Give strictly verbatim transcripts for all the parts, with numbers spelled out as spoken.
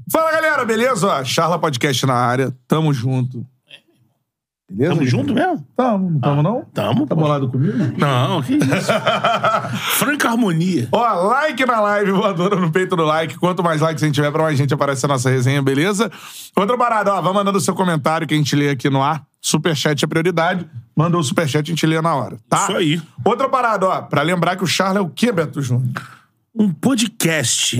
Fala, galera, beleza? Ó, Charla Podcast na área. Tamo junto. Beleza? Tamo junto mesmo? Tamo, não tamo ah, não? Tamo. Tá bolado comigo? Não, que isso. Franca harmonia. Ó, like na live, voadora no peito do like. Quanto mais likes a gente tiver, pra mais gente aparecer a nossa resenha, beleza? Outra parada, ó, vai mandando o seu comentário que a gente lê aqui no ar. Superchat é prioridade. Mandou o superchat, a gente lê na hora, tá? Isso aí. Outra parada, ó, pra lembrar que o Charla é o quê, Beto Júnior? Um podcast.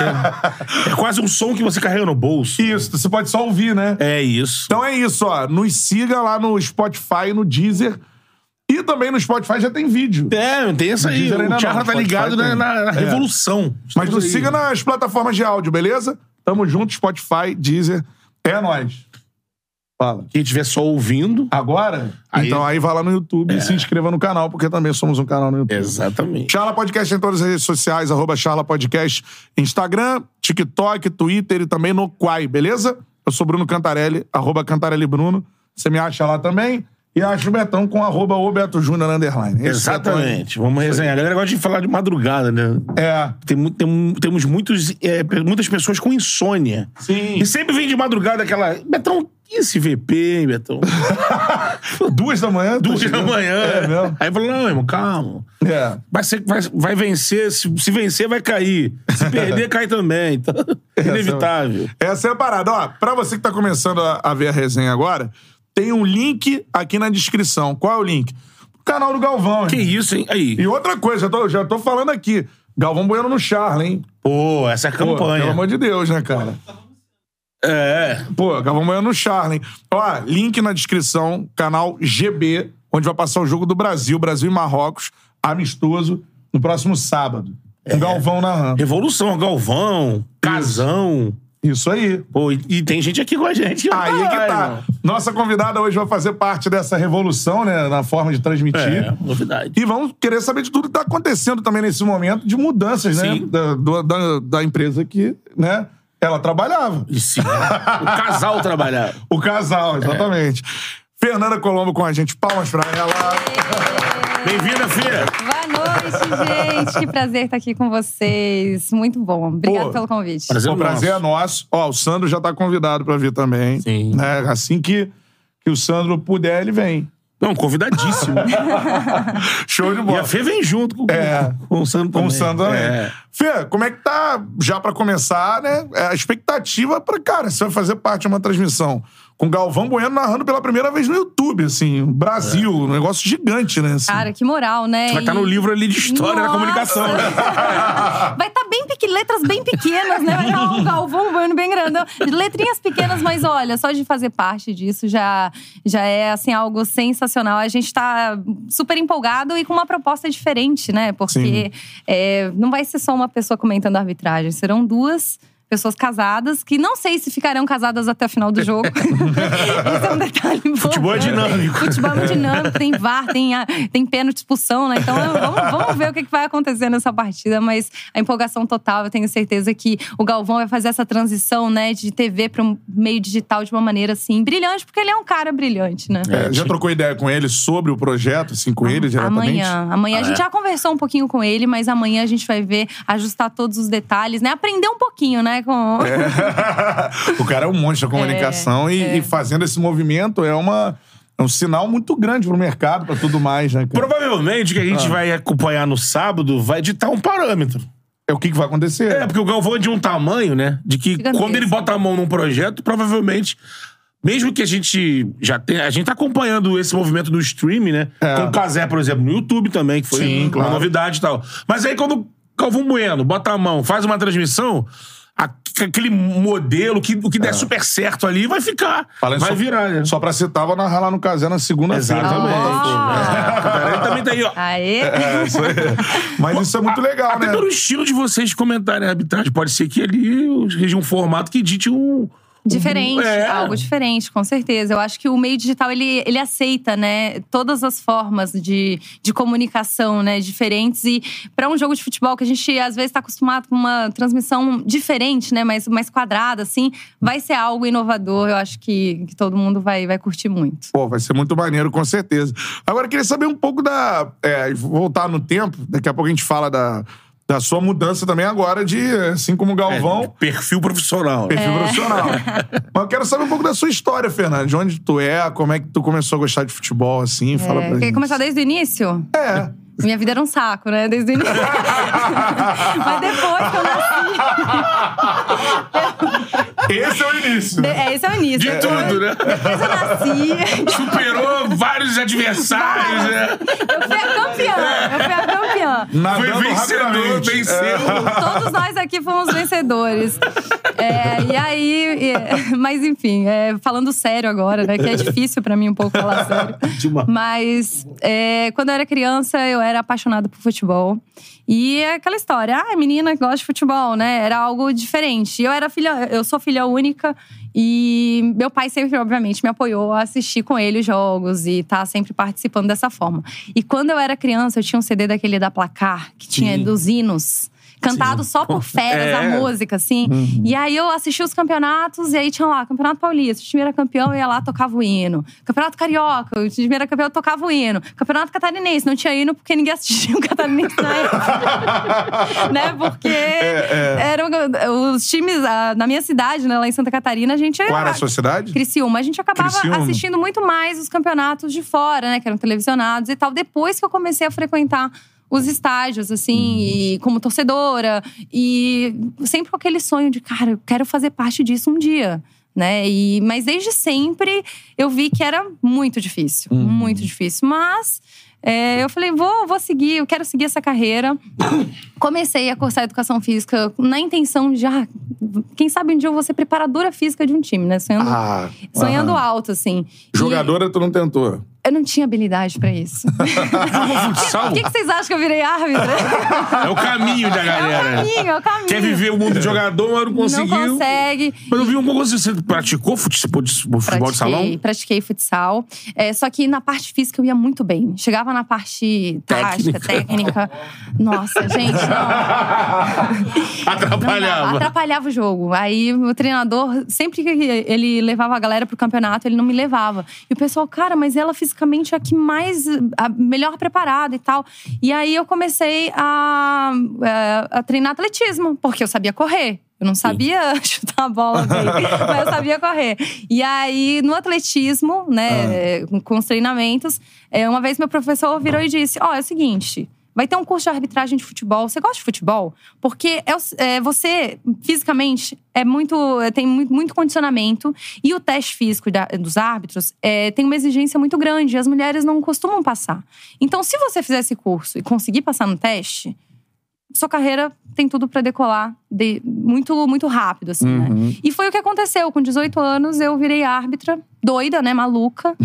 É quase um som que você carrega no bolso. Isso, você pode só ouvir, né? É isso. Então é isso, ó. Nos siga lá no Spotify, no Deezer. E também no Spotify já tem vídeo. É, tem essa aí. O Charla tá ligado na, na, na é. revolução. Mas nos siga nas plataformas de áudio, beleza? Tamo junto, Spotify, Deezer. É nóis. Fala. Quem estiver só ouvindo... Agora? Aí... Então aí vai lá no YouTube é. e se inscreva no canal, porque também somos um canal no YouTube. Exatamente. Charla Podcast em todas as redes sociais, arroba Charla Podcast, Instagram, TikTok, Twitter e também no Quai, beleza? Eu sou Bruno Cantarelli, arroba Cantarelli Bruno. Você me acha lá também. E acha o Betão com arroba o Beto Júnior underline. Esse Exatamente. Vamos resenhar. A galera gosta de falar de madrugada, né? É. Tem, tem, temos muitos, é, muitas pessoas com insônia. Sim. E sempre vem de madrugada aquela... Betão, e esse V P, hein, Betão? Duas da manhã? Duas da manhã. É mesmo? Aí falou, não, irmão, calma. É. Vai, ser, vai, vai vencer, se, se vencer, vai cair. Se perder, cai também. Então, essa inevitável. É, essa é a parada. Ó, pra você que tá começando a, a ver a resenha agora... Tem um link aqui na descrição. Qual é o link? O canal do Galvão. Que hein? isso, hein? Aí. E outra coisa, já tô, já tô falando aqui. Galvão Bueno no Charla, hein? Pô, essa é a campanha. Pô, pelo amor de Deus, né, cara? É. Pô, Galvão Bueno no Charla, hein? Ó, link na descrição, canal G B, onde vai passar o jogo do Brasil, Brasil e Marrocos, amistoso, no próximo sábado. Com é. Galvão narrando. Revolução, Galvão, Casão... Isso aí. Pô, e, e tem gente aqui com a gente. Aí é que tá. Irmão. Nossa convidada hoje vai fazer parte dessa revolução, né? Na forma de transmitir. É, novidade. E vamos querer saber de tudo que tá acontecendo também nesse momento de mudanças, né? Da, do, da, da empresa que, né? Ela trabalhava. Sim. O casal trabalhava. O casal, exatamente. É. Fernanda Colombo com a gente. Palmas pra ela. Bem-vinda, filha. Boa noite, gente. Que prazer estar aqui com vocês. Muito bom. Obrigado Pô, pelo convite. Prazer, o prazer é nosso. Ó, o Sandro já tá convidado pra vir também. Sim. Né? Assim que, que o Sandro puder, ele vem. Não, convidadíssimo. Show de bola. E a Fê vem junto com, é, com o Sandro também. Com o Sandro também. É. Fê, como é que tá, já pra começar, né? A expectativa pra, cara, você vai fazer parte de uma transmissão com Galvão Bueno narrando pela primeira vez no YouTube, assim, Brasil, é. um negócio gigante, né? Assim. Cara, que moral, né? Você vai estar tá no livro ali de história Nossa. da comunicação, né? Vai estar tá bem pequeno, letras bem pequenas, né? Vai estar um Galvão Bueno bem grandão. Letrinhas pequenas, mas olha, só de fazer parte disso já, já é, assim, algo sensacional. A gente tá super empolgado e com uma proposta diferente, né? Porque é, não vai ser só uma pessoa comentando a arbitragem, serão duas pessoas casadas, que não sei se ficarão casadas até o final do jogo. Esse é um detalhe importante. Futebol é dinâmico. Futebol é dinâmico, tem V A R, tem, tem pênalti, expulsão, né? Então vamos, vamos ver o que vai acontecer nessa partida, mas a empolgação total, eu tenho certeza que o Galvão vai fazer essa transição, né, de T V para um meio digital de uma maneira, assim, brilhante, porque ele é um cara brilhante, né? É, já trocou ideia com ele sobre o projeto, assim, com ele diretamente? Amanhã. Amanhã ah, a gente é? já conversou um pouquinho com ele, mas amanhã a gente vai ver, ajustar todos os detalhes, né? Aprender um pouquinho, né? Com... É. O cara é um monstro da comunicação é, e, é. e fazendo esse movimento é, uma, é um sinal muito grande pro mercado, pra tudo mais, né, cara? Provavelmente o que a gente ah. vai acompanhar no sábado vai ditar um parâmetro. É o que, que vai acontecer. É, porque o Galvão é de um tamanho, né? De que Fica quando mesmo. ele bota a mão num projeto, provavelmente... Mesmo que a gente já tenha... A gente tá acompanhando esse movimento do streaming, né? É. Com o Cazé, por exemplo, no YouTube também, que foi Sim, uma claro. novidade e tal. Mas aí quando o Galvão Bueno bota a mão, faz uma transmissão... Aquele modelo, que, o que der é. super certo ali, vai ficar. Falei vai só, virar, né? Só pra citar, vou narrar lá no Casé na segunda-feira. Exatamente. Oh. É. Também tá aí, ó. Aê. É, isso aí. Mas isso é muito legal, Até né? Até pelo estilo de vocês comentarem a arbitragem. Pode ser que ali seja um formato que dite um... Diferente, é. algo diferente, com certeza. Eu acho que o meio digital, ele, ele aceita, né, todas as formas de, de comunicação, né, diferentes. E para um jogo de futebol que a gente, às vezes, tá acostumado com uma transmissão diferente, né, mais, mais quadrada, assim, vai ser algo inovador. Eu acho que, que todo mundo vai, vai curtir muito. Pô, vai ser muito maneiro, com certeza. Agora, eu queria saber um pouco da... É, voltar no tempo, daqui a pouco a gente fala da... da sua mudança também agora de, assim como o Galvão... É, perfil profissional. Perfil é. profissional. Mas eu quero saber um pouco da sua história, Fernanda. De onde tu é, como é que tu começou a gostar de futebol, assim, fala É, pra quer gente. começar desde o início? É. Minha vida era um saco, né? Desde o início. Mas depois que eu nasci... Esse é o início. De- é, esse é o início. De tudo, né? Depois eu nasci... Superou vários adversários, né? Eu fui a campeã. Eu fui a campeã. Nadando Foi vencedor, rapidamente. venceu. Todos nós aqui fomos vencedores. É, e aí... é, mas enfim, é, falando sério agora, né? Que é difícil pra mim um pouco falar sério. Demais. Mas é, quando eu era criança, eu era apaixonada por futebol. E é aquela história, ah, menina que gosta de futebol, né? Era algo diferente. Eu era filha, eu sou filha única e meu pai sempre, obviamente, me apoiou a assistir com ele os jogos e tá sempre participando dessa forma. E quando eu era criança, eu tinha um C D daquele da Placar, que tinha Sim. dos hinos. Cantado Sim. só por feras, É. a música, assim. Uhum. E aí eu assisti os campeonatos, e aí tinha lá, Campeonato Paulista, o time era campeão, eu ia lá, tocava o hino. Campeonato Carioca, o time era campeão, eu tocava o hino. Campeonato Catarinense, não tinha hino porque ninguém assistia o Catarinense na época. Né? Porque É, eram os times, ah, na minha cidade, né, lá em Santa Catarina, a gente... Qual era a sua cidade? Criciúma. A gente acabava Criciúma. assistindo muito mais os campeonatos de fora, né? Que eram televisionados e tal. Depois que eu comecei a frequentar os estádios, assim, e como torcedora. E sempre com aquele sonho de, cara, eu quero fazer parte disso um dia, né? E, mas desde sempre eu vi que era muito difícil. Uhum. Muito difícil. Mas é, eu falei, vou, vou seguir, eu quero seguir essa carreira. Comecei a cursar Educação Física na intenção de, ah, quem sabe um dia eu vou ser preparadora física de um time, né? Sonhando, Ah, sonhando aham. alto, assim. E Jogadora, tu não tentou? eu não tinha habilidade pra isso. Futsal Por que, que vocês acham que eu virei árbitra? é o caminho da É o galera. caminho, é o caminho. Quer viver o mundo de jogador, mas não conseguiu. Não consegue. Mas eu vi um pouco assim, você praticou futebol de, futebol de salão? Pratiquei, pratiquei futsal. É, só que na parte física eu ia muito bem. Chegava na parte tática, técnica. Nossa, gente, não. Atrapalhava. Não, atrapalhava o jogo. Aí o treinador, sempre que ele levava a galera pro campeonato, ele não me levava. E o pessoal, cara, mas ela fisicamente é a que mais, a melhor preparada e tal. E aí eu comecei a, a, a treinar atletismo, porque eu sabia correr. Eu não sabia chutar a bola bem, mas eu sabia correr. E aí, no atletismo, né, ah. com os treinamentos, uma vez meu professor virou e disse, ó, oh, é o seguinte... Vai ter um curso de arbitragem de futebol. Você gosta de futebol? Porque é, é, você, fisicamente, é muito, tem muito, muito condicionamento. E o teste físico da, dos árbitros é, tem uma exigência muito grande. E as mulheres não costumam passar. Então, se você fizer esse curso e conseguir passar no teste, sua carreira tem tudo pra decolar de, muito, muito rápido, assim, uhum. né? E foi o que aconteceu. Com dezoito anos, eu virei árbitra. Doida, né? Maluca.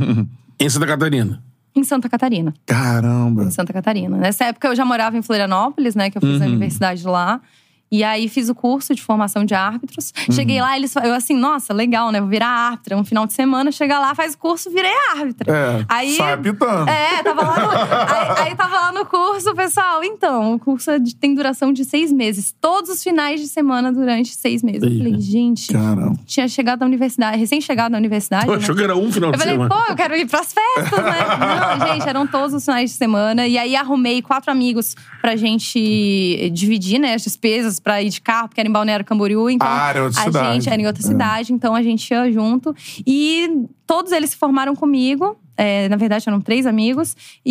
Em Santa Catarina. Em Santa Catarina. Caramba! Em Santa Catarina. Nessa época eu já morava em Florianópolis, né? Que eu fiz uhum. a universidade lá. E aí fiz o curso de formação de árbitros. Uhum. Cheguei lá, eles eu assim, nossa, legal, né? Vou virar árbitra. Um final de semana, chega lá, faz o curso, virei árbitra. É, aí, sai pitando. É, tava lá no, aí, aí tava lá no curso, pessoal. Então, o curso tem duração de seis meses. Todos os finais de semana durante seis meses. Eu falei, gente, caramba. Tinha chegado da universidade, recém-chegado da universidade. Pô, achou que era um final de eu falei, semana. pô, eu quero ir pras festas, né? Não, gente, eram todos os finais de semana. E aí arrumei quatro amigos pra gente dividir, né, as despesas pra ir de carro, porque era em Balneário Camboriú. Então, ah, era outra a cidade. gente era em outra é. cidade, então a gente ia junto. E todos eles se formaram comigo. É, na verdade, eram três amigos.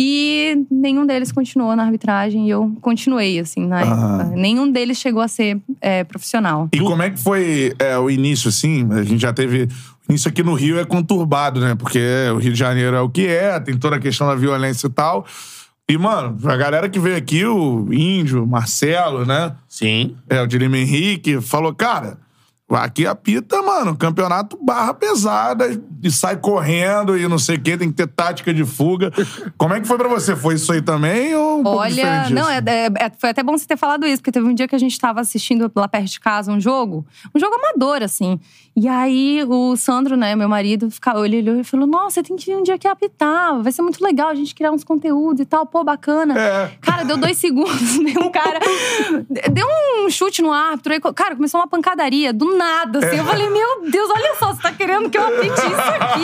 E nenhum deles continuou na arbitragem. E eu continuei, assim, na ah. época. Nenhum deles chegou a ser é, profissional. E como é que foi é, o início, assim? A gente já teve... O início aqui no Rio é conturbado, né? Porque o Rio de Janeiro é o que é. Tem toda a questão da violência e tal. E, mano, a galera que veio aqui, o Índio, Marcelo, né? Sim. É, o Dilema Henrique, falou, cara, aqui apita, mano, campeonato barra pesada e sai correndo e não sei o quê, tem que ter tática de fuga. Como é que foi pra você? Foi isso aí também ou um pouco Olha, diferente não, é, é, foi até bom você ter falado isso, porque teve um dia que a gente tava assistindo lá perto de casa um jogo, um jogo amador, assim. E aí o Sandro, né, meu marido, ficava, ele olhou e falou, nossa, tem que vir um dia aqui apitar, vai ser muito legal a gente criar uns conteúdos e tal, pô, bacana. É. Cara, deu dois segundos, um cara deu um chute no árbitro, aí, cara, começou uma pancadaria, do nada, assim. É. Eu falei, meu Deus, olha só, você tá querendo que eu apite isso aqui,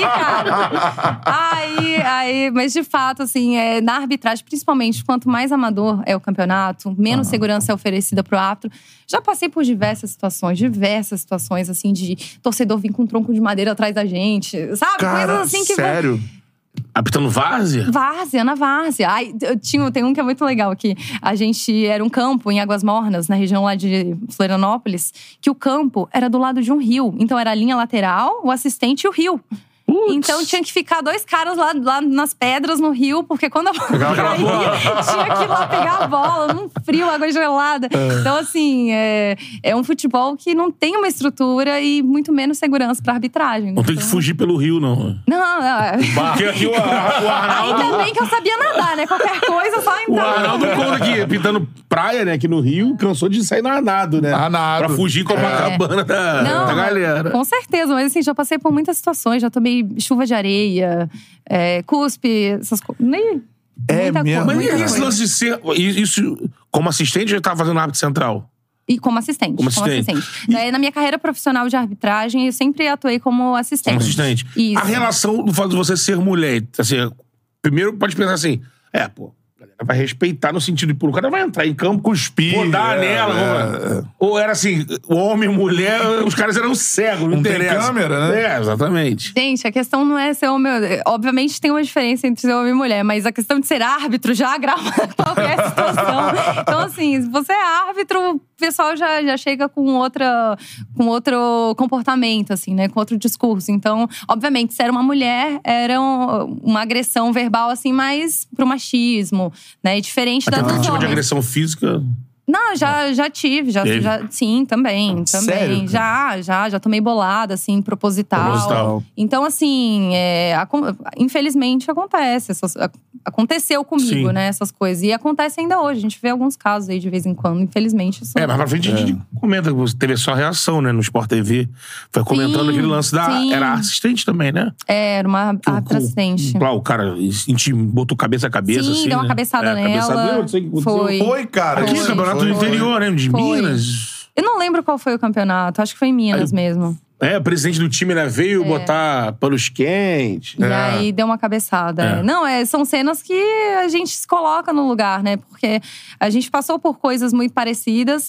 cara? aí, aí, mas de fato, assim, é, na arbitragem, principalmente, quanto mais amador é o campeonato, menos ah. segurança é oferecida pro árbitro. Já passei por diversas situações, diversas situações, assim, de torcedor vir com um tronco de madeira atrás da gente, sabe? Cara, coisas assim que. Sério? Apitando várzea? Várzea, na várzea. Ai, eu tinha, tem um que é muito legal aqui. A gente era um campo em Águas Mornas, na região lá de Florianópolis, que o campo era do lado de um rio. Então era a linha lateral, o assistente e o rio. Putz. Então tinha que ficar dois caras lá, lá nas pedras no rio, porque quando a bola caía, tinha que ir lá pegar a bola, num frio, água gelada. É. Então, assim, é, é um futebol que não tem uma estrutura e muito menos segurança pra arbitragem. Não então... tem que fugir pelo rio, não. Não, não. Porque aqui o, o Arnaldo... Ainda bem que eu sabia nadar, né? Qualquer coisa, só então. O Arnaldo conta aqui, pintando praia, né? Aqui no Rio, cansou de sair nadado, né? Nadado. Pra fugir com a Copacabana é. da, não, da galera. Com certeza, mas assim, já passei por muitas situações, já tomei chuva de areia, é, cuspe, essas coisas. Nem. É mesmo. Mas e esse lance de ser. Isso, como assistente, já estava fazendo árbitro central? E como assistente. Como assistente. Como assistente. E... Na minha carreira profissional de arbitragem, eu sempre atuei como assistente. Como assistente. Isso. A relação do fato de você ser mulher, assim, primeiro pode pensar assim, é, pô, a galera vai respeitar no sentido de, pô, o cara vai entrar em campo, cuspir, rodar é, nela. É, é. Ou era assim, homem, mulher, os caras eram cegos, não, não interessa. Tem câmera, né? É, exatamente. Gente, a questão não é ser homem... Obviamente tem uma diferença entre ser homem e mulher, mas a questão de ser árbitro já agrava qualquer situação. Então, assim, se você é árbitro, o pessoal já, já chega com, outra, com outro comportamento, assim, né? Com outro discurso. Então, obviamente, se era uma mulher, era um, uma agressão verbal, assim, mais pro machismo, né? E diferente da dos homens. Tentativa de agressão física... Não, já, já tive, já, já sim, também, também. Sério? Já, já, já tomei bolada, assim, proposital. Proposital. Então, assim, é, a, infelizmente acontece. Essas, a, aconteceu comigo, sim. né, essas coisas. E acontece ainda hoje. A gente vê alguns casos aí de vez em quando, infelizmente. Isso é, mas pra frente é. a gente comenta que você teve a sua reação, né, no Sport T V. Foi comentando sim, aquele lance da... Sim. Era assistente também, né? É, era uma árbitra assistente. Lá, o cara botou cabeça a cabeça, sim, assim, deu uma né? cabeçada é, nela. Cabeçada, não sei o que aconteceu. Foi. Foi, cara. Aqui, foi. campeonato Foi. do interior, né? De foi. Minas. Eu não lembro qual foi o campeonato. Acho que foi em Minas Aí, mesmo. É, o presidente do time, né, veio é. botar panos quentes. E é. aí deu uma cabeçada. É. Não, é, são cenas que a gente se coloca no lugar, né? Porque a gente passou por coisas muito parecidas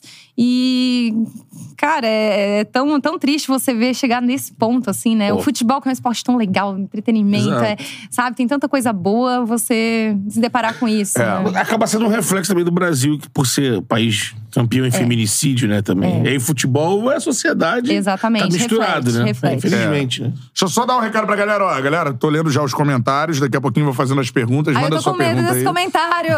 e, cara, é, é tão, tão triste você ver chegar nesse ponto, assim, né? Pô. O futebol, que é um esporte tão legal, entretenimento, é, sabe? Tem tanta coisa boa, você se deparar com isso. É. Né? Acaba sendo um reflexo também do Brasil, que por ser país campeão em é. feminicídio, né, também. É. E aí, futebol é a sociedade. Exatamente. Tá misturado, reflete, né? Reflete. Infelizmente, é. né? Deixa eu só dar um recado pra galera. Ó, galera, tô lendo já os comentários. Daqui a pouquinho vou fazendo as perguntas. Ai, Manda eu tô sua com medo pergunta desses aí. comentários.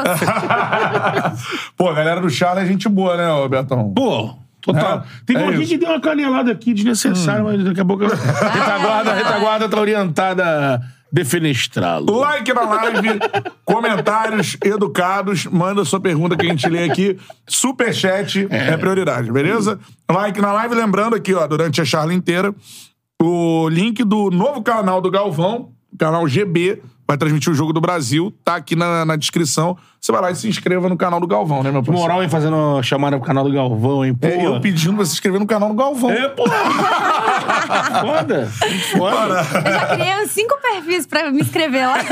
Pô, a galera do Charla é gente boa, né, ô Betão? Pô, total. É, Tem uma é gente que deu uma canelada aqui desnecessária, hum. mas daqui a pouco a retaguarda, a retaguarda tá orientada... defenestrá-lo. Like na live, comentários educados, manda sua pergunta que a gente lê aqui. Superchat é, é prioridade, beleza? Like na live, lembrando aqui, ó, durante a charla inteira, o link do novo canal do Galvão, canal G B, vai transmitir o Jogo do Brasil, tá aqui na, na descrição. Você vai lá e se inscreva no canal do Galvão, né, meu parceiro? Moral, hein, fazendo chamada pro canal do Galvão, hein, pô. É, eu pedindo pra se inscrever no canal do Galvão. É, pô. Foda. Foda. Eu já criei uns cinco perfis pra me inscrever lá.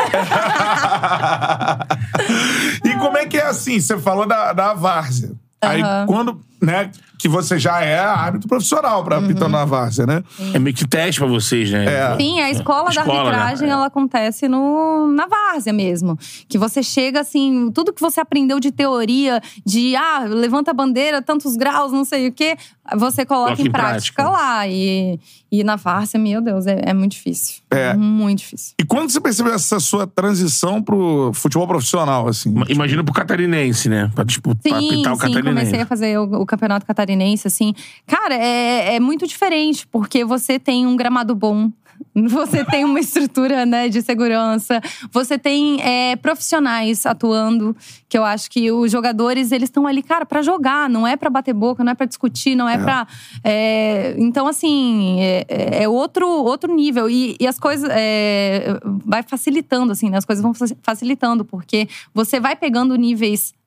E como é que é assim? Você falou da, da várzea. Aí, uhum. quando, né, que você já é árbitro profissional pra uhum. apitar na várzea, né? Sim. É meio que teste pra vocês, né? É. Sim, a escola, escola da arbitragem, né? Ela acontece no, na várzea mesmo. Que você chega, assim, tudo que você aprendeu de teoria, de, ah, levanta a bandeira, tantos graus, não sei o quê, você coloca em, em prática, prática lá. E, e na várzea, meu Deus, é, é muito difícil. É. Muito difícil. E quando você percebeu essa sua transição pro futebol profissional, assim? Imagina pro catarinense, né? Pra, tipo, sim, pra apitar o sim, catarinense. Comecei a fazer o, o campeonato catarinense, assim. Cara, é, é muito diferente, porque você tem um gramado bom. Você tem uma estrutura, né, de segurança. Você tem é, profissionais atuando, que eu acho que os jogadores, eles estão ali, cara, pra jogar. Não é pra bater boca, não é pra discutir, não é, é. pra... É, então, assim, é, é outro, outro nível. E, e as coisas... É, vai facilitando, assim, né? As coisas vão facilitando, porque você vai pegando níveis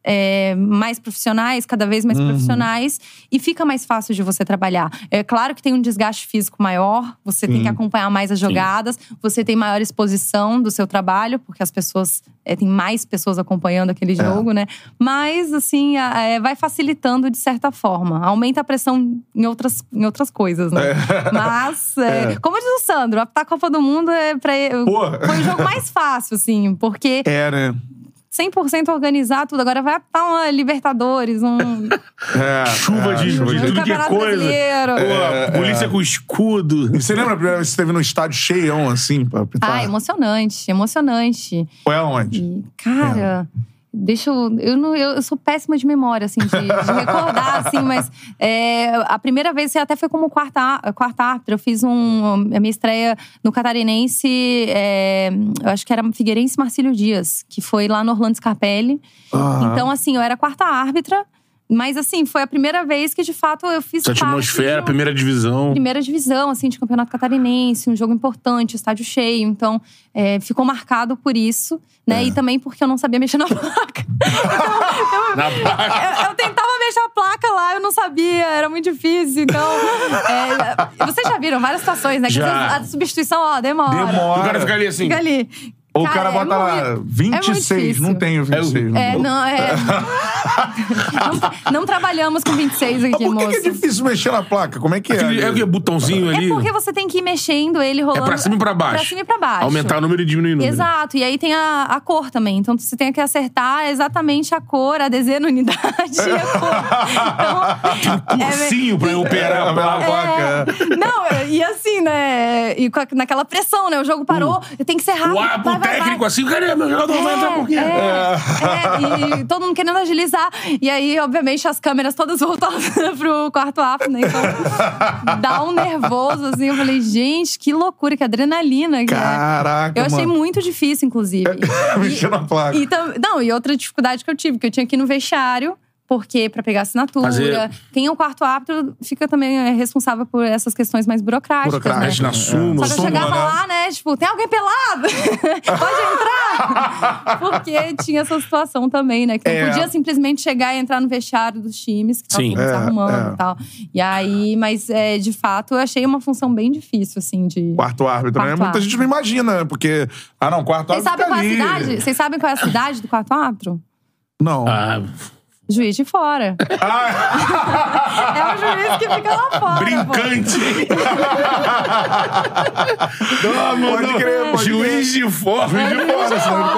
é, mais profissionais, cada vez mais uhum. profissionais, e fica mais fácil de você trabalhar. É claro que tem um desgaste físico maior, você Sim. tem que acompanhar mais as jogadas, Sim. você tem maior exposição do seu trabalho, porque as pessoas, é, tem mais pessoas acompanhando aquele jogo, é. né? Mas, assim, é, vai facilitando de certa forma. Aumenta a pressão em outras, em outras coisas, né? É. Mas, é, é. como diz o Sandro, apitar a Copa do Mundo é pra, foi o jogo mais fácil, assim, porque… É, né? cem por cento organizar tudo. Agora vai apitar uma Libertadores, um… É, chuva de, é, de tudo que é coisa. É, Pô, polícia é. com escudo. E você lembra a primeira vez que você esteve no estádio cheião, assim, pra apitar? Ah, emocionante, emocionante. Foi aonde? E, cara… É. Deixa eu… Eu, não, eu, eu sou péssima de memória, assim, de, de recordar, assim, mas… É, a primeira vez, até foi como quarta, quarta árbitra. Eu fiz um… A minha estreia no Catarinense, é, eu acho que era Figueirense Marcílio Dias, que foi lá no Orlando Scarpelli. Uhum. Então, assim, eu era quarta árbitra. Mas, assim, foi a primeira vez que, de fato, eu fiz parte… Essa atmosfera, um, primeira divisão. Primeira divisão, assim, de campeonato catarinense. Um jogo importante, estádio cheio. Então, é, ficou marcado por isso, né? É. E também porque eu não sabia mexer na placa. Então, eu, na placa? Eu, eu tentava mexer a placa lá, eu não sabia. Era muito difícil, então… É, vocês já viram várias situações, né? Que já. Às vezes a substituição, ó, demora. Demora. O cara fica ali assim. Fica ali. Ou o cara, cara bota é lá vinte e seis, é não tenho vinte e seis. É, não, é. não, não trabalhamos com vinte e seis aqui, moço. Por que, moça. que é difícil mexer na placa? Como é que é? Aquele, é o que? Botãozinho ali? É porque você tem que ir mexendo ele, rolando… É pra cima e pra baixo. Pra cima e pra baixo. Aumentar o número e diminuir o número. Exato. E aí tem a, a cor também. Então você tem que acertar exatamente a cor, a dezena unidade e a cor. Então, tem um cursinho é, pra eu operar a placa. É, não, e assim, né? E naquela pressão, né? O jogo parou, uh, tem que ser rápido. O, vai, o vai, técnico vai. assim, cara, meu jogador é, vai entrar por quê? É, é, e todo mundo querendo agilizar. E aí, obviamente, as câmeras todas voltadas pro quarto árbitro, né? Então, dá um nervoso, assim. Eu falei, gente, que loucura, que adrenalina. Que Caraca, é. Eu achei mano. muito difícil, inclusive. Mexer na placa. E, não, e outra dificuldade que eu tive, que eu tinha que ir no vestiário. Porque pra pegar assinatura, Fazer... quem é o quarto árbitro fica também é, responsável por essas questões mais burocráticas, Burocrática, né? na súmula. Só que eu chegava né? lá, né, tipo, tem alguém pelado? Pode entrar? Porque tinha essa situação também, né? Que é. não podia simplesmente chegar e entrar no vestiário dos times, que estavam é, se arrumando é. e tal. E aí, mas é, de fato, eu achei uma função bem difícil, assim, de… Quarto árbitro, quarto né? Muita árbitro. gente não imagina, porque… Ah, não, quarto Vocês árbitro sabem qual é a ali. cidade? Vocês sabem qual é a cidade do quarto árbitro? Não. Ah… Juiz de fora. Ah. É o juiz que fica lá fora. Brincante. Não, mano, pode crer, pode juiz crer. de fora. Juiz de fora, senão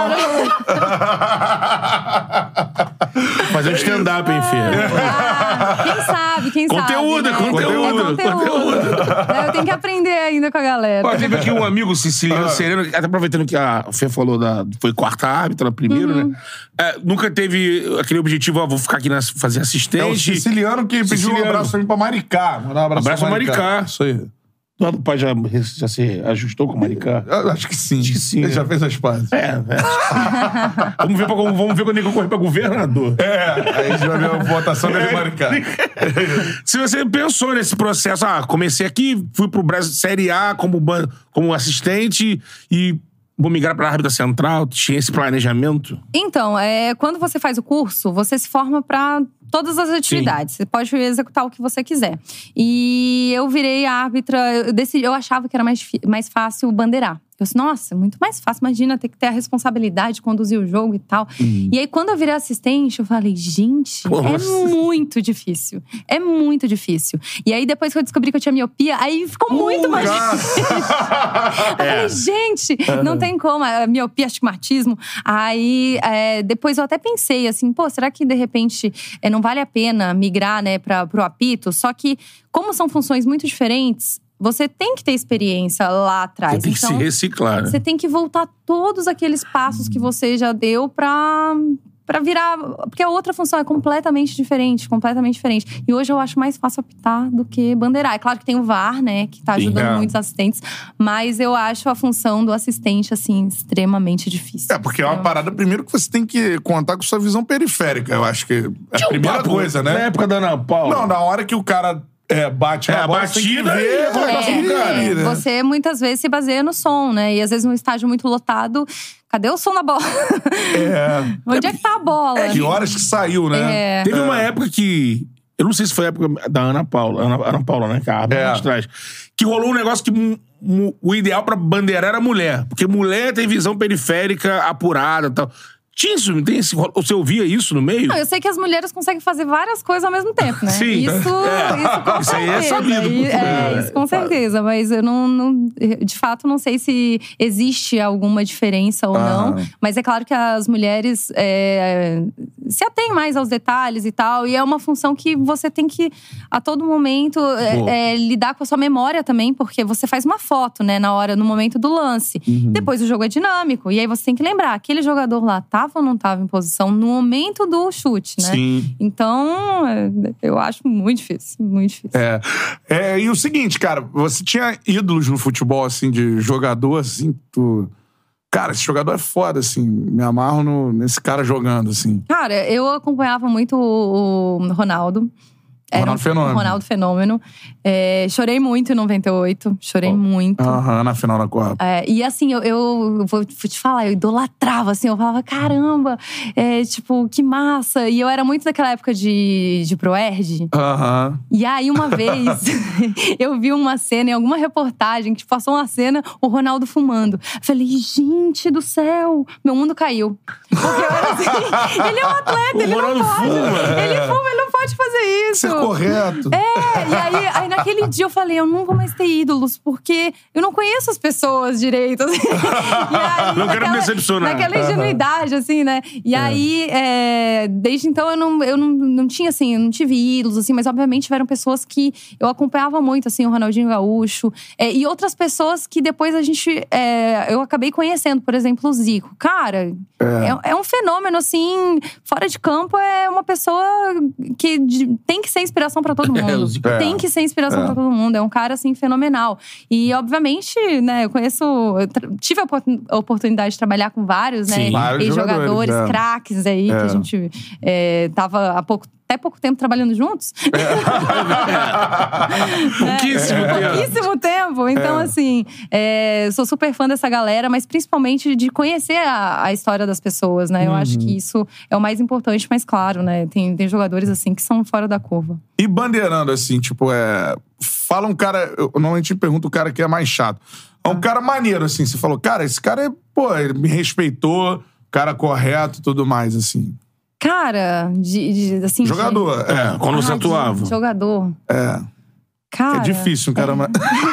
fazer um stand-up, hein, Fê? Ah, quem sabe, quem conteúdo, sabe. Conteúdo, né? conteúdo, é conteúdo. conteúdo. Eu tenho que aprender ainda com a galera. Ó, teve aqui um amigo siciliano, ah. sereno, até aproveitando que a Fê falou da… Foi quarta árbitra, primeiro, uhum. né? É, nunca teve aquele objetivo, ó, vou ficar aqui na, fazer assistente. É o siciliano que siciliano. pediu um abraço também pra Maricá. Mandar um abraço, abraço pra Maricá. Maricá. Isso aí. O pai já, já se ajustou com o Maricá? Eu acho que sim. Acho que sim. Ele né? já fez as pazes. É, é. vamos, ver pra, vamos ver quando ele concorrer pra governador. É, aí a gente vai ver a votação dele em Maricá. Se você pensou nesse processo, ah, comecei aqui, fui pro Brasil Série A como, como assistente e vou migrar pra árbitra central, tinha esse planejamento? Então, é, quando você faz o curso, você se forma pra todas as atividades. Sim. Você pode executar o que você quiser. E eu virei árbitra, eu, decidi, eu achava que era mais, mais fácil bandeirar. Eu disse, nossa, muito mais fácil. Imagina ter que ter a responsabilidade de conduzir o jogo e tal. Hum. E aí, quando eu virei assistente, eu falei, gente, Pô, é nossa. muito difícil. É muito difícil. E aí, depois que eu descobri que eu tinha miopia, aí ficou muito uh, mais difícil. Eu é. falei, gente, uhum. não tem como. A miopia, astigmatismo. Aí, é, depois eu até pensei assim, pô, será que de repente é, não vale a pena migrar, né, pra, pro apito? Só que, como são funções muito diferentes, você tem que ter experiência lá atrás. Você tem que então, se reciclar. Né? Você tem que voltar todos aqueles passos que você já deu pra, pra virar… Porque a outra função é completamente diferente, completamente diferente. E hoje eu acho mais fácil apitar do que bandeirar. É claro que tem o V A R, né, que tá ajudando Sim, é. muitos assistentes. Mas eu acho a função do assistente, assim, extremamente difícil. É, porque é uma parada, primeiro, que você tem que contar com sua visão periférica. Eu acho que é a primeira coisa, né? Na época da Ana Paula. Não, na hora que o cara… É, bate É, na a bola, batida tem que ver, e colocação do cara. ali, né? Você muitas vezes se baseia no som, né? E às vezes num estádio muito lotado, cadê o som da bola? É. Onde é que tá a bola? É, que horas que saiu, né? É. Teve uma época que... Eu não sei se foi a época da Ana Paula. Ana, Ana Paula, né? Que a É. de trás. Que rolou um negócio que um, um, o ideal pra bandeirar era mulher. Porque mulher tem visão periférica apurada e tal. Tinha isso, não tem esse... Você ouvia isso no meio? Não, eu sei que as mulheres conseguem fazer várias coisas ao mesmo tempo, né? Sim. Isso, É. isso com Isso aí é certeza. sabido. E- É, É, isso com certeza. Mas eu não, não... De fato, não sei se existe alguma diferença ou Ah. não. Mas é claro que as mulheres é, se atêm mais aos detalhes e tal. E é uma função que você tem que, a todo momento, é, é, lidar com a sua memória também. Porque você faz uma foto, né? Na hora, no momento do lance. Uhum. Depois o jogo é dinâmico. E aí você tem que lembrar, aquele jogador lá tava ou não tava em posição no momento do chute, né? Sim. Então, é, eu acho muito difícil, muito difícil. É. É, e o seguinte, cara, você tinha ídolos no futebol, assim, de jogador, assim, tu... Cara, esse jogador é foda, assim. Me amarro no, nesse cara jogando, assim. Cara, eu acompanhava muito o o Ronaldo. Era Ronaldo um- Fenômeno. Ronaldo Fenômeno. É, chorei muito em noventa e oito. Chorei muito. Aham, na final da Copa. É, e assim, eu, eu vou te falar, eu idolatrava, assim, eu falava, caramba, é, tipo, que massa. E eu era muito daquela época de, de Proerd. Aham. E aí, uma vez, eu vi uma cena em alguma reportagem que passou uma cena, o Ronaldo fumando. Falei, gente do céu, meu mundo caiu. Porque eu era assim, ele é um atleta, ele não Ronaldo pode. fuma. Ele fuma, ele não pode fazer isso. Ser correto. É, e aí, aí naquele dia eu falei, eu não vou mais ter ídolos, porque eu não conheço as pessoas direito. assim. E aí, Não quero me decepcionar. Naquela ingenuidade, assim, né? E aí, é, desde então, eu, não, eu não, não tinha, assim, eu não tive ídolos, assim, mas obviamente tiveram pessoas que eu acompanhava muito, assim, o Ronaldinho Gaúcho. É, e outras pessoas que depois a gente, é, eu acabei conhecendo, por exemplo, o Zico. Cara, é, é um fenômeno, assim, fora de campo, é uma pessoa que de- tem que ser inspiração pra todo mundo. É, o Zico é. Tem que ser inspiração É. pra todo mundo. É um cara, assim, fenomenal. E, obviamente, né, eu conheço… Eu tra- tive a opor- a oportunidade de trabalhar com vários, né? Sim. Vários ex-jogadores, jogadores, é. craques aí, que É. a gente é, tava há pouco… Até pouco tempo trabalhando juntos. Pouquíssimo É, tempo. pouquíssimo tempo. Então, assim, é, sou super fã dessa galera, mas principalmente de conhecer a, a história das pessoas, né? Eu acho que isso é o mais importante, mas claro, né? Tem, tem jogadores, assim, que são fora da curva. E bandeirando, assim, tipo, é... Fala um cara... Eu normalmente pergunto o cara que é mais chato. É um cara maneiro, assim. Você falou, cara, esse cara é... Pô, ele me respeitou, cara correto e tudo mais, assim. Cara, de, de assim… de- Jogador, é. É, quando você Ah, de atuava. Jogador. É. Cara… É difícil um cara mais...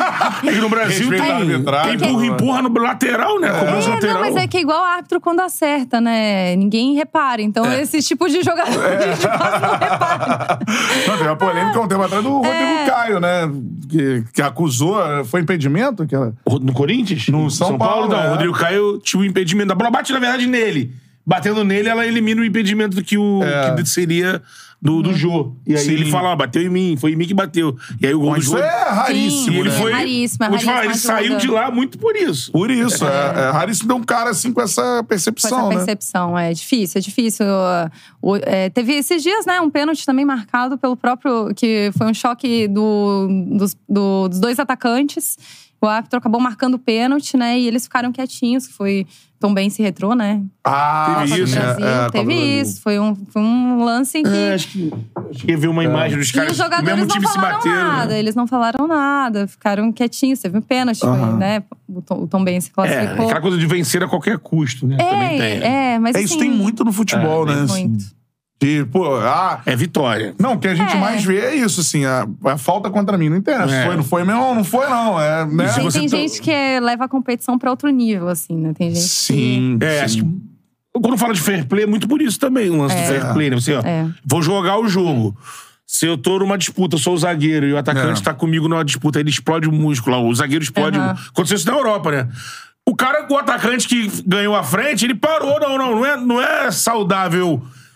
É que no Brasil Respeitar a tem, arbitragem, tem empurra, né? empurra no lateral, né? Cobrança É, lateral. não, mas é que é igual árbitro quando acerta, né? Ninguém repara. Então, esse tipo de jogador a gente quase não repara. Não, teve uma polêmica um tempo atrás do Rodrigo É. Caio, né? Que, que acusou... Foi impedimento? Aquela... No Corinthians? No São Paulo, não. é. O Rodrigo Caio tinha o impedimento. A bola bate, na verdade, nele. Batendo nele, ela elimina o impedimento que, o, É. que seria do, do Jô. E aí Sim. ele fala, ó, bateu em mim, foi em mim que bateu. E aí o gol do Isso Jô… é raríssimo, Sim, E ele né? foi… É raríssimo, é Vou te falar, ele raríssimo saiu ajuda. de lá muito por isso. Por isso, é, é raríssimo ter um cara assim com essa Com percepção, essa né? percepção, é difícil, é difícil. O- é, teve esses dias, né, um pênalti também marcado pelo próprio… Que foi um choque do, dos, do- dos dois atacantes. O árbitro acabou marcando o pênalti, né? E eles ficaram quietinhos, que foi Tombense e Retrô, né? Ah, Teve Copa do isso, Brasil, é, é, Copa teve do Brasil. isso. Foi um, foi um lance em que… É, acho que… Acho que ver uma imagem dos E caras os do jogadores mesmo não time se falaram bateram. nada, né? eles não falaram nada, ficaram quietinhos. Teve um pênalti, foi, Aham. né? O Tom, o Tom Benz É, classificou. aquela coisa de vencer a qualquer custo, né? Também tem. É, é, mas É, assim… isso tem muito no futebol, É, né? assim. Muito. De, pô, ah… É vitória. Não, o que a gente É. mais vê é isso, assim, a, a falta contra mim. Não interessa. É. Foi, não foi mesmo? Não foi, não. É, né? se Tem, você tem tá- gente que é- leva a competição pra outro nível, assim, né? Tem gente Sim. É, acho que quando fala de fair play, é muito por isso também, o lance do fair play, né? Você, ó, É. vou jogar o jogo. Se eu tô numa disputa, eu sou o zagueiro e o atacante É. tá comigo numa disputa, ele explode o músculo, lá, o zagueiro explode. Aham. Aconteceu isso na Europa, né? O cara, o atacante que ganhou a frente, ele parou. Não, não, não é, não é saudável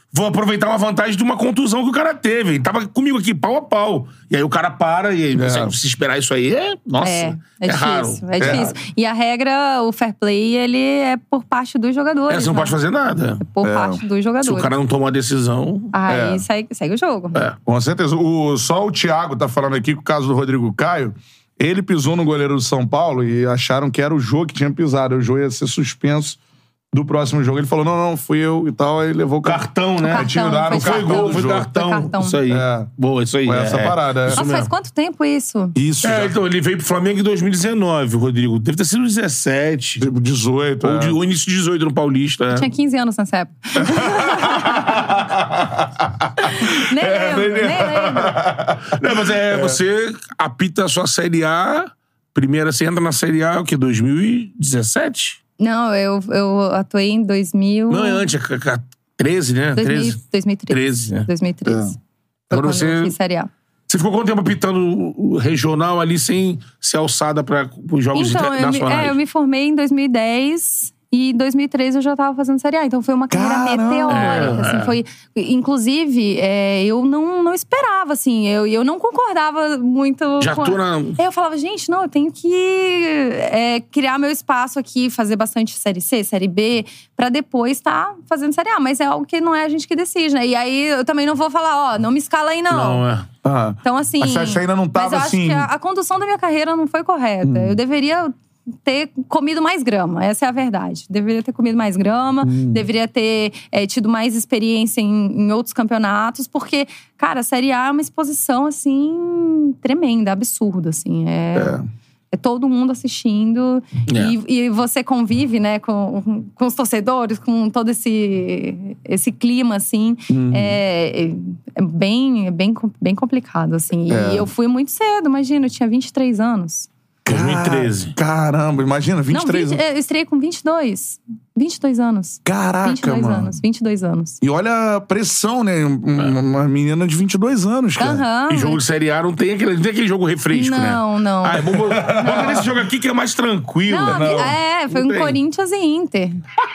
vou aproveitar uma vantagem de uma contusão que o cara teve. Ele tava comigo aqui, pau a pau. E aí o cara para e aí, é. se esperar isso aí, é, nossa, é, é, é difícil, raro. É difícil. É. E a regra, o fair play, ele é por parte dos jogadores. É, você não né? pode fazer nada. É por é. parte dos jogadores. Se o cara não toma uma decisão... Aí é. segue, segue o jogo. É. Com certeza. O, só o Thiago tá falando aqui que o caso do Rodrigo Caio, ele pisou no goleiro do São Paulo e acharam que era o Jô que tinha pisado. O Jô ia ser suspenso do próximo jogo. Ele falou, não, não, fui eu e tal. Aí levou o cartão, né? Cartão, tiraram foi o cartão. Foi, foi cartão. Foi cartão. Isso aí. É. Boa, isso aí. Foi é. essa parada. É. Nossa, faz quanto tempo isso? Isso, é, já. então, ele veio pro Flamengo em dois mil e dezenove, o Rodrigo. Deve ter sido dezessete. dezoito, Ou é. de, o início de dezoito no Paulista. Eu é. tinha quinze anos nessa época. nem É, lembro, nem nem lembro. Não, mas é, é, você apita a sua Série A, primeira você entra na Série A, o quê? dois mil e dezessete? Não, eu, eu atuei em dois mil... Não, é antes, é treze, né? dois mil, treze. dois mil e treze. treze, né? dois mil e treze. É. Foi Agora quando você- eu fiz Série A. Você ficou quanto tempo apitando o regional ali sem ser alçada para os jogos Então, eu me, internacionais? é, eu me formei em dois mil e dez e em dois mil e treze eu já tava fazendo Série A. Então foi uma carreira Caramba! meteórica. É, assim, é. foi, inclusive, é, eu não, não esperava, assim. Eu, eu não concordava muito Já com... tô na... Aí eu falava, gente, não, eu tenho que é, criar meu espaço aqui, fazer bastante Série C, Série B, pra depois estar fazendo Série A. Mas é algo que não é a gente que decide, né? E aí eu também não vou falar, ó, não me escala aí, não. Não, é. Ah. Então, assim. Mas você acha que ainda não tava mas eu acho assim- que a, a condução da minha carreira não foi correta. Eu deveria ter comido mais grama, essa é a verdade. Deveria ter comido mais grama, deveria ter é, tido mais experiência em, em outros campeonatos, porque, cara, a Série A é uma exposição, assim, tremenda, absurda, assim. É, É. é todo mundo assistindo É. e, e você convive, né, com, com os torcedores, com todo esse, esse clima, assim. É, é bem, é bem, bem complicado, assim. É. E eu fui muito cedo, imagina, eu tinha vinte e três anos. dois mil e treze. Caramba, imagina, vinte e três Não, vinte, anos. eu estreiei com vinte e dois. vinte e dois anos. Caraca, vinte e dois mano. anos, vinte e dois anos. E olha a pressão, né? Um- Uma menina de vinte e dois anos, cara. Aham. E jogo de Série A não tem aquele, não tem aquele jogo refresco, né? Não, não. Ah, vamos bota nesse jogo aqui que é mais tranquilo. Não, Não. é, foi Não um tem. Corinthians e Inter.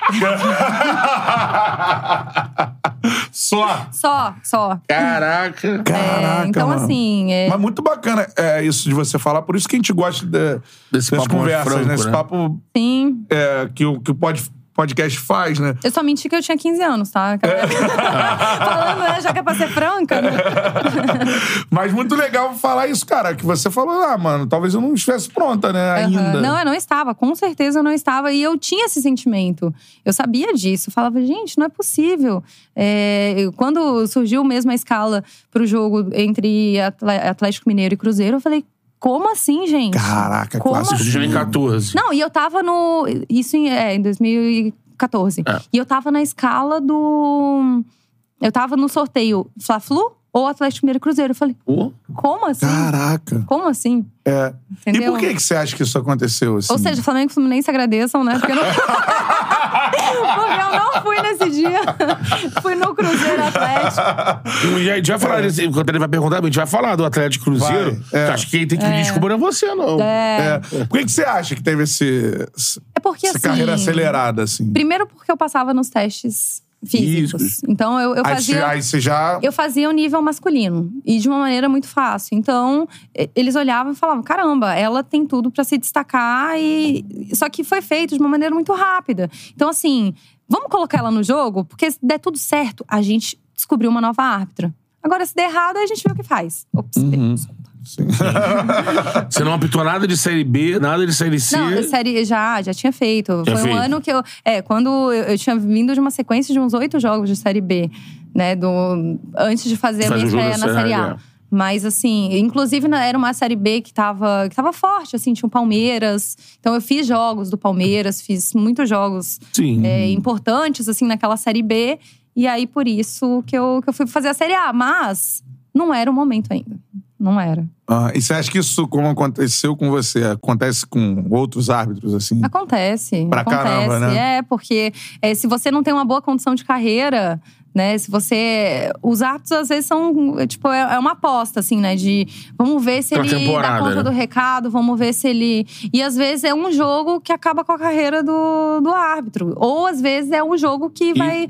Só. Só, só. Caraca. Caraca, É, então, mano. assim, é- Mas muito bacana é, isso de você falar. Por isso que a gente gosta de, Desse das papo conversas, franco, né? Esse né? papo Sim. é, que, o, que o pod, podcast faz, né? Eu só menti que eu tinha quinze anos, tá? Falando, né? Já que é pra ser franca, né? Mas muito legal falar isso, cara. Que você falou, ah, mano, talvez eu não estivesse pronta, né? Ainda. Aham. Não, eu não estava. Com certeza eu não estava. E eu tinha esse sentimento. Eu sabia disso. Eu falava, gente, não é possível. É, eu- quando surgiu mesmo a escala pro jogo entre Atle- Atlético Mineiro e Cruzeiro, eu falei, como assim, gente? Caraca, Como clássico. assim? dois mil e quatorze. Não, e eu tava no... Isso em, é, em dois mil e quatorze. É. E eu tava na escala do... Eu tava no sorteio Fla-Flu ou Atlético Mineiro e Cruzeiro. Eu falei, Pô. como assim? Caraca. Como assim? É. Entendeu? E por que, que você acha que isso aconteceu? Assim? Ou seja, Flamengo e Fluminense agradeçam, né? Porque eu não... Porque eu não fui nesse dia. Fui no Cruzeiro Atlético. E a gente vai falar, desse- enquanto ele vai perguntar, a gente vai falar do Atlético Cruzeiro. Vai, é. Acho que quem tem que pedir desculpa não é você, não. É. É. Por que, que você acha que teve esse, É porque, essa assim... carreira acelerada, assim? Primeiro porque eu passava nos testes físicos. Físicos. Então, eu, eu Aí, fazia... você- aí você já... Eu fazia o nível masculino. E de uma maneira muito fácil. Então, e- eles olhavam e falavam, caramba, ela tem tudo pra se destacar. E... Só que foi feito de uma maneira muito rápida. Então, assim, vamos colocar ela no jogo? Porque se der tudo certo, a gente descobriu uma nova árbitra. Agora, se der errado, a gente vê o que faz. Ops, Uhum. Sim. Você não apitou nada de Série B, nada de Série C. Não, série já, já tinha feito. Já Foi um feito. ano que eu. É, quando eu, eu tinha vindo de uma sequência de uns oito jogos de Série B, né? Do, antes de fazer a Faz minha o jogo estreia da na Série Série A. A. Mas, assim, inclusive né, era uma Série B que tava, que tava forte, assim, tinha o Palmeiras. Então eu fiz jogos do Palmeiras, fiz muitos jogos Sim. é, importantes, assim, naquela Série B. E aí, por isso que eu, que eu fui fazer a Série A. Mas não era o momento ainda. Não era. Ah, e você acha que isso, como aconteceu com você, acontece com outros árbitros, assim? Acontece. Pra acontece. caramba, né? É, porque é, se você não tem uma boa condição de carreira, né? Se você. Os árbitros, às vezes, são. Tipo, é, é uma aposta, assim, né? De vamos ver se Pra ele dá temporada, conta né? do recado, vamos ver se ele. E às vezes é um jogo que acaba com a carreira do, do árbitro. Ou às vezes é um jogo que vai.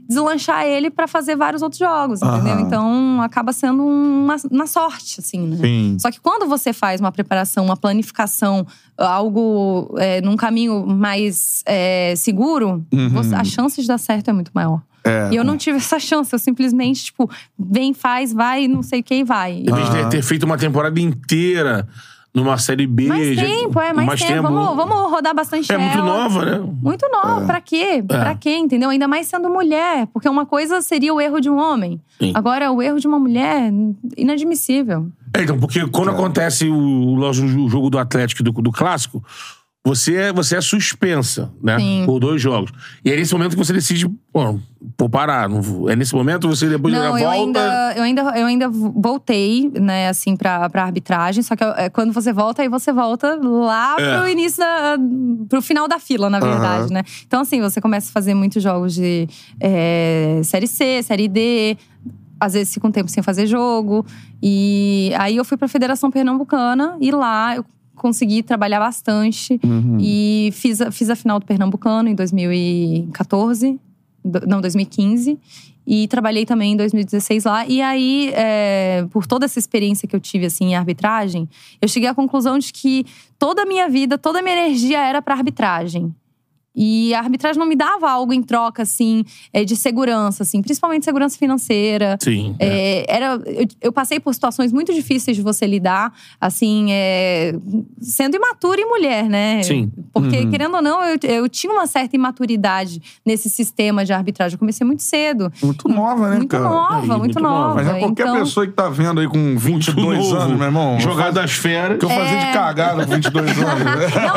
deslanchar ele pra fazer vários outros jogos, entendeu? Aham. Então, acaba sendo uma, uma sorte, assim, né? Sim. Só que quando você faz uma preparação, uma planificação, algo é, num caminho mais é, seguro, Uhum. você, a chance de dar certo é muito maior. É. E eu não tive essa chance. Eu simplesmente, tipo, vem, faz, vai, não sei o que e vai. Em vez de ter feito uma temporada inteira numa Série B. Mais já- tempo, é, mais, tempo. Vamos, vamos rodar bastante É muito ela. nova, né? Muito nova. Pra quê? Pra quê, entendeu? Ainda mais sendo mulher. Porque uma coisa seria o erro de um homem. Sim. Agora, o erro de uma mulher, inadmissível. É, então, porque quando acontece o, o jogo do Atlético e do, do Clássico, você é, você é suspensa, né? Sim. Por dois jogos. E é nesse momento que você decide, pô, vou parar. Não vou. É nesse momento você depois Não, da eu volta. ainda, eu, ainda, eu ainda voltei, né, assim, pra, pra arbitragem. Só que é, quando você volta, aí você volta lá É. pro início da… pro final da fila, na verdade, Aham. né? Então, assim, você começa a fazer muitos jogos de é, Série C, Série D… Às vezes fica um tempo sem fazer jogo. E aí eu fui pra Federação Pernambucana. E lá eu consegui trabalhar bastante. Uhum. E fiz a, fiz a final do Pernambucano em dois mil e quatorze. Do- Não, dois mil e quinze. E trabalhei também em dois mil e dezesseis lá. E aí, é, por toda essa experiência que eu tive, assim, em arbitragem… Eu cheguei à conclusão de que toda a minha vida, toda a minha energia era pra arbitragem. E a arbitragem não me dava algo em troca, assim, é, de segurança, assim. Principalmente segurança financeira. Sim. É, era, eu, eu passei por situações muito difíceis de você lidar, assim, é, sendo imatura e mulher, né? Sim. Porque, querendo ou não, eu, eu tinha uma certa imaturidade nesse sistema de arbitragem. Eu comecei muito cedo. Muito nova, né, Muito cara? nova, Aí, muito, muito nova. nova. Mas é qualquer então, pessoa que tá vendo aí com vinte e dois Muito novo. anos, meu irmão. Jogar das feras. Que eu fazia de É. cagada com vinte e dois anos. né? Não,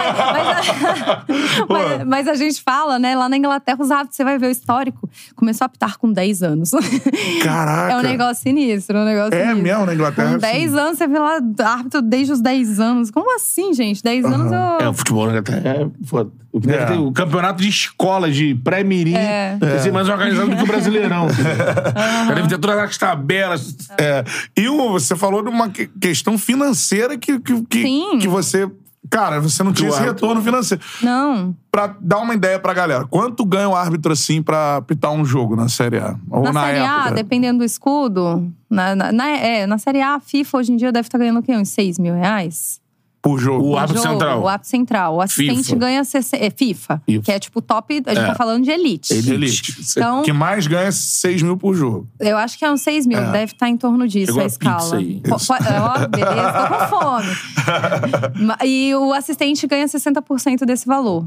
é- mas, mas, mas a gente fala, né? Lá na Inglaterra, os árbitros, você vai ver o histórico. Começou a apitar com dez anos. Caraca. É um negócio sinistro, é um negócio É sinistro. mesmo, na Inglaterra, Com assim. dez anos, você vê lá árbitro desde os dez anos. Como assim, gente? dez anos eu… É, o futebol né, é foda. O, que deve É. ter, o campeonato de escola, de pré-mirim, É. deve ser mais organizado do que o Brasileirão. Já deve ter todas as tabelas. É. E o- você falou de uma que- questão financeira que, que, que, Sim. que você… Cara, você não tinha esse árbitro- retorno financeiro. Não. Pra dar uma ideia pra galera, quanto ganha o árbitro, assim, pra apitar um jogo na Série A? Ou Na, na, Série A, época? dependendo do escudo… Na, na, na- é, na Série A, a FIFA hoje em dia deve estar ganhando o quê? Uns seis mil reais? Por jogo. O árbitro Jogo, central. O árbitro central. O assistente FIFA. ganha… sessenta É, FIFA, FIFA. Que é tipo top… A gente É. tá falando de elite. Elite. Elite. Então, Que mais ganha seis mil por jogo. eu acho que é uns seis mil. É. Deve estar em torno disso, Chegou a a escala. pizza aí. Po- po- Ó, beleza, tô com fome. Ma- E o assistente ganha sessenta por cento desse valor.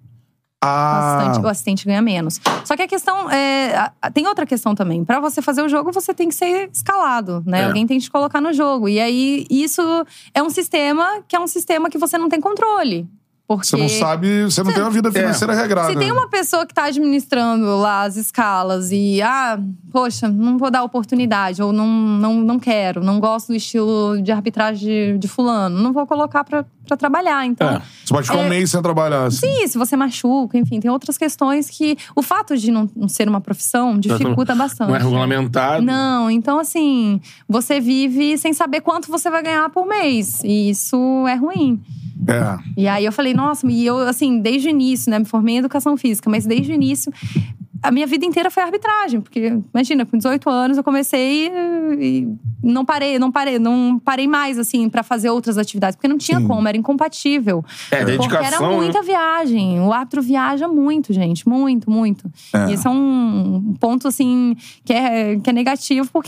O Ah, assistente, o assistente ganha menos. Só que a questão é… a- a- Tem outra questão também. Pra você fazer o jogo, você tem que ser escalado, né? É. Alguém tem que te colocar no jogo. E aí, isso é um sistema que é um sistema que você não tem controle. Porque… você não sabe, você não tem uma vida financeira regrada. Se tem uma pessoa que tá administrando lá as escalas e, ah, poxa, não vou dar oportunidade, ou não, não, não quero, não gosto do estilo de arbitragem de, de fulano, não vou colocar pra, pra trabalhar. Então, É. Você pode ficar um É. mês sem trabalhar. Assim. sim, se você machuca, enfim, tem outras questões que… O fato de não, não ser uma profissão dificulta bastante. Não é regulamentado. Não, então assim, você vive sem saber quanto você vai ganhar por mês. E isso é ruim. É. E aí eu falei, nossa, e eu, assim, desde o início, né? Me formei em educação física, mas desde o início, a minha vida inteira foi arbitragem. Porque, imagina, com dezoito anos eu comecei e não parei, não parei, não parei mais, assim, pra fazer outras atividades. Porque não tinha Sim. como, era incompatível. É, Porque dedicação, era muita né? viagem. O árbitro viaja muito, gente. Muito, muito. É. E esse é um ponto, assim, que é, que é negativo. Porque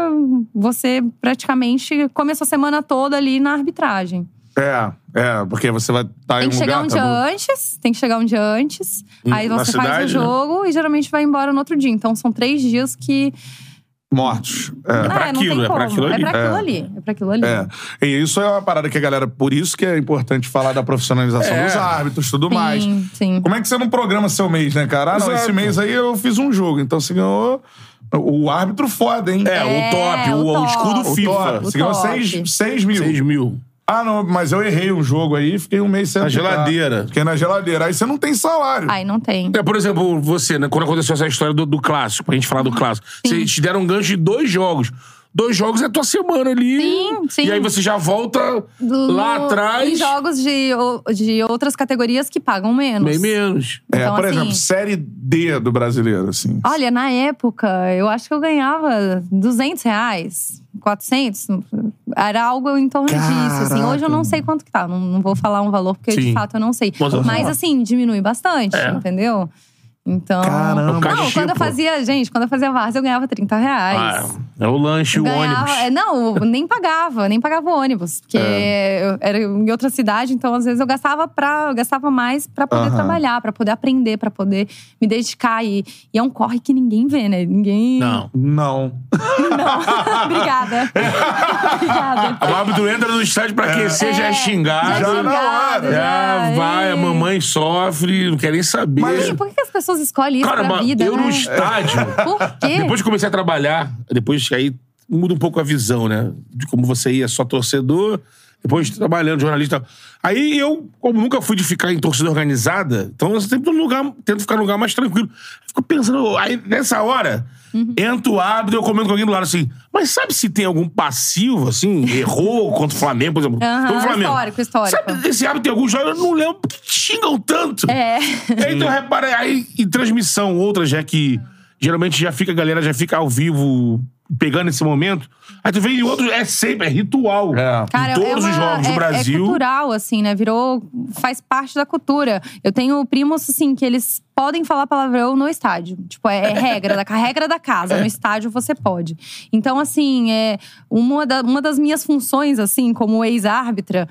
você praticamente come a sua semana toda ali na arbitragem. É, é, porque você vai estar em Tem um que chegar lugar… um dia tá antes, tem que chegar um dia antes. Hum, Aí na você faz cidade, o jogo e geralmente vai embora no outro dia. Então são três dias que… mortos. É. pra Ah, não aquilo, tem é pra como. aquilo ali. É pra aquilo É. ali. É pra aquilo ali. É. E isso é uma parada que a galera… Por isso que é importante falar da profissionalização É. dos árbitros e tudo Sim, mais. sim. Como é que você não programa seu mês, né, cara? Ah, não, Exato. esse mês aí eu fiz um jogo. Então você ganhou… O árbitro foda, hein? É, É, o top, o, o o top. escudo O FIFA. top. Você ganhou top. seis, seis mil. seis mil. Ah, não, mas eu errei um jogo aí, fiquei um mês sem Na apitar. geladeira. Fiquei na geladeira. Aí você não tem salário. Aí não tem. É, por exemplo, você, né, quando aconteceu essa história do, do clássico, pra gente falar do clássico, vocês te deram um gancho de dois jogos. dois jogos é a tua semana ali. Sim, sim. E aí você já volta Do, lá atrás. Em jogos de, de outras categorias que pagam menos. Bem menos. É, Então, por assim, exemplo, Série D do brasileiro, assim. Olha, na época, eu acho que eu ganhava duzentos reais, quatrocentos. Era algo em torno Caraca. disso, assim. Hoje eu não sei quanto que tá. Não, não vou falar um valor, porque Sim. de fato eu não sei. Mas, Mas assim, diminui bastante, É. entendeu? Então. Caramba. Não, Cachimbo. quando eu fazia, gente, quando eu fazia Várzea, eu ganhava trinta reais. Ah, é o lanche, Eu o ganhava- ônibus. é, Não, eu nem pagava, nem pagava o ônibus. Porque eu era em outra cidade, então às vezes eu gastava, pra, eu gastava mais pra poder Aham. trabalhar, pra poder aprender, pra poder me dedicar. E, e é um corre que ninguém vê, né? Ninguém. Não. Não. Não. Obrigada. Obrigada. O árbitro entra no estádio pra aquecer, já é xingado. Já, Já na hora. Já vai, é. a mamãe sofre, não quer nem saber. Mas- Por que, que as pessoas escolhem isso Cara, pra mas vida, eu né? no estádio. Por quê? Depois que comecei a trabalhar, depois que aí muda um pouco a visão, né? De como você ia só torcedor, depois trabalhando, jornalista e tal. Aí eu, como nunca fui de ficar em torcida organizada, então eu sempre tô num lugar, tento ficar num lugar mais tranquilo. Fico pensando, aí nessa hora, Uhum. entra o árbitro, eu comento com alguém do lado assim, mas sabe se tem algum passivo, assim, errou contra o Flamengo, por exemplo? Aham, Contra o Flamengo. histórico, histórico. Sabe, esse árbitro tem alguns jogos, eu não lembro, porque xingam tanto. É. Aí, então, repara, aí em transmissão, outras já que geralmente já fica, a galera já fica ao vivo pegando esse momento. Aí tu vê em outros, é sempre, é ritual. É. Cara, em todos é uma- os jogos do é- Brasil. É cultural, assim, né? Virou. Faz parte da cultura. Eu tenho primos, assim, que eles podem falar palavrão no estádio. Tipo, é, é regra, da, regra da casa. No estádio você pode. Então, assim, é, uma, da- uma das minhas funções, assim, como ex-árbitra,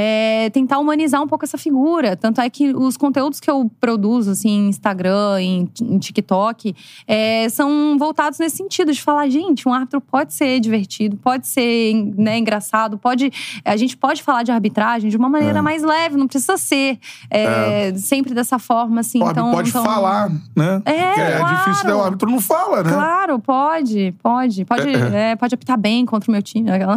é tentar humanizar um pouco essa figura. Tanto é que os conteúdos que eu produzo, assim, em Instagram, em, em TikTok, é, são voltados nesse sentido, de falar, gente, um árbitro pode ser divertido, pode ser, né, engraçado, pode. A gente pode falar de arbitragem de uma maneira É. mais leve, não precisa ser é, sempre dessa forma, assim. O árbitro então, pode então- falar, né? É, Porque é claro. difícil, né? O árbitro não fala, né? Claro, pode, pode. Pode, é, pode apitar bem contra o meu time. Aquela-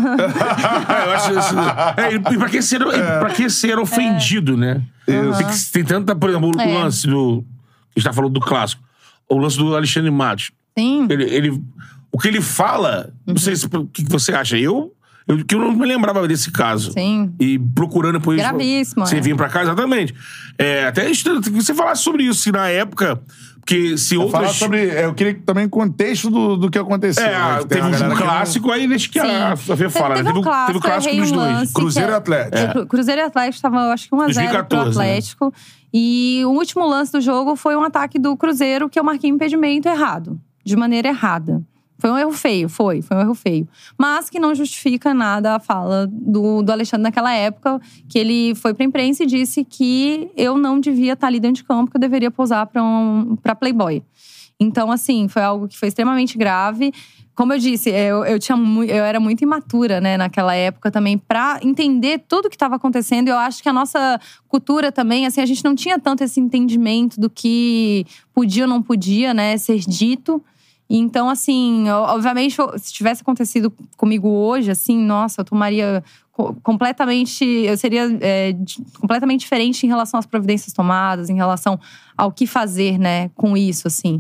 É, eu acho isso. É, e pra que ser, É. pra que ser ofendido, né? Tem, que- tem tanta, por exemplo, o É. lance do. A gente tá falando do clássico. O lance do Alexandre Matos. Sim. Ele, ele, o que ele fala, não sei se, o que que você acha. Eu, eu, que eu não me lembrava desse caso. Sim. E procurando depois. Gravíssimo, Você é. vinha pra cá, exatamente. É, até estranho que você falasse sobre isso, se na época. Porque se outras. Falar sobre. é, Eu queria também contexto do, do que aconteceu. É, né? Que tem teve uma um galera que não- clássico, aí deixa que a Sim. a Fê fala, né? Teve um clássico, teve o clássico errei dos um dois. lance. Cruzeiro que e Atlético. É. O Cruzeiro e Atlético tava, eu acho que um a zero pro dois mil e quatorze, né? Atlético. E o último lance do jogo foi um ataque do Cruzeiro que eu marquei impedimento errado. De maneira errada. Foi um erro feio, foi. Foi um erro feio. Mas que não justifica nada a fala do, do Alexandre naquela época, que ele foi pra imprensa e disse que eu não devia estar ali dentro de campo, que eu deveria posar pra, um, pra Playboy. Então, assim, foi algo que foi extremamente grave. Como eu disse, eu, eu, tinha mu- eu era muito imatura, né, naquela época também, pra entender tudo o que estava acontecendo. Eu acho que a nossa cultura também, assim, a gente não tinha tanto esse entendimento do que podia ou não podia, né, ser dito. Então, assim, obviamente, se tivesse acontecido comigo hoje, assim, nossa, eu tomaria co- completamente… Eu seria é, de- completamente diferente em relação às providências tomadas, em relação ao que fazer, né, com isso, assim.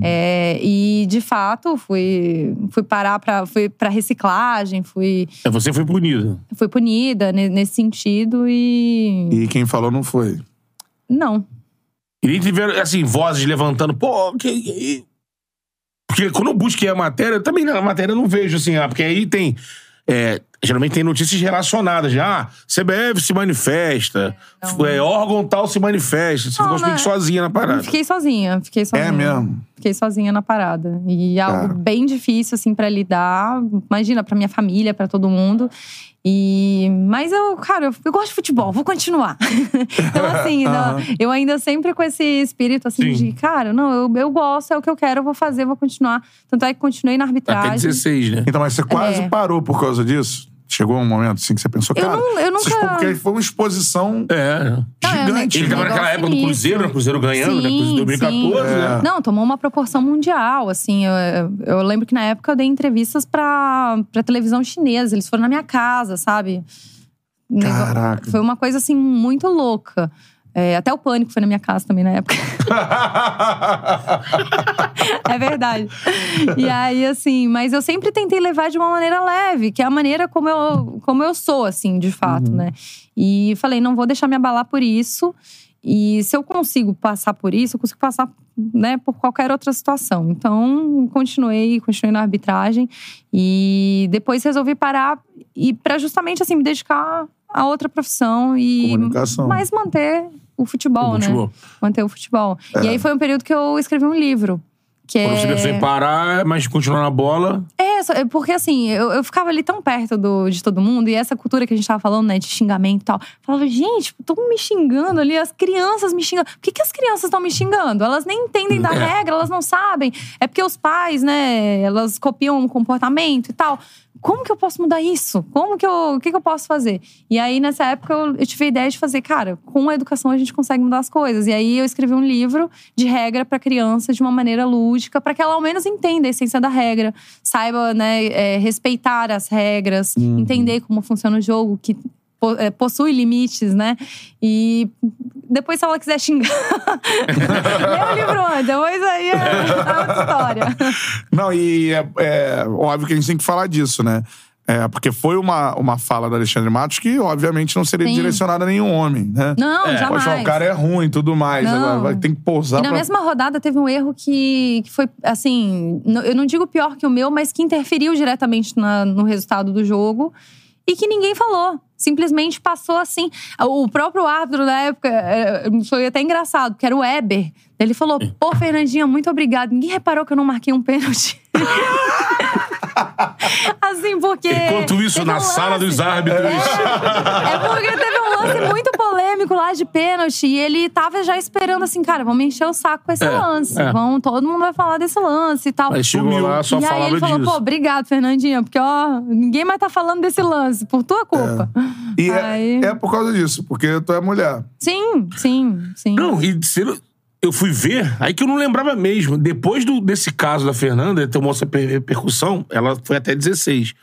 É, e, de fato, fui, fui parar pra… Fui pra reciclagem, fui, É, você foi punido. fui punida ne- nesse sentido e… E quem falou não foi. Não. E nem tiveram, assim, vozes levantando, pô, que. que- Porque quando eu busquei a matéria, eu também na matéria eu não vejo, assim, ah, porque aí tem. é, geralmente tem notícias relacionadas, já. Ah, C B F se manifesta, Não. é, órgão tal se manifesta. Você ficou Não, meio que né? sozinha na parada. Fiquei sozinha, fiquei sozinha. É mesmo? Fiquei sozinha na parada. E algo Cara. bem difícil, assim, pra lidar. Imagina, pra minha família, pra todo mundo. E… Mas eu, cara, eu, eu gosto de futebol, vou continuar. Então, assim, não, eu ainda sempre com esse espírito, assim, Sim. de… Cara, não, eu, eu gosto, é o que eu quero, eu vou fazer, vou continuar. Tanto é que continuei na arbitragem. Até dezesseis, né? Então, mas você quase É. parou por causa disso? Chegou um momento assim que você pensou, Eu cara… não- eu nunca- vocês- Porque foi uma exposição É. Não, é, gigante. Ele tava Um naquela negócio época do Cruzeiro, né? sinistro. Cruzeiro ganhando, né? Sim, Cruzeiro dois mil e catorze, sim. né? Não, tomou uma proporção mundial, assim. Eu, eu- eu lembro que na época eu dei entrevistas pra, pra televisão chinesa. Eles foram na minha casa, sabe? Nego- Caraca. Foi uma coisa, assim, muito louca. É, até o Pânico foi na minha casa também na época. É verdade. E aí, assim, mas eu sempre tentei levar de uma maneira leve, que é a maneira como eu, como eu sou, assim, de fato, uhum. né? E falei, não vou deixar me abalar por isso. E se eu consigo passar por isso, eu consigo passar, né, por qualquer outra situação. Então, continuei, continuei na arbitragem. E depois resolvi parar e pra justamente, assim, me dedicar a outra profissão e mais manter o futebol, o futebol. né? Manter o futebol. É. E aí foi um período que eu escrevi um livro. Que Quando é... você pensou em parar, mas continuar na bola... É, porque assim, eu, eu ficava ali tão perto do, de todo mundo. E essa cultura que a gente tava falando, né, de xingamento e tal. Falava, gente, todo mundo me xingando ali. As crianças me xingando. Por que, que as crianças estão me xingando? Elas nem entendem da é. regra, elas não sabem. É porque os pais, né, elas copiam o comportamento e tal. Como que eu posso mudar isso? Como que eu, o que que eu posso fazer? E aí, nessa época, eu, eu tive a ideia de fazer, cara, com a educação a gente consegue mudar as coisas. E aí, eu escrevi um livro de regra pra criança de uma maneira lúdica, pra que ela ao menos entenda a essência da regra, saiba, né, é, respeitar as regras, uhum. entender como funciona o jogo, que possui limites, né? E depois, se ela quiser xingar, lê o livro antes, depois aí é, é outra história. Não, e é, é óbvio que a gente tem que falar disso, né? É, porque foi uma, uma fala do Alexandre Matos que, obviamente, não seria Sim. direcionada a nenhum homem, né? Não, é. jamais. Poxa, o cara é ruim e tudo mais. Não. Agora vai, tem que pousar E na pra... mesma rodada teve um erro que, que foi, assim... Eu não digo pior que o meu, mas que interferiu diretamente na, no resultado do jogo. E que ninguém falou. Simplesmente passou assim. O próprio árbitro da época, foi até engraçado, porque era o Weber. Ele falou, pô, Fernandinha, muito obrigado. Ninguém reparou que eu não marquei um pênalti. Assim, porque... Enquanto isso, na um sala dos árbitros... É, é porque teve um lance muito polêmico lá de pênalti. E ele tava já esperando assim, cara, vamos encher o saco com esse é, lance. É. Vão, todo mundo vai falar desse lance e tal. Mas chegou lá, só e falava aí ele falou, disso. pô, obrigado, Fernandinha. Porque, ó, ninguém mais tá falando desse lance. Por tua culpa. É. E aí... é, é por causa disso. Porque tu é mulher. Sim, sim, sim. Não, e ser... Eu fui ver, aí que eu não lembrava mesmo. Depois do, desse caso da Fernanda, tomou essa repercussão, ela foi até dezesseis.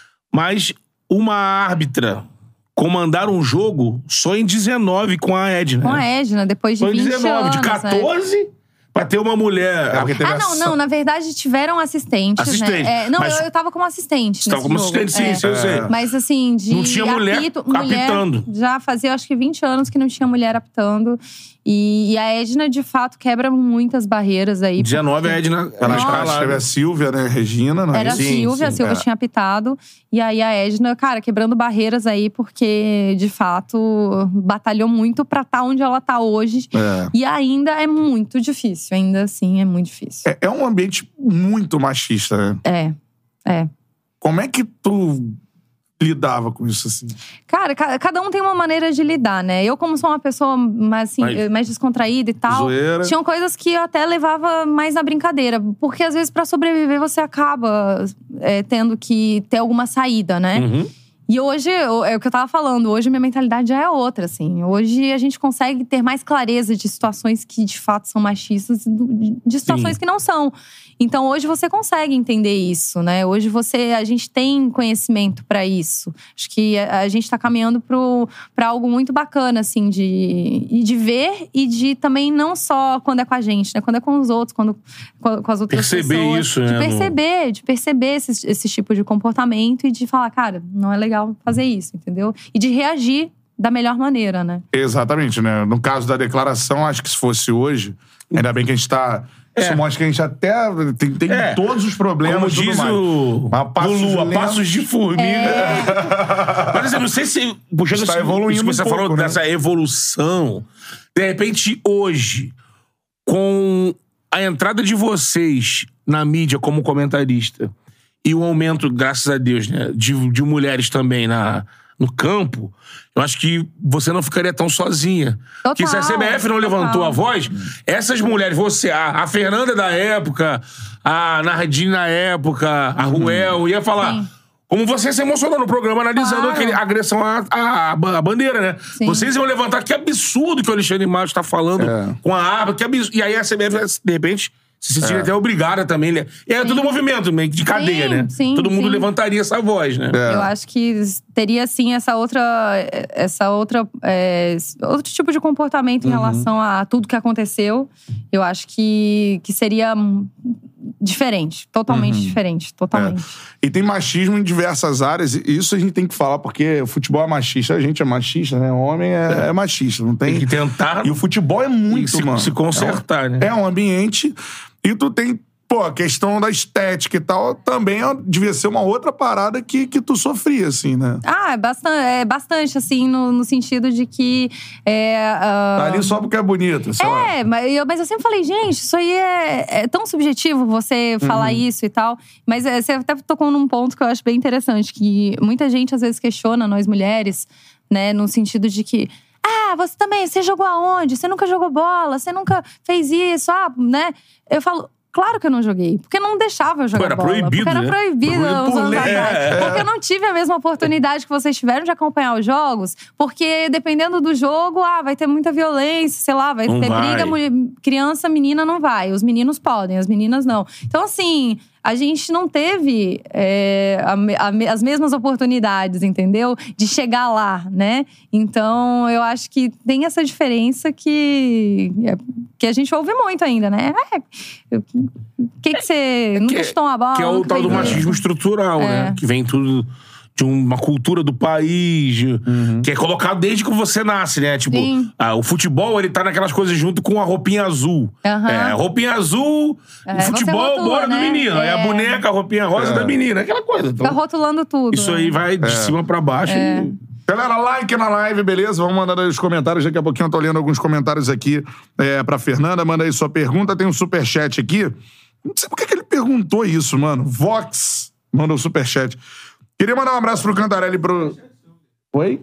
Mas uma árbitra comandar um jogo só em dezenove com a Edna. Com a Edna, depois de vinte dezenove, anos. De catorze... Né? Pra ter uma mulher... É, ah, não, não. Na verdade, tiveram assistentes, Assistente. né? É, não, mas... eu, eu tava como assistente Você tava como jogo. assistente, sim, é. sim, eu sei. Mas assim, de... Não tinha mulher, apito, mulher apitando. Já fazia, acho que vinte anos que não tinha mulher apitando. E, e a Edna, de fato, quebra muitas barreiras aí. dezenove, porque... a Edna... Ela escreve a Silvia, né? Regina, não é? Era a Silvia, sim, a Silvia é. tinha apitado. E aí a Edna, cara, quebrando barreiras aí, porque, de fato, batalhou muito pra estar tá onde ela tá hoje. É. E ainda é muito difícil, ainda assim, é muito difícil. É, é um ambiente muito machista, né? É, é. Como é que tu lidava com isso, assim? Cara, cada um tem uma maneira de lidar, né? Eu, como sou uma pessoa mais, assim, Mas... mais descontraída e tal… Zoeira. Tinham coisas que eu até levava mais na brincadeira. Porque, às vezes, pra sobreviver, você acaba é, tendo que ter alguma saída, né? Uhum. E hoje, é o que eu tava falando, hoje minha mentalidade já é outra, assim. Hoje a gente consegue ter mais clareza de situações que de fato são machistas e de situações Sim. que não são. Então hoje você consegue entender isso, né? Hoje você, a gente tem conhecimento pra isso. Acho que a, a gente tá caminhando pro, pra algo muito bacana, assim, de, de ver e de também não só quando é com a gente, né? Quando é com os outros, quando, com, com as outras perceber pessoas. Isso, de né? perceber, de perceber esse, esse tipo de comportamento e de falar, cara, não é legal fazer isso, entendeu? E de reagir da melhor maneira, né? Exatamente, né? No caso da declaração, acho que se fosse hoje, ainda bem que a gente tá… É. Isso mostra que a gente até tem, tem é. todos os problemas. Como diz o, o Lua, passos de formiga. É. Mas assim, não sei se… Puxando está evoluindo isso que você um pouco, falou, né? dessa evolução. De repente, hoje, com a entrada de vocês na mídia como comentarista e o aumento, graças a Deus, né, de, de mulheres também na, no campo, eu acho que você não ficaria tão sozinha. Total, que se a C B F não total. levantou a voz, essas mulheres, você, a, a Fernanda da época, a Nardine na época, a Ruel, ia falar… Sim. Como você se emocionou no programa analisando claro. aquele, a agressão à, à, à bandeira, né? Sim. Vocês iam levantar, que absurdo que o Alexandre Matos tá falando é. com a arma, que absurdo. E aí a C B F, de repente… se sentiria é. até obrigada também. E é sim. todo movimento meio de cadeia, sim, né? Sim, todo mundo sim. levantaria essa voz, né? É. Eu acho que teria, sim, essa outra... Essa outra é, outro tipo de comportamento em uhum. relação a tudo que aconteceu. Eu acho que, que seria diferente. Totalmente uhum. diferente. Totalmente. É. E tem machismo em diversas áreas. E isso a gente tem que falar, porque o futebol é machista. A gente é machista, né? O homem é, é machista. Não tem... tem que tentar... E o futebol é muito, se, mano. Se consertar, é um, né? É um ambiente... E tu tem... Pô, a questão da estética e tal também devia ser uma outra parada que, que tu sofria, assim, né? Ah, é bastante, é bastante assim, no, no sentido de que… É, uh... Tá ali só porque é bonito, sei lá. É, mas eu, mas eu sempre falei, gente, isso aí é, é tão subjetivo você falar uhum. isso e tal. Mas é, você até tocou num ponto que eu acho bem interessante, que muita gente às vezes questiona nós mulheres, né, no sentido de que… Ah, você também, você jogou aonde? Você nunca jogou bola? Você nunca fez isso? Ah, né? Eu falo… Claro que eu não joguei, porque não deixava eu jogar Pô, era bola. proibido, porque era né? proibido uns anos atrás. É. Porque eu não tive a mesma oportunidade que vocês tiveram de acompanhar os jogos. Porque dependendo do jogo, ah, vai ter muita violência, sei lá, vai não ter vai. briga, mulher, criança, menina não vai. Os meninos podem, as meninas não. Então, assim… A gente não teve é, a, a, as mesmas oportunidades, entendeu? De chegar lá, né? Então, eu acho que tem essa diferença que, que a gente ouve muito ainda, né? O é, que que você… Nunca chutou uma bola? Que é o tal do machismo estrutural, é. né? Que vem tudo… de uma cultura do país, uhum. que é colocado desde que você nasce, né? Tipo, ah, o futebol, ele tá naquelas coisas junto com a roupinha azul. Uhum. É, roupinha azul, é, o futebol, rotula, bora né? do menino. É. Aí a boneca, a roupinha rosa é. da menina, aquela coisa. Então, fica rotulando tudo. Isso aí vai de é. cima pra baixo. É. E... Galera, like na live, beleza? Vamos mandando aí os comentários. Daqui a pouquinho eu tô lendo alguns comentários aqui é, pra Fernanda. Manda aí sua pergunta. Tem um superchat aqui. Não sei por que ele perguntou isso, mano. Vox mandou o superchat. Queria mandar um abraço pro Cantarelli e pro... Oi?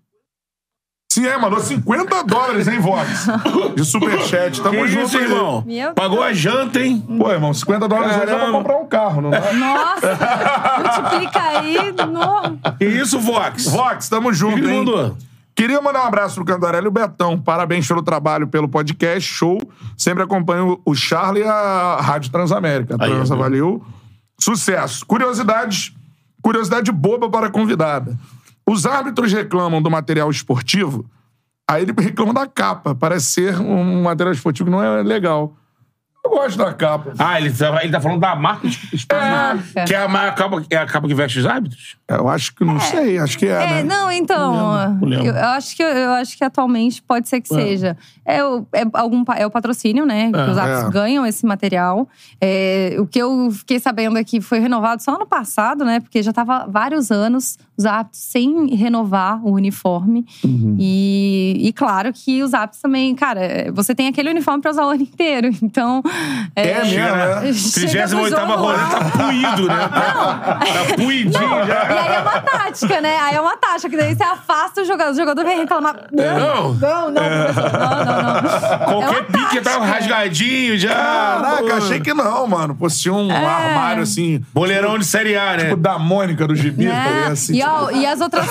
Sim, é, mandou cinquenta dólares, hein, Vox? De superchat. Tamo que junto, isso, irmão. Pagou a janta, hein? Pô, irmão, cinquenta dólares já dá pra comprar um carro, não é? Nossa! Multiplica aí. No... Que isso, Vox? Vox, tamo junto, que hein? Mandou? Queria mandar um abraço pro Cantarelli e o Betão. Parabéns pelo trabalho, pelo podcast, show. Sempre acompanho o Charlie e a Rádio Transamérica. A Transa, valeu. Sucesso. Curiosidades... Curiosidade boba para a convidada. Os árbitros reclamam do material esportivo, aí ele reclama da capa. Parece ser um material esportivo que não é legal. Eu gosto da capa. Ah, ele tá, ele tá falando da marca esportiva. É. Que é a, a, capa, é a capa que veste os árbitros? Eu acho que não é. sei, acho que é, é né? Não, então... Não lembro, eu, eu, acho que, eu acho que atualmente pode ser que é. seja. É o, é, algum, é o patrocínio, né? É. Que os árbitros é. ganham esse material. É, o que eu fiquei sabendo é que foi renovado só ano passado, né? Porque já tava vários anos os árbitros sem renovar o uniforme. Uhum. E, e claro que os árbitros também... Cara, você tem aquele uniforme pra usar o ano inteiro. Então... É, é mesmo, né? trigésima oitava rodada tá puído, né? Tá, tá puidinho não. já. E aí é uma tática, né? Aí é uma tática, que daí você afasta o jogador. O jogador vem reclamar. Não, não, não, é. não, não, não. Qualquer é pique tá rasgadinho já. Caraca, pô. achei que não, mano. Pô, se um é. armário assim. Boleirão tipo, de Série A, né? Tipo da Mônica do Gibi, é. assim. E, tipo... ó, e as outras.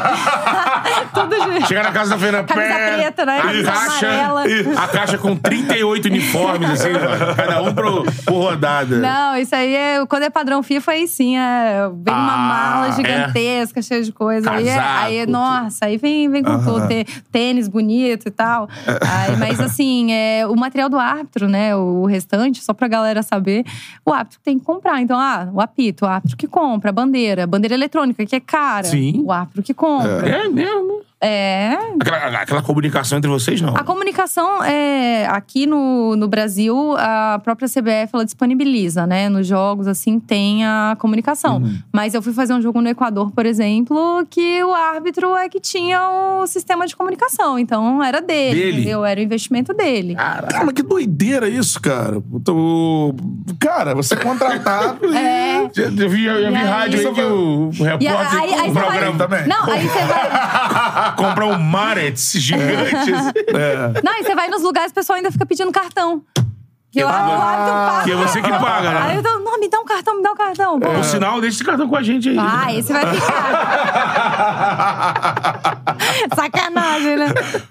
Tudo de... Chega na casa da Fernanda. Camisa preta, né? A caixa, a caixa com trinta e oito uniformes, assim, mano. Cada um pro, por rodada. Não, isso aí é. Quando é padrão FIFA, aí sim. É, vem ah, uma mala gigantesca, é. cheia de coisa. Casaco, aí, é, aí nossa, aí vem, vem com uh-huh. tudo. Tênis bonito e tal. Aí, mas assim, é, o material do árbitro, né? O restante, só pra galera saber, o árbitro tem que comprar. Então, ah, o apito, o árbitro que compra, a bandeira, a bandeira eletrônica, que é cara. Sim. O árbitro que compra. É, é mesmo. É. Aquela, aquela comunicação entre vocês, não? A comunicação, é, aqui no, no Brasil, a própria C B F, ela disponibiliza, né? Nos jogos, assim, tem a comunicação. Uhum. Mas eu fui fazer um jogo no Equador, por exemplo, que o árbitro é que tinha o sistema de comunicação. Então, era dele, dele. entendeu? Era o investimento dele. Caraca, mas que doideira isso, cara. O... Cara, você é contratado é. e... Eu vi, eu vi aí, rádio aí que o, o repórter aí, aí, o programa vai... também. Não, aí você vai... Comprar um Marets gigante. É. Não, e você vai nos lugares, o pessoal ainda fica pedindo cartão. Que, ah, que é você que paga, né? Aí eu tô, não, me dá um cartão, me dá um cartão. Pô. O sinal, deixa esse cartão com a gente aí. Ah, esse vai ficar. Sacanagem, né?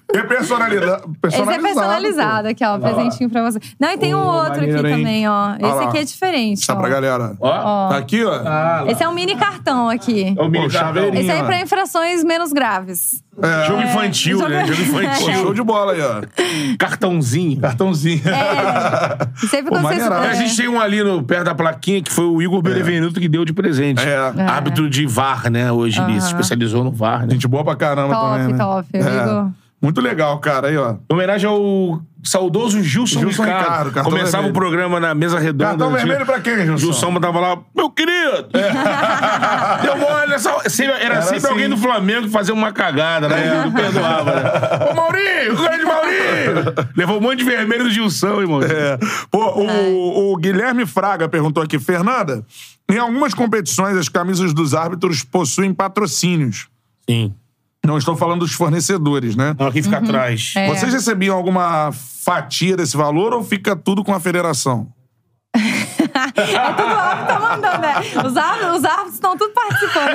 É personalizado. Esse é personalizado aqui, ó. Um presentinho pra você. Não, e tem um oh, outro maneiro, aqui hein? também, ó. Esse ah, aqui é diferente. Tá ó. pra galera. Ó. Tá aqui, ó. Ah, Esse é um mini cartão aqui. É um mini cartão. Esse aí é pra infrações menos graves. É. Jogo infantil, é. né? Jogo infantil. É. Show de bola aí, ó. Cartãozinho. Cartãozinho. É. Sempre Pô, vocês... é. A gente tem um ali no, perto da plaquinha que foi o Igor Benevenuto é. que deu de presente. É. É. Árbitro de V A R, né? Hoje ele uh-huh. se especializou no V A R, né? Gente boa pra caramba top, também, né? Top, top. É. Muito legal, cara. Aí, ó. Em homenagem ao saudoso Gilson, Gilson Ricardo. Ricardo. Começava vermelho. o programa na mesa redonda. Cartão vermelho pra quem, Gilson? Gilson tava lá, meu querido! É. Deu mole, sempre, era, era sempre assim. alguém do Flamengo que fazia uma cagada, né? É. Não perdoava, né? Ô, Maurinho! O grande Maurinho! Levou um monte de vermelho do Gilson, irmão. É. Pô, o, o Guilherme Fraga perguntou aqui, Fernanda, em algumas competições as camisas dos árbitros possuem patrocínios. Sim. Não estou falando dos fornecedores, né? Não, aqui fica uhum. atrás. É. Vocês recebiam alguma fatia desse valor ou fica tudo com a federação? É tudo o árbitro tá mandando, né? Os árbitros, os árbitros estão tudo participando.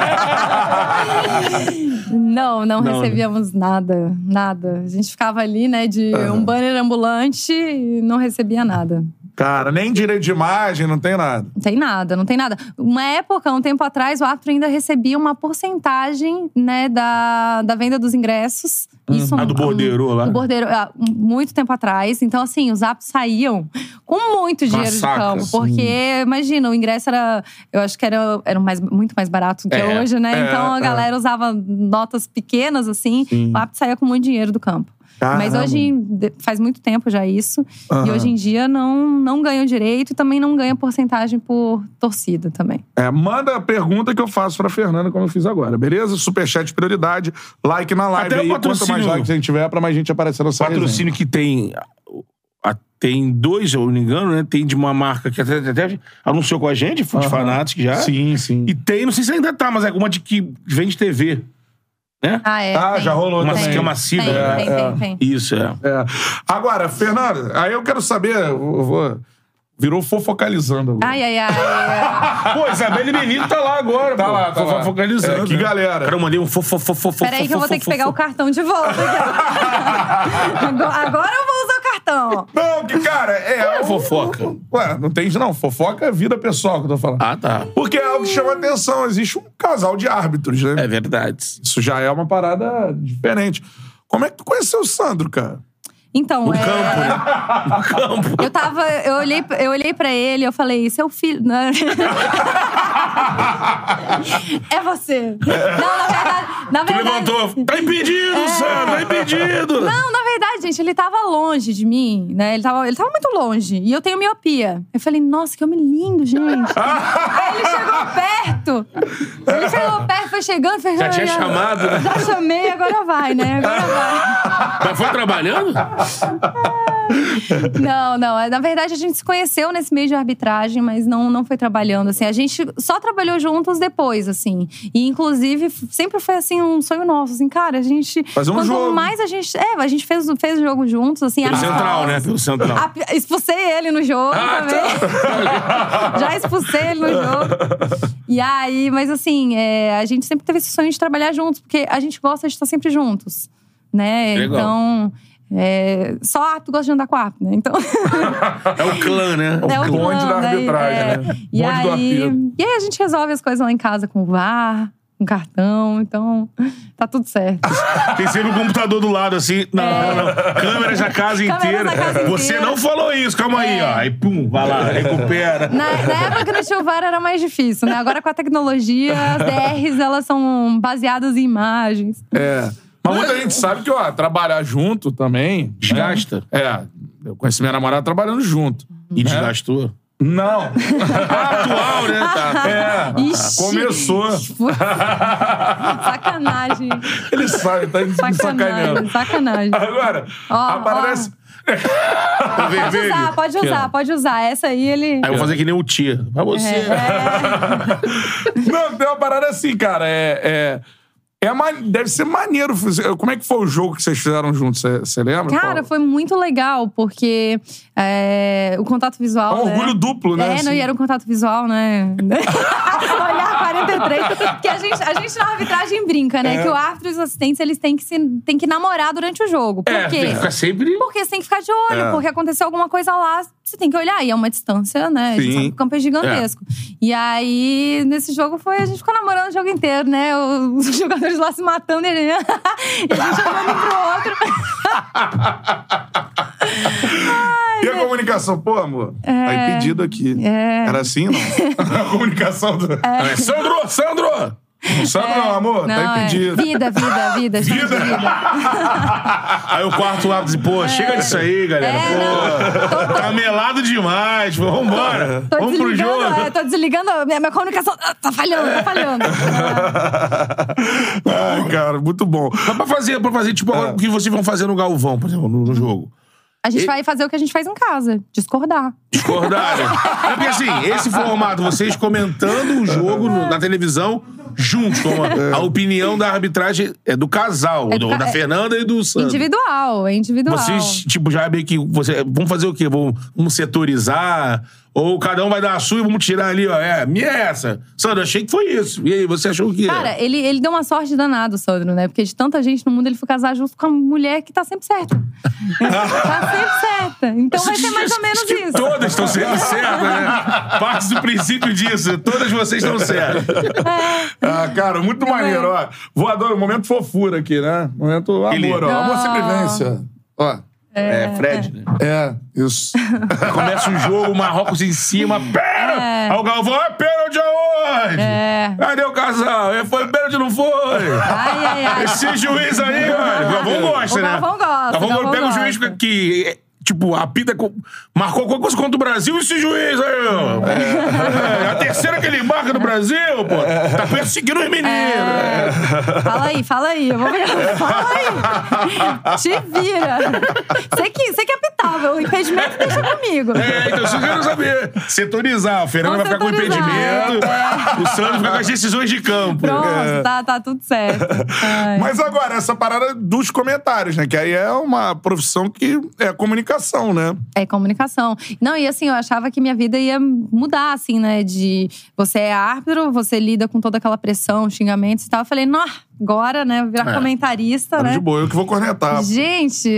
não, não, não recebíamos né? nada, nada. A gente ficava ali, né, de uhum. um banner ambulante e não recebia nada. Cara, nem direito de imagem, não tem nada. Não tem nada, não tem nada. Uma época, um tempo atrás, o árbitro ainda recebia uma porcentagem, né, da, da venda dos ingressos. Isso, a do bordeiro lá. Do bordeiro, muito tempo atrás. Então, assim, os árbitros saíam com muito dinheiro de campo. Porque, sim. imagina, o ingresso era... Eu acho que era, era mais, muito mais barato do que é, hoje, né? É, então, a galera é. usava notas pequenas, assim. Sim. O árbitro saía com muito dinheiro do campo. Caramba. Mas hoje, faz muito tempo já isso. Uhum. E hoje em dia não, não ganha direito e também não ganha porcentagem por torcida também. É, manda a pergunta que eu faço pra Fernanda, como eu fiz agora, beleza? Superchat prioridade, like na live até aí. Quanto mais likes a gente tiver, pra mais gente aparecer no site. Patrocínio que tem... Tem dois, eu não me engano, né? Tem de uma marca que até, até anunciou com a gente, de uhum. Fanatic já. Sim, sim. E tem, não sei se ainda tá, mas é uma de que vende T V. Né? Ah, é. Ah, tem. já rolou uma também. Que é massiva. Tem, é, tem, é. tem, tem. Isso, é. é. Agora, Fernanda, aí eu quero saber... Eu vou... Virou fofocalizando agora. Ai, ai, ai. Pô, Isabelle Benito tá lá agora. Tá pô. lá, tá lá. Fofocalizando. É, que galera. Cara, eu mandei um fofofofofofofo. Peraí que eu vou ter que pegar o cartão de volta. Agora eu vou usar o cartão. Não, que cara, é... Qual é fofoca? Ué, não tem não. Fofoca é vida pessoal que eu tô falando. Ah, tá. Porque é algo que chama atenção. Existe um casal de árbitros, né? É verdade. Isso já é uma parada diferente. Como é que tu conheceu o Sandro, cara? Então, no é... campo, né? No campo. Eu tava... Eu olhei, eu olhei pra ele e eu falei, seu filho... É você. Não, na verdade... Na tu verdade... levantou. Tá impedido, é... Sandro, tá impedido. Não, na verdade, gente, ele tava longe de mim, né? Ele tava, ele tava muito longe. E eu tenho miopia. Eu falei, nossa, que homem lindo, gente. Aí ele chegou perto. Ele chegou perto, foi chegando. Foi, já tinha chamado, né? Já chamei, agora vai, né? Agora vai. Mas foi trabalhando? Não, não. Na verdade, a gente se conheceu nesse meio de arbitragem, mas não, não foi trabalhando, assim. A gente só trabalhou juntos depois, assim. E, inclusive, sempre foi, assim, um sonho nosso. Assim, cara, a gente... Fazer um quanto jogo. mais a gente... É, a gente fez, fez o jogo juntos, assim. Pelo central, né? Pelo central. A, expulsei ele no jogo ah, também. Tá. Já expulsei ele no jogo. E aí, mas assim, é, a gente sempre teve esse sonho de trabalhar juntos. Porque a gente gosta de estar sempre juntos, né? Legal. Então... É, só árbitro gosta de andar com árbitro, né? Então... É o clã, né? É o bonde da arbitragem, é, né? E bonde do aí, apito. e aí a gente resolve as coisas lá em casa com o V A R, com cartão, então tá tudo certo. Tem sempre o computador do lado, assim. Não, é. não, não. Câmeras da casa inteira. Da casa Você inteira. não falou isso, calma é. aí, ó. Aí, pum, vai lá, recupera. Na, na época que não tinha o V A R era mais difícil, né? Agora com a tecnologia, as D Rs, elas são baseadas em imagens. É. Mas muita gente sabe que, ó, trabalhar junto também... Desgasta. Né? É. Eu conheci minha namorada trabalhando junto. E né? Desgastou? Não. Atual, né? Tá. É. Ixi. Começou. Sacanagem. Ele sabe, tá sacanagem, sacaneando. Sacanagem. Agora, ó, a parada é... Pode usar, pode usar, pode usar. Essa aí ele... Aí eu vou fazer que nem o tia. Pra você. É. Não, tem uma parada assim, cara. É... é... É man... Deve ser maneiro. Como é que foi o jogo que vocês fizeram juntos? Você lembra? Cara, Paulo? foi muito legal, porque é, o contato visual. É um né? orgulho duplo, né? É, assim. não, e era um contato visual, né? Olhar, quarenta e três. Porque a gente, a gente na arbitragem brinca, né? É. Que o árbitro e os assistentes, eles têm que, se, têm que namorar durante o jogo. Por é, quê? Tem que ficar sempre... Porque você tem que ficar de olho. É. Porque aconteceu alguma coisa lá, você tem que olhar. E é uma distância, né? A gente sabe que o campo é gigantesco. É. E aí, nesse jogo, foi... A gente ficou namorando o jogo inteiro, né? Os jogadores lá se matando e a gente, a gente olhando um pro outro. Ai, e a comunicação? Pô, amor, é, tá impedido aqui. É. Era assim, não? A comunicação do... É. Sandro, Sandro! Sandro, é, não, amor, não, tá impedido. É. Vida, vida, vida. Vida? vida. Aí o quarto lá diz, pô, é. chega disso aí, galera. É, pô, tô, tô... tá melado demais, pô, vambora. Tô Vamos pro jogo. É, tô desligando, minha, minha comunicação tá falhando, tá falhando. Ai, cara, muito bom. Mas pra fazer, pra fazer tipo, é. o que vocês vão fazer no Galvão, por exemplo, no, no jogo? A gente e... vai fazer o que a gente faz em casa, discordar. Discordar, né? É porque assim, esse formato, vocês comentando o jogo no, na televisão, juntos, com a, é. a opinião da arbitragem é do casal, é do, do, da Fernanda e do Sandro. Individual, é individual. Vocês, tipo, já meio que... Você, vamos fazer o quê? Vamos, vamos setorizar? Ou cada um vai dar a sua e vamos tirar ali, ó. É, minha é essa. Sandro, achei que foi isso. E aí, você achou que é? Cara, ele, ele deu uma sorte danada, o Sandro, né? Porque de tanta gente no mundo, ele foi casar justo com a mulher que tá sempre certa. Tá sempre certa. Então vai ser mais ou menos que isso. Todas estão sempre certas, né? Parte do princípio disso. Todas vocês estão certas. É. Ah, cara, muito maneiro, ó. Voador, momento fofura aqui, né? Momento amor, Ele... ó. Amor sem vivência. Ó. É, é, Fred, né? É, isso. Começa o jogo, o Marrocos em cima, pera! É. Aí o Galvão, é pênalti aonde? É. Cadê o casal? Foi pênalti, não foi? Ai, ai, ai. Esse juiz aí, mano. O Galvão gosta, o né? Galvão gosta. O Galvão pega o juiz que... Tipo, apita, marcou alguma coisa contra o Brasil e esse juiz aí, ó. É. É, a terceira que ele marca no Brasil, pô. Tá perseguindo os meninos. É. Fala aí, fala aí. Eu vou ver. Fala aí. Te vira. Você que, você que apitava. O impedimento deixa comigo. É, então vocês querem saber. Setorizar. O Fernando vai ficar com o impedimento. É. O Sandro fica com as decisões de campo. Pronto, é. tá, tá tudo certo. Ai. Mas agora, essa parada dos comentários, né? Que aí é uma profissão que é comunicação. Né? É comunicação. Não, e assim, eu achava que minha vida ia mudar, assim, né? De você é árbitro, você lida com toda aquela pressão, xingamentos e tal. Eu falei, não, agora, né? Virar é. comentarista, né? De boa, eu que vou cornetar. Gente,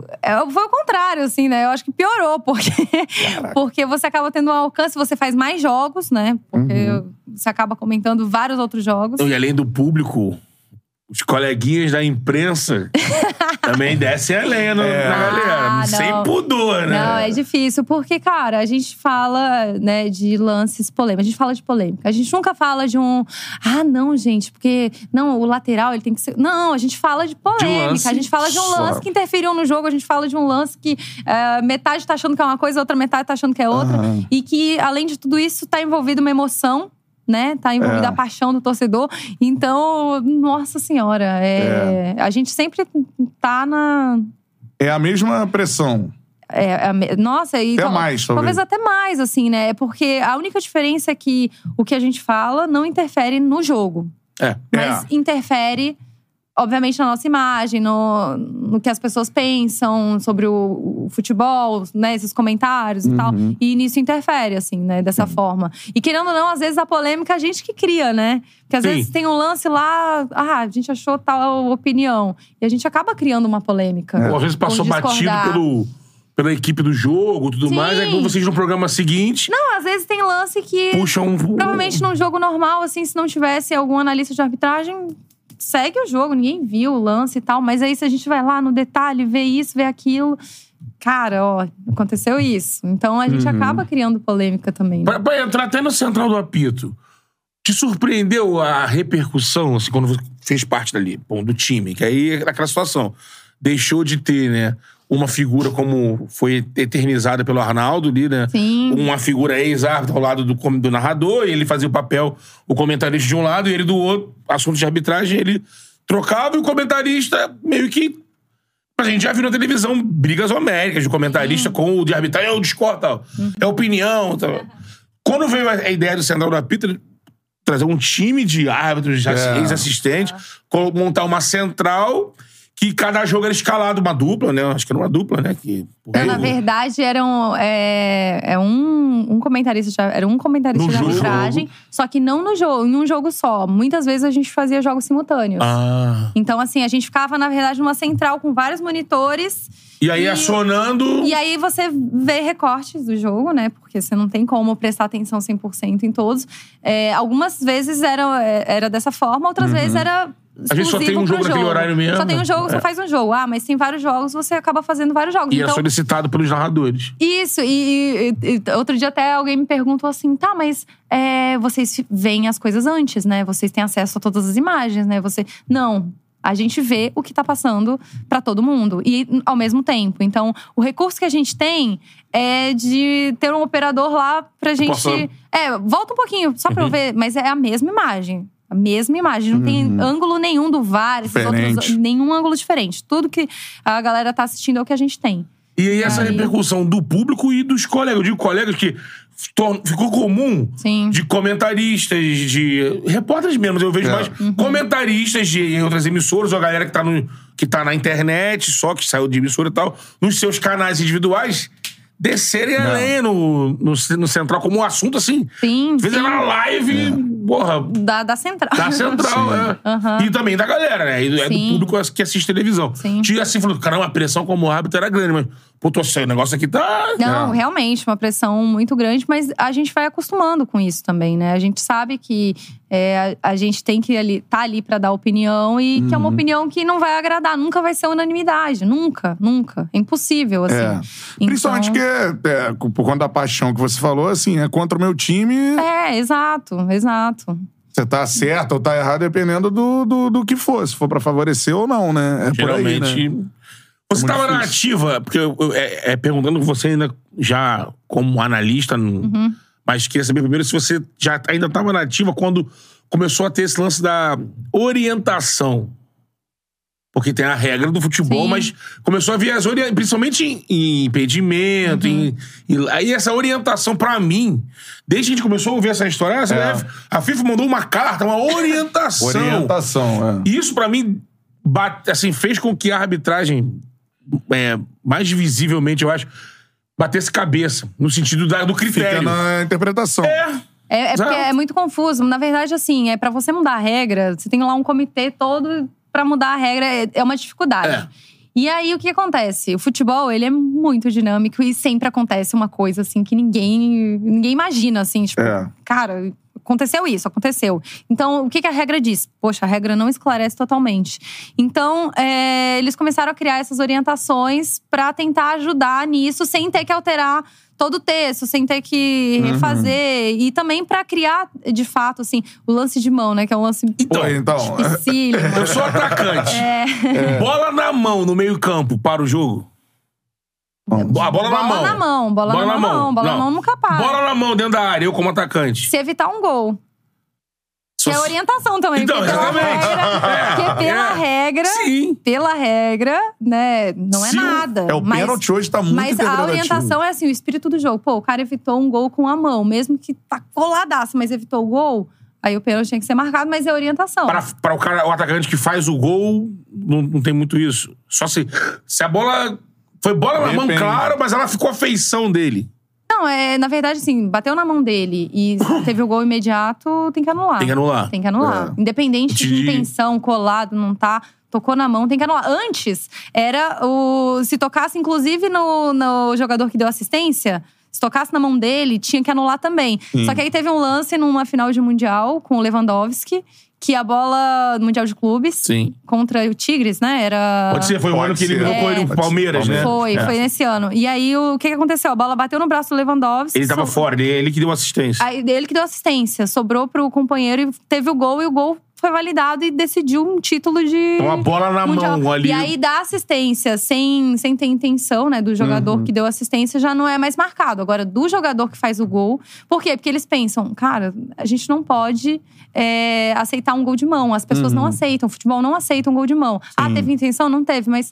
foi o contrário, assim, né? Eu acho que piorou, porque, porque você acaba tendo um alcance, você faz mais jogos, né? Porque uhum. você acaba comentando vários outros jogos. E além do público, os coleguinhas da imprensa também descem a lenha no, é. na galera. Ah, sem pudor, né? Não, é difícil. Porque, cara, a gente fala, né, de lances polêmicos. A gente fala de polêmica. A gente nunca fala de um... Ah, não, gente, porque... Não, o lateral, ele tem que ser... Não, a gente fala de polêmica. De um a gente fala de um lance só. que interferiu no jogo. A gente fala de um lance que uh, metade tá achando que é uma coisa, a outra metade tá achando que é outra. Uhum. E que, além de tudo isso, tá envolvido uma emoção, né? Tá envolvida é. a paixão do torcedor. Então, nossa senhora, é... É. a gente sempre tá na... É a mesma pressão. É, a me... Nossa, e... Até tal... mais, talvez. Talvez até mais, assim, né? Porque a única diferença é que o que a gente fala não interfere no jogo. É. Mas é. interfere... Obviamente, na nossa imagem, no, no que as pessoas pensam sobre o, o futebol, né? Esses comentários e uhum. tal. E nisso interfere, assim, né? Dessa uhum. forma. E querendo ou não, às vezes a polêmica a gente que cria, né? Porque às Sim. vezes tem um lance lá… Ah, a gente achou tal opinião. E a gente acaba criando uma polêmica. É. Ou às vezes passou batido pelo… pela equipe do jogo e tudo Sim. mais. Aí vocês no programa seguinte… Não, às vezes tem lance que… Puxam… Provavelmente num jogo normal, assim, se não tivesse algum analista de arbitragem… Segue o jogo, ninguém viu o lance e tal. Mas aí, se a gente vai lá no detalhe, vê isso, vê aquilo… Cara, ó, aconteceu isso. Então, a gente uhum. acaba criando polêmica também. Né? Pra, pra entrar até no central do apito, te surpreendeu a repercussão, assim, quando você fez parte dali, bom, do time? Que aí, aquela situação, deixou de ter, né… Uma figura como foi eternizada pelo Arnaldo ali, né? Sim. Uma figura ex-árbitro ao lado do, do narrador, e ele fazia o papel, o comentarista de um lado e ele do outro, assunto de arbitragem, ele trocava e o comentarista meio que... A gente já viu na televisão brigas homéricas de comentarista Sim. com o de arbitragem, eu discordo, tal. Uhum. É opinião, tal. Quando veio a ideia do Central do Apito, trazer um time de árbitros, é. ex-assistentes, montar uma central... que cada jogo era escalado, uma dupla, né? Acho que era uma dupla, né? Que, então, na verdade, eram, é, é um, um comentarista, era um comentarista no de jogo. arbitragem, só que não no jogo, em um jogo só. Muitas vezes a gente fazia jogos simultâneos. Ah. Então, assim, a gente ficava, na verdade, numa central com vários monitores. E aí, e, acionando… E aí, você vê recortes do jogo, né? Porque você não tem como prestar atenção cem por cento em todos. É, algumas vezes era, era dessa forma, outras uhum. vezes era… A gente só tem um jogo naquele horário mesmo. Só tem um jogo, é. Você faz um jogo. Ah, mas tem vários jogos, você acaba fazendo vários jogos. E então, é solicitado pelos narradores. Isso. E, e, e outro dia até alguém me perguntou assim, tá, mas é, vocês veem as coisas antes, né? Vocês têm acesso a todas as imagens, né? Você… Não. A gente vê o que tá passando pra todo mundo. E ao mesmo tempo. Então, o recurso que a gente tem é de ter um operador lá pra gente… Posso... É, volta um pouquinho, só pra uhum. eu ver. Mas é a mesma imagem. A mesma imagem. Não uhum. tem ângulo nenhum do V A R, esses outros, nenhum ângulo diferente. Tudo que a galera tá assistindo é o que a gente tem. E aí, essa aí... repercussão do público e dos colegas. Eu digo colegas que ficou comum. Sim. De comentaristas, de repórteres mesmo. Eu vejo é. mais uhum. comentaristas de outras emissoras, ou a galera que tá, no, que tá na internet, só que saiu de emissora e tal, nos seus canais individuais, descerem além no, no, no Central como um assunto assim. Sim, Às vezes sim. é na live, é. porra… Da, da Central. Da Central, é. Uhum. E também da galera, né? E é do público que assiste televisão. Sim. Tinha assim, falando, caramba, a pressão como árbitro era grande, mas… Pô, tô sei, o negócio aqui tá… Não, é. realmente, uma pressão muito grande, mas a gente vai acostumando com isso também, né? A gente sabe que é, a, a gente tem que ali, tá ali pra dar opinião e uhum. que é uma opinião que não vai agradar, nunca vai ser unanimidade, nunca, nunca. É impossível, assim. É. Então... Principalmente que, é, por conta da paixão que você falou, assim, é contra o meu time… É, exato, exato. Você tá certo ou tá errado dependendo do, do, do que for, se for pra favorecer ou não, né? É Geralmente… por aí, né? Você estava na ativa, porque eu, eu, é, é, perguntando você ainda já como analista, uhum. mas queria saber primeiro se você já ainda estava na ativa quando começou a ter esse lance da orientação. Porque tem a regra do futebol, Sim. mas começou a vir as orientações, principalmente em, em impedimento. Uhum. Em, em, aí essa orientação, pra mim, desde que a gente começou a ouvir essa história, é. a FIFA mandou uma carta, uma orientação. Orientação, é. E isso, pra mim, bate, assim, fez com que a arbitragem… É, mais visivelmente, eu acho, batesse cabeça, no sentido da, do critério. Fica na interpretação. É. É, é porque é muito confuso. Na verdade, assim, é pra você mudar a regra, você tem lá um comitê todo pra mudar a regra, é, é uma dificuldade. É. E aí, o que acontece? O futebol, ele é muito dinâmico e sempre acontece uma coisa, assim, que ninguém, ninguém imagina, assim. Tipo, é. cara… Aconteceu isso, aconteceu. Então, o que, que a regra diz? Poxa, a regra não esclarece totalmente. Então, é, eles começaram a criar essas orientações pra tentar ajudar nisso, sem ter que alterar todo o texto, sem ter que refazer. Uhum. E também pra criar, de fato, assim, o lance de mão, né? Que é um lance então, então. dificílimo. Eu sou atacante. É. É. Bola na mão no meio campo para o jogo. A bola, bola na mão. na mão. Bola, bola na mão. Não. Bola na mão nunca para. Bola na mão dentro da área, eu como atacante. Se evitar um gol. Que é orientação também. Então, porque pela exatamente. regra, É, porque pela é. regra, Sim. pela regra, né, não é Sim, nada. É, o mas, pênalti hoje tá muito Mas a orientação é assim, o espírito do jogo. Pô, o cara evitou um gol com a mão, mesmo que tá coladaço, mas evitou o gol, aí o pênalti tinha que ser marcado, mas é orientação. Para, para o, cara, o atacante que faz o gol, não, não tem muito isso. Só se, se a bola… Foi bola na mão, claro, mas ela ficou a feição dele. Não, é, na verdade, assim, bateu na mão dele e teve o gol imediato, tem que anular. Tem que anular. Tem que anular. É. Independente de... de intenção, colado, não tá, tocou na mão, tem que anular. Antes, era o… Se tocasse, inclusive, no, no jogador que deu assistência… Se tocasse na mão dele, tinha que anular também. Sim. Só que aí teve um lance numa final de Mundial com o Lewandowski, que a bola no Mundial de Clubes Sim. contra o Tigres, né? Era… Pode ser, foi o ano que ele colocou ele no Palmeiras, né? Foi, é. foi nesse ano. E aí, o que, que aconteceu? A bola bateu no braço do Lewandowski. Ele tava so... fora, ele que deu assistência. Aí, ele que deu assistência. Sobrou pro companheiro e teve o gol. E o gol foi validado e decidiu um título de… Uma bola na mundial. mão ali. E aí, dar assistência sem, sem ter intenção, né? Do jogador uhum. que deu assistência já não é mais marcado. Agora, do jogador que faz o gol… Por quê? Porque eles pensam, cara, a gente não pode… É, aceitar um gol de mão. As pessoas uhum. não aceitam. O futebol não aceita um gol de mão. Sim. Ah, teve intenção? Não teve, mas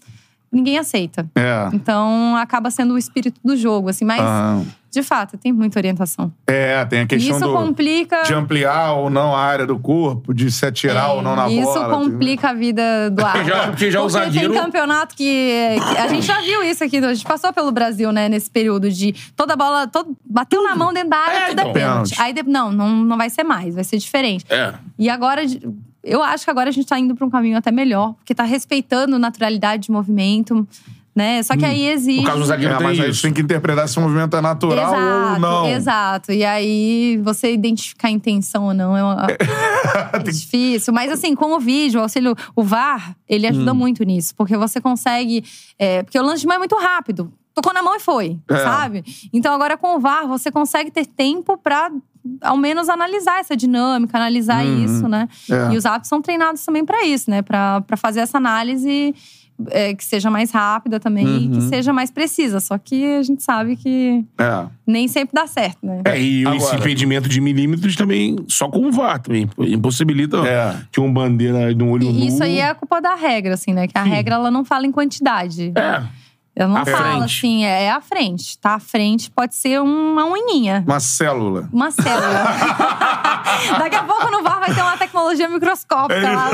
ninguém aceita. É. Então, acaba sendo o espírito do jogo, assim. Mas, ah. de fato, tem muita orientação. É, tem a questão isso do, complica... de ampliar ou não a área do corpo, de se atirar é, ou não na isso bola. Isso complica tipo... a vida do árbitro. já, porque já porque o zagueiro... tem campeonato que, que... A gente já viu isso aqui, a gente passou pelo Brasil, né, nesse período de toda bola... Todo, bateu na mão dentro da área, é, tudo então, é pênalti. Aí, de, não, não, não vai ser mais, vai ser diferente. É. E agora... Eu acho que agora a gente tá indo pra um caminho até melhor, porque tá respeitando naturalidade de movimento, né? Só que hum. aí exige... No caso do zagueiro é, tem mas isso. aí você tem que interpretar se o movimento é natural exato, ou não. Exato. E aí, você identificar a intenção ou não é, uma... é difícil. Mas assim, com o vídeo, o auxílio, o V A R, ele ajuda hum. muito nisso. Porque você consegue... É, porque o lance de mão é muito rápido. Tocou na mão e foi, é. sabe? Então agora com o V A R, você consegue ter tempo pra... ao menos analisar essa dinâmica, analisar uhum. isso, né? É. E os árbitros são treinados também pra isso, né? Pra, pra fazer essa análise é, que seja mais rápida também uhum. e que seja mais precisa. Só que a gente sabe que é. nem sempre dá certo, né? É, e Agora, esse impedimento de milímetros também, só com o V A R também. Impossibilita é. que um bandeira no olho nu... Isso aí é a culpa da regra, assim, né? Que a Sim. regra, ela não fala em quantidade. É. Eu não à falo frente. assim, é, é à frente. Tá à frente, pode ser uma unhinha. Uma célula. Uma célula. Daqui a pouco no V A R vai ter uma tecnologia microscópica lá.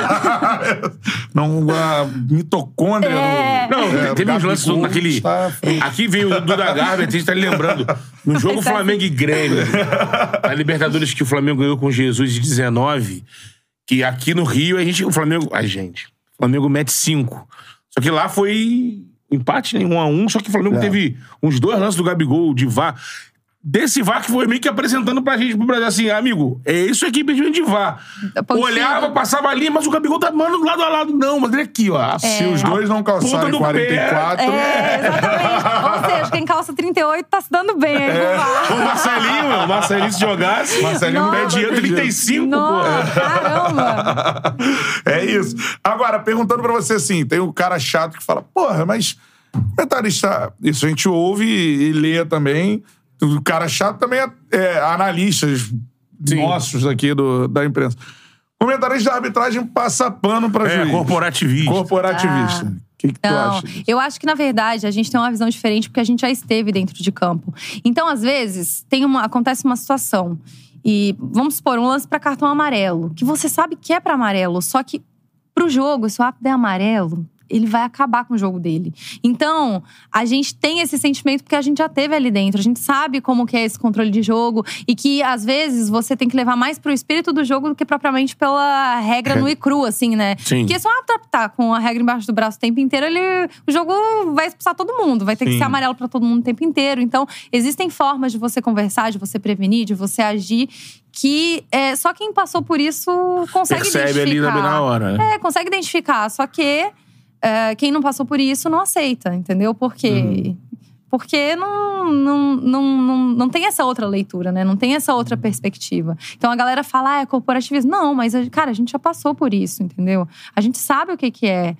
Pra... Não, uma mitocôndria. É. No, não, é, teve uns lances naquele... Tá... Aqui veio o Duda Garber, a gente tá lembrando. No jogo Flamengo e Grêmio, na Libertadores que o Flamengo ganhou com Jesus de dezenove, que aqui no Rio a gente... O Flamengo... Ai, gente. O Flamengo mete cinco. Só que lá foi... empate, né? Um a um, só que o Flamengo é. teve uns dois lances do Gabigol, de V A R. Desse V A R que foi meio que apresentando pra gente, pro Brasil, assim, amigo, é isso aqui impedimento de V A R. Olhava, passava ali, mas o Gabigol tá, mano, lado a lado. Não, mas ele aqui, ó. É. Se os dois não calçarem quarenta e quatro... É, exatamente. Ou seja, quem calça trinta e oito tá se dando bem aí, é. O Marcelinho, meu, o Marcelinho se jogasse, Marcelinho não pede dinheiro trinta e cinco, Nossa, pô. Caramba. É isso. Agora, perguntando pra você assim, tem um cara chato que fala, porra, mas comentarista, isso a gente ouve e lê também. O cara chato também é, é analistas Sim. nossos aqui do, da imprensa. Comentarista de arbitragem passa pano pra é, juiz. Corporativista. Corporativista. O Ah. que, que tu Não, acha disso? Eu acho que, na verdade, a gente tem uma visão diferente porque a gente já esteve dentro de campo. Então, às vezes, tem uma, acontece uma situação. E, vamos supor, um lance pra cartão amarelo. Que você sabe que é pra amarelo. Só que, pro jogo, se o árbitro der amarelo... ele vai acabar com o jogo dele. Então, a gente tem esse sentimento porque a gente já teve ali dentro. A gente sabe como que é esse controle de jogo e que, às vezes, você tem que levar mais pro espírito do jogo do que propriamente pela regra no e cru, assim, né? Sim. Porque se o árbitro tá com a regra embaixo do braço o tempo inteiro, ele, o jogo vai expulsar todo mundo. Vai ter Sim. que ser amarelo pra todo mundo o tempo inteiro. Então, existem formas de você conversar, de você prevenir, de você agir que é, só quem passou por isso consegue Percebe identificar. ali também na hora. É, consegue identificar. Só que Uh, quem não passou por isso não aceita, entendeu? Por quê? Uhum. Porque não, não, não, não, não tem essa outra leitura, né? Não tem essa outra perspectiva. Então a galera fala, ah, é corporativismo. Não, mas, cara, a gente já passou por isso, entendeu? A gente sabe o que que é.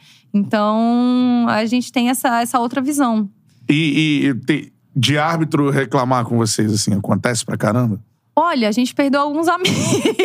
Então, a gente tem essa, essa outra visão. E, e te, de árbitro reclamar com vocês, assim, acontece pra caramba? Olha, a gente perdeu alguns amigos.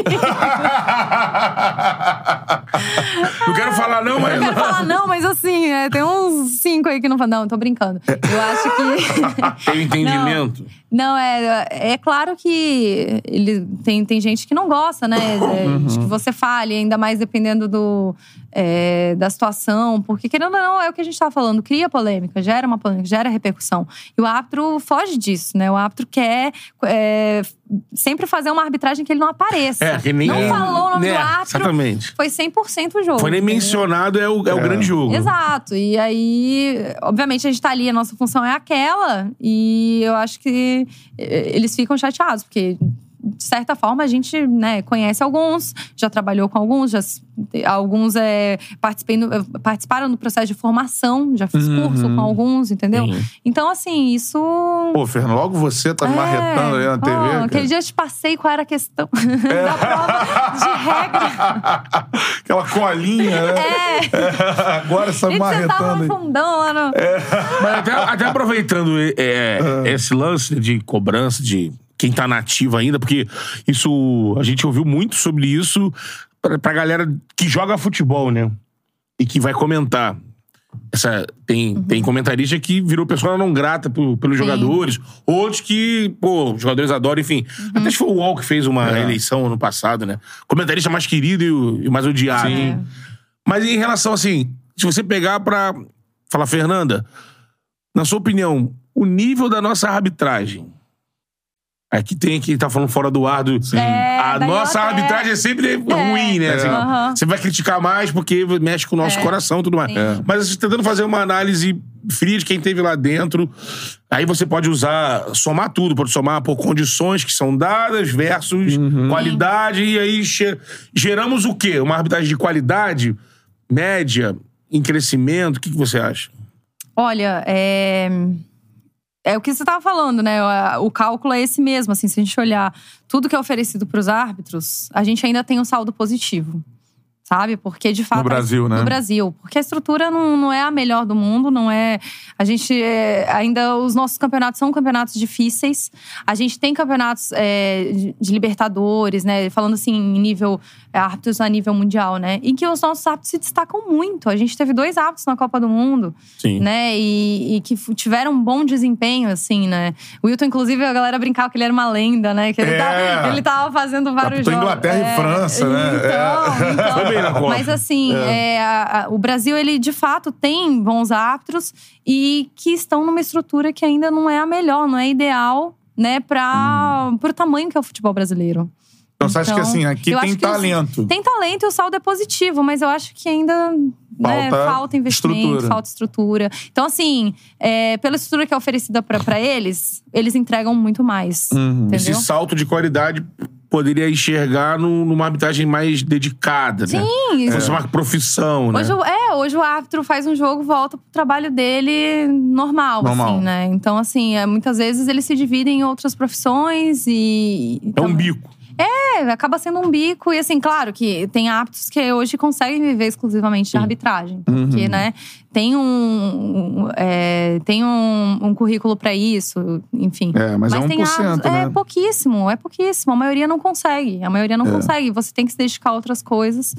Não quero falar não, mas... Não quero falar não, mas assim, é, tem uns cinco aí que não falam. Não, tô brincando. Eu acho que... Tem entendimento? Não, não é, é claro que ele, tem, tem gente que não gosta, né? Uhum. De que você fale, ainda mais dependendo do, é, da situação. Porque, querendo ou não, é o que a gente tava falando. Cria polêmica, gera uma polêmica, gera repercussão. E o árbitro foge disso, né? O árbitro quer... É, sempre fazer uma arbitragem que ele não apareça. É, que nem não é, falou o nome né, do árbitro. Exatamente. Foi cem por cento o jogo. Foi nem entendeu? mencionado, é o, é, é o grande jogo. Exato. E aí, obviamente, a gente tá ali, a nossa função é aquela. E eu acho que eles ficam chateados, porque... de certa forma, a gente, né, conhece alguns, já trabalhou com alguns, já, alguns é, participaram do processo de formação, já fiz uhum. curso com alguns, entendeu? Sim. Então, assim, isso... Pô, Fernando, logo você tá me é, marretando aí na T V. Oh, cara. Aquele dia eu te passei qual era a questão é. da prova de regra. Aquela colinha, né? É. é. Agora você tá me marretando. Você tava no fundão lá no... É. Mas até, até aproveitando é, uhum. esse lance de cobrança, de... quem tá nativo ainda, porque isso... a gente ouviu muito sobre isso pra, pra galera que joga futebol, né? E que vai comentar. Essa, tem, uhum. tem comentarista que virou pessoa não grata por, pelos Sim. jogadores. Outros que, pô, os jogadores adoram, enfim. Uhum. Até acho que foi o U O L que fez uma é. eleição ano passado, né? Comentarista mais querido e o, e o mais odiado. Sim. Mas em relação, assim, se você pegar pra falar, Fernanda, na sua opinião, o nível da nossa arbitragem... Aqui tem que tá falando fora do ar do... É, a nossa até... arbitragem é sempre é. ruim, né? Assim, uhum. Você vai criticar mais porque mexe com o nosso é. coração e tudo mais. É. Mas você tá tentando fazer uma análise fria de quem teve lá dentro. Aí você pode usar, somar tudo. Pode somar por condições que são dadas versus uhum. qualidade. E aí geramos o quê? Uma arbitragem de qualidade, média, em crescimento. O que, que você acha? Olha, é... É o que você estava falando, né? O cálculo é esse mesmo, assim, se a gente olhar tudo que é oferecido para os árbitros, a gente ainda tem um saldo positivo, sabe? Porque, de fato… No Brasil, a, né? No Brasil. Porque a estrutura não, não é a melhor do mundo, não é… A gente… É, ainda os nossos campeonatos são campeonatos difíceis. A gente tem campeonatos é, de, de Libertadores, né? Falando assim, em nível… árbitros a nível mundial, né? Em que os nossos árbitros se destacam muito. A gente teve dois árbitros na Copa do Mundo, Sim. né? E, e que tiveram um bom desempenho, assim, né? O Wilton, inclusive, a galera brincava que ele era uma lenda, né? Que ele, é. tava, ele tava fazendo vários jogos. Inglaterra é. e França, né? Então, então Foi bem na Copa. Mas assim, é. É, a, a, o Brasil, ele de fato tem bons árbitros e que estão numa estrutura que ainda não é a melhor, não é ideal, né? Para hum. pro tamanho que é o futebol brasileiro. Então, você acha então, que assim, aqui tem talento? Tem talento e o saldo é positivo, mas eu acho que ainda falta, né, falta investimento, estrutura. falta estrutura. Então, assim, é, pela estrutura que é oferecida pra, pra eles, eles entregam muito mais. Uhum. Entendeu? Esse salto de qualidade poderia enxergar no, numa arbitragem mais dedicada, Sim, né? Sim. Fosse é. uma profissão, né? Hoje, é, hoje o árbitro faz um jogo, volta pro trabalho dele normal, normal. assim, né? Então, assim, é, muitas vezes eles se dividem em outras profissões e… É um bico. É, acaba sendo um bico. E assim, claro que tem árbitros que hoje conseguem viver exclusivamente de arbitragem. Porque, uhum. né, tem um, um, é, tem um, um currículo pra isso, enfim. É, mas, mas é um por cento, né? É pouquíssimo, é pouquíssimo. A maioria não consegue. A maioria não é. consegue. Você tem que se dedicar a outras coisas.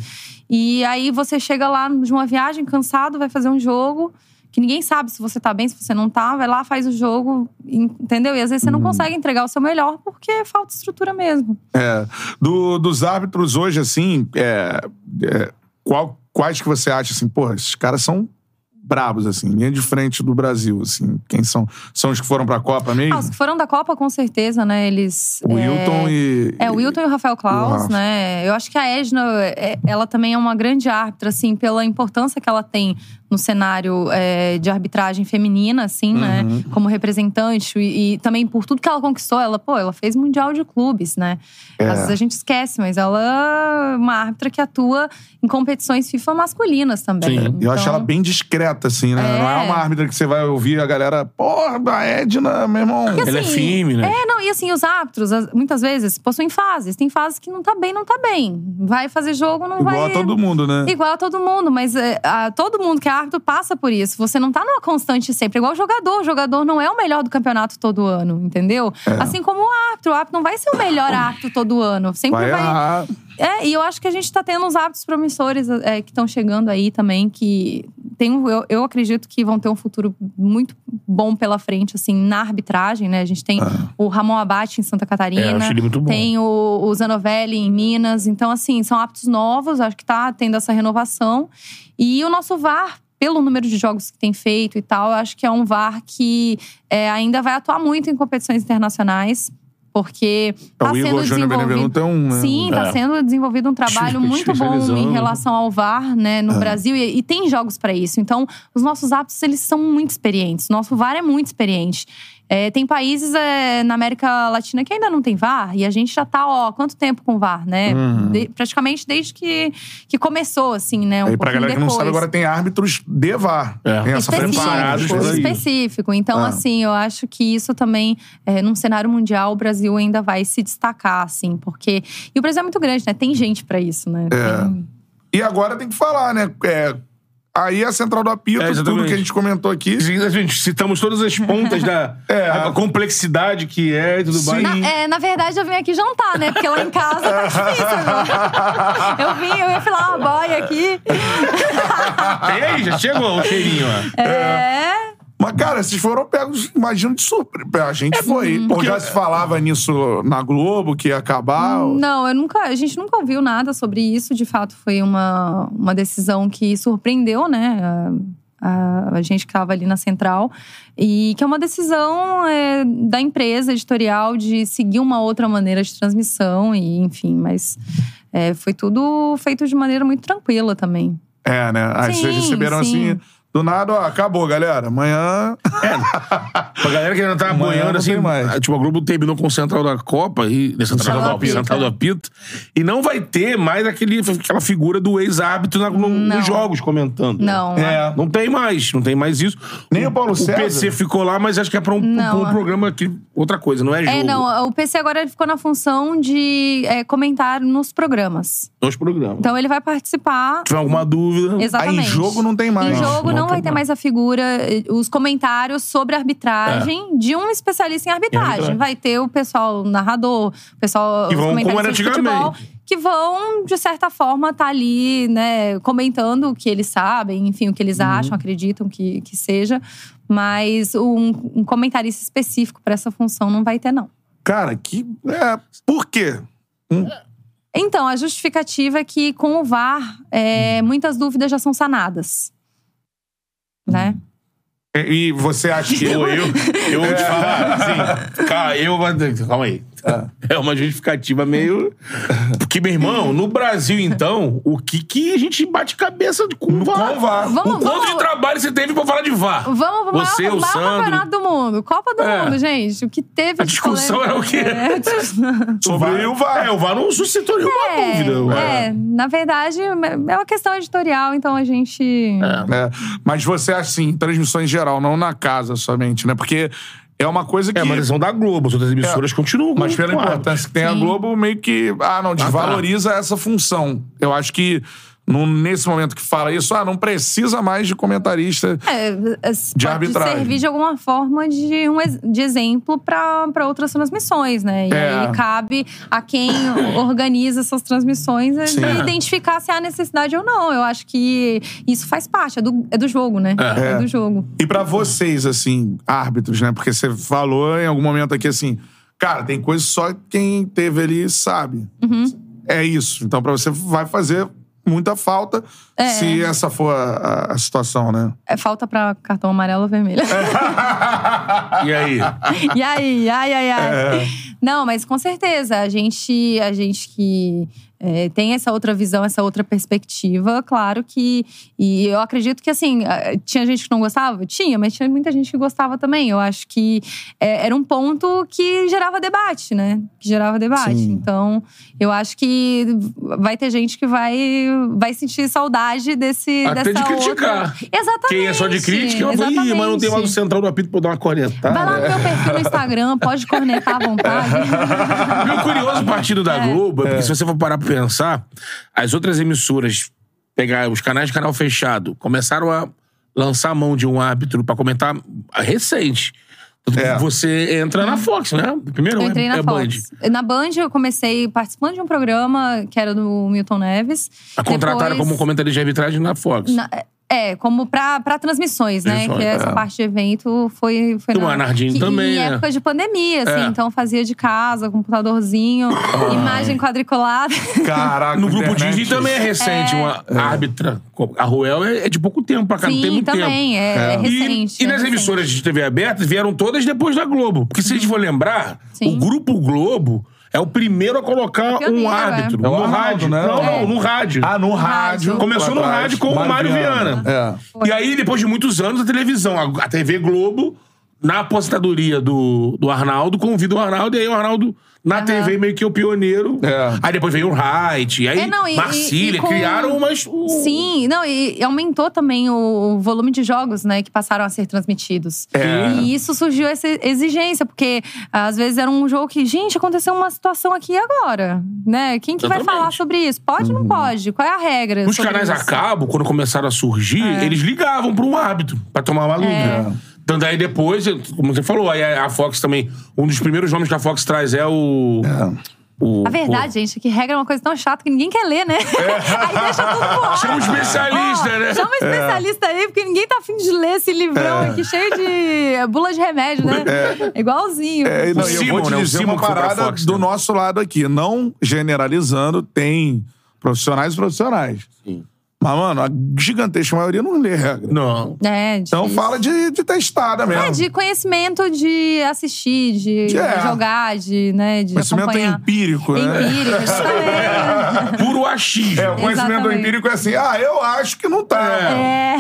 E aí você chega lá de uma viagem cansado, vai fazer um jogo… que ninguém sabe se você tá bem, se você não tá. Vai lá, faz o jogo, entendeu? E às vezes você não uhum. consegue entregar o seu melhor porque falta estrutura mesmo. É. Do, dos árbitros hoje, assim, é, é, qual, quais que você acha, assim, porra, esses caras são brabos, assim, linha de frente do Brasil, assim. Quem são? São os que foram pra Copa mesmo? Ah, os que foram da Copa, com certeza, né? Eles… O Wilton é, e… É, o Wilton e o Rafael Claus, né? Eu acho que a Edna, ela também é uma grande árbitra, assim, pela importância que ela tem no cenário é, de arbitragem feminina, assim, uhum. né? Como representante. E, e também por tudo que ela conquistou. Ela, pô, ela fez Mundial de Clubes, né? É. Às vezes a gente esquece, mas ela é uma árbitra que atua em competições FIFA masculinas também. Sim. Então, eu acho ela bem discreta, assim, né? É. Não é uma árbitra que você vai ouvir a galera… Porra, a Edna, meu irmão… Porque, assim, ela é firme, né? É, não, e assim, os árbitros, muitas vezes, possuem fases. Tem fases que não tá bem, não tá bem. Vai fazer jogo, não Igual vai… Igual a todo mundo, né? Igual a todo mundo, mas é, a, todo mundo que é árbitro passa por isso. Você não tá numa constante sempre. Igual o jogador. O jogador não é o melhor do campeonato todo ano, entendeu? É. Assim como o árbitro. O árbitro não vai ser o melhor árbitro todo ano. Sempre vai… vai... É, e eu acho que a gente tá tendo uns árbitros promissores é, que estão chegando aí também, que tem um, eu, eu acredito que vão ter um futuro muito bom pela frente, assim, na arbitragem, né? A gente tem ah. o Ramon Abate em Santa Catarina. É, eu achei ele muito bom. Tem o, o Zanovelli em Minas. Então, assim, são árbitros novos. Acho que tá tendo essa renovação. E o nosso V A R, pelo número de jogos que tem feito e tal, eu acho que é um V A R que é, ainda vai atuar muito em competições internacionais. Porque tá sendo desenvolvido… É um, né? Sim, tá é. sendo desenvolvido um trabalho muito bom em relação ao V A R, né, no é. Brasil. E, e tem jogos pra isso. Então, os nossos árbitros, eles são muito experientes. Nosso V A R é muito experiente. É, tem países é, na América Latina que ainda não tem V A R. E a gente já tá, ó, há quanto tempo com V A R, né? Uhum. De, praticamente desde que, que começou, assim, né? Um e pra galera depois. que não sabe, agora tem árbitros de V A R. É. Tem essa específico, específico. Então, ah. assim, eu acho que isso também, é, num cenário mundial, o Brasil ainda vai se destacar, assim. Porque… E o Brasil é muito grande, né? Tem gente pra isso, né? É. Tem... E agora tem que falar, né? É, aí a central do apito, É, tudo que a gente comentou aqui. A gente citamos todas as pontas da É. a complexidade que é e tudo mais. Na, é, na verdade, eu vim aqui jantar, né? Porque lá em casa tá difícil agora. Eu vim, eu ia falar uma boia aqui. E aí, já chegou o cheirinho, ó. É... Mas, cara, vocês foram pegos, imagino, de surpresa. A gente foi. Porque já se falava nisso na Globo, que ia acabar. Não, eu nunca, a gente nunca ouviu nada sobre isso. De fato, foi uma, uma decisão que surpreendeu, né? A, a, a gente que estava ali na central. E que é uma decisão é, da empresa editorial de seguir uma outra maneira de transmissão. E, enfim, mas é, foi tudo feito de maneira muito tranquila também. É, né? Aí Sim, vocês receberam sim. assim... Do nada, ó, acabou, galera. Amanhã... É, pra galera que ainda tá Amanhã boiando, não assim, tem mais. tipo, a Globo terminou com o Central da Copa e Central, Central do do Apito, Apito, Central do é. Apito. E não vai ter mais aquele, aquela figura do ex-árbitro na- no- Não. nos jogos comentando. Não. É. Não tem mais, não tem mais isso. Nem o Paulo César? O P C ficou lá, mas acho que é pra um, Não. pra um programa aqui, outra coisa, não é jogo. É, não, o P C agora ele ficou na função de é, comentar nos programas. Nos programas. Então ele vai participar. Se tiver alguma dúvida... Aí Exatamente. em jogo não tem mais. Em Não, jogo não não, vai tem ter mais. mais a figura, os comentários sobre a arbitragem de um especialista em arbitragem. arbitragem. Vai ter o pessoal narrador, o pessoal Que os vão como era comentaristas de futebol, antigamente. que vão, de certa forma, estar ali, né, comentando o que eles sabem, enfim, o que eles Uhum. acham, acreditam que, que seja. Mas um, um comentarista específico para essa função não vai ter, não. Cara, que... É, por quê? Então, a justificativa é que com o V A R, é, muitas dúvidas já são sanadas. Né? E e você acha que... Eu, eu, eu vou te falar, assim, calma, eu vou... Calma aí. É uma justificativa meio... Porque, meu irmão, no Brasil, então, o que que a gente bate cabeça com o V A R? Com o V A R. Vamos, o quanto vamos- de trabalho você teve pra falar de V A R? Vamos pro Você, maior, o maior Sandro. campeonato do mundo. Copa do É. Mundo, gente. O que teve A de discussão polêmica- era o quê? É, a discussão- Sobre o V A R. É, o V A R não suscitou nenhuma É, dúvida. é, na verdade, é uma questão editorial, então a gente... É, mas você acha assim, transmissão em geral, não na casa somente, né? Porque é uma coisa que... É, mas eles são da Globo, as outras emissoras continuam. Mas pela com a- importância que tem a Sim. Globo, meio que... Ah, não, desvaloriza essa função. Eu acho que no, nesse momento que fala isso, ah, não precisa mais de comentarista. É, é, De pode arbitragem. servir de alguma forma de, um, ex- de exemplo para outras transmissões, né? E É. aí cabe a quem organiza essas transmissões é, Sim. identificar se há necessidade ou não. Eu acho que isso faz parte, é do, é do jogo, né? É. É do jogo. E pra vocês, assim, árbitros, né? Porque você falou em algum momento aqui, assim... Cara, tem coisa que só quem teve ali sabe. Uhum. É isso. Então, pra você, vai fazer muita falta É. se essa for a, a situação, né? É falta para cartão amarelo ou vermelho. E aí? E aí? Ai, ai, ai. É. Não, mas com certeza, a gente, a gente que é, tem essa outra visão, essa outra perspectiva, claro que... E eu acredito que, assim, tinha gente que não gostava? Tinha, mas tinha muita gente que gostava também. Eu acho que é, era um ponto que gerava debate, né? Que gerava debate. Sim. Então, eu acho que vai ter gente que vai, vai sentir saudade desse, Até dessa de criticar. outra... Exatamente. Quem é só de crítica, eu falo, ih, mas não tem mais o Central do Apito pra eu dar uma cornetada. Vai lá no meu perfil no Instagram, pode cornetar à vontade. E o curioso partido da Globo é porque se você for parar pra pensar, as outras emissoras, pegar os canais de canal fechado, começaram a lançar a mão de um árbitro pra comentar recente. É. Você entra na Fox, né? Primeiro Eu entrei é, na é Fox. Band. Na Band eu comecei participando de um programa que era do Milton Neves. A contrataram Depois, como comentarista de arbitragem na Fox. na- É, como pra, pra transmissões, né? Transmissões, Que essa é. parte de evento foi... foi E o Arnardinho que- também, Em né? época de pandemia, assim. É. Então fazia de casa, computadorzinho, imagem quadriculada. Caraca, No grupo internet. Disney também é recente, uma árbitra. A Ruel é, é de pouco tempo pra cá, não tem Sim, muito também. tempo. É, é E- recente. E, é nas recente. emissoras de T V aberta vieram todas depois da Globo. Porque se a gente for lembrar, Sim. o Grupo Globo é o primeiro a colocar Pioneiro, um árbitro é. É o no Arnaldo, rádio. né? Não, É. não, no rádio. Ah, no rádio. Começou no Atrás, rádio com o Mário Viana. É. E aí, depois de muitos anos, a televisão, a, a T V Globo, na aposentadoria do, do Arnaldo, convida o Arnaldo, e aí o Arnaldo... Na uhum. T V, meio que o pioneiro. É. Aí depois veio o Wright. Aí é, não, e, Marcília. E, e com... Criaram umas... Uh... Sim. Não, e aumentou também o volume de jogos, né? Que passaram a ser transmitidos. É. E isso surgiu essa exigência. Porque, às vezes, era um jogo que... Gente, aconteceu uma situação aqui agora. Né? Quem que Exatamente. vai falar sobre isso? Pode ou uhum. não pode? Qual é a regra? Os canais isso? a cabo, quando começaram a surgir, é. eles ligavam para um árbitro. Pra tomar uma luta. É. Então, daí depois, como você falou, aí a Fox também... Um dos primeiros nomes que a Fox traz é o... É. O, a verdade, o... gente, é que regra é uma coisa tão chata que ninguém quer ler, né? É. Aí deixa tudo voar. Chama um especialista, oh, né? Chama um especialista é. aí, porque ninguém tá afim de ler esse livrão é. aqui, cheio de bula de remédio, né? É. Igualzinho. É, não, eu vou te dizer né? uma parada Fox, do né? nosso lado aqui. Não generalizando, tem profissionais e profissionais. Sim. Mas, mano, a gigantesca maioria não lê regra. Não. É, então fala de, de testada mesmo. É, de conhecimento de assistir, de, de é. jogar, de, né, de conhecimento acompanhar. empírico, né? Empírico, exatamente. Puro achismo. É, o conhecimento exatamente. empírico é assim, ah, eu acho que não tá. É.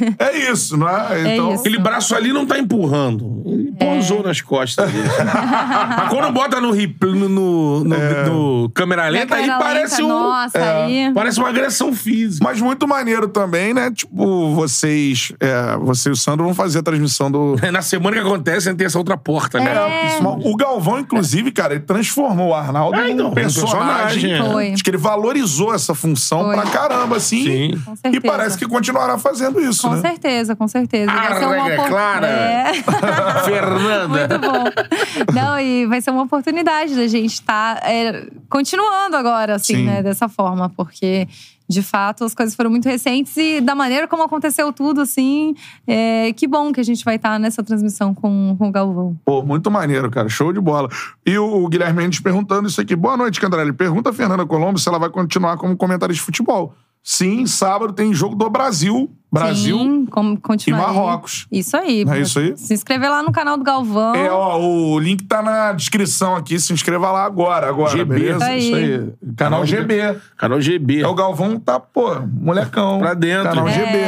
É isso, não é? Então, é isso. Aquele braço ali não tá empurrando. Ele pousou é. nas costas dele. Mas quando bota no, no, no, no, é. no câmera lenta, aí lenta, parece um... Nossa, é. aí... Parece uma agressão física. Mas muito maneiro também, né? Tipo, vocês... É, você e o Sandro vão fazer a transmissão do... Na semana que acontece, tem essa outra porta, né? É. O Galvão, inclusive, cara, ele transformou o Arnaldo é, então, num personagem. personagem. Foi. Acho que ele valorizou essa função Foi. pra caramba, assim. Sim. Com certeza. E parece que continuará fazendo isso, com né? Com certeza, com certeza. Ah, vai ser uma é clara. É. Fernanda. Muito bom. Não, e vai ser uma oportunidade da gente estar tá, é, continuando agora, assim, Sim. né? Dessa forma, porque... De fato, as coisas foram muito recentes e da maneira como aconteceu tudo, assim, é, que bom que a gente vai estar nessa transmissão com, com o Galvão. Pô, muito maneiro, cara. Show de bola. E o, o Guilherme Mendes perguntando isso aqui. Boa noite, Cantarelli. Pergunta a Fernanda Colombo se ela vai continuar como comentarista de futebol. Sim, sábado tem jogo do Brasil. Brasil Sim, com, e Marrocos. Isso aí. É isso aí? Se inscrever lá no canal do Galvão. É, ó, o link tá na descrição aqui. Se inscreva lá agora, agora, G B. beleza? Isso aí. Isso aí. Canal, canal G B. Canal G B. É o Galvão tá, pô, molecão. Pra dentro. Canal é, G B.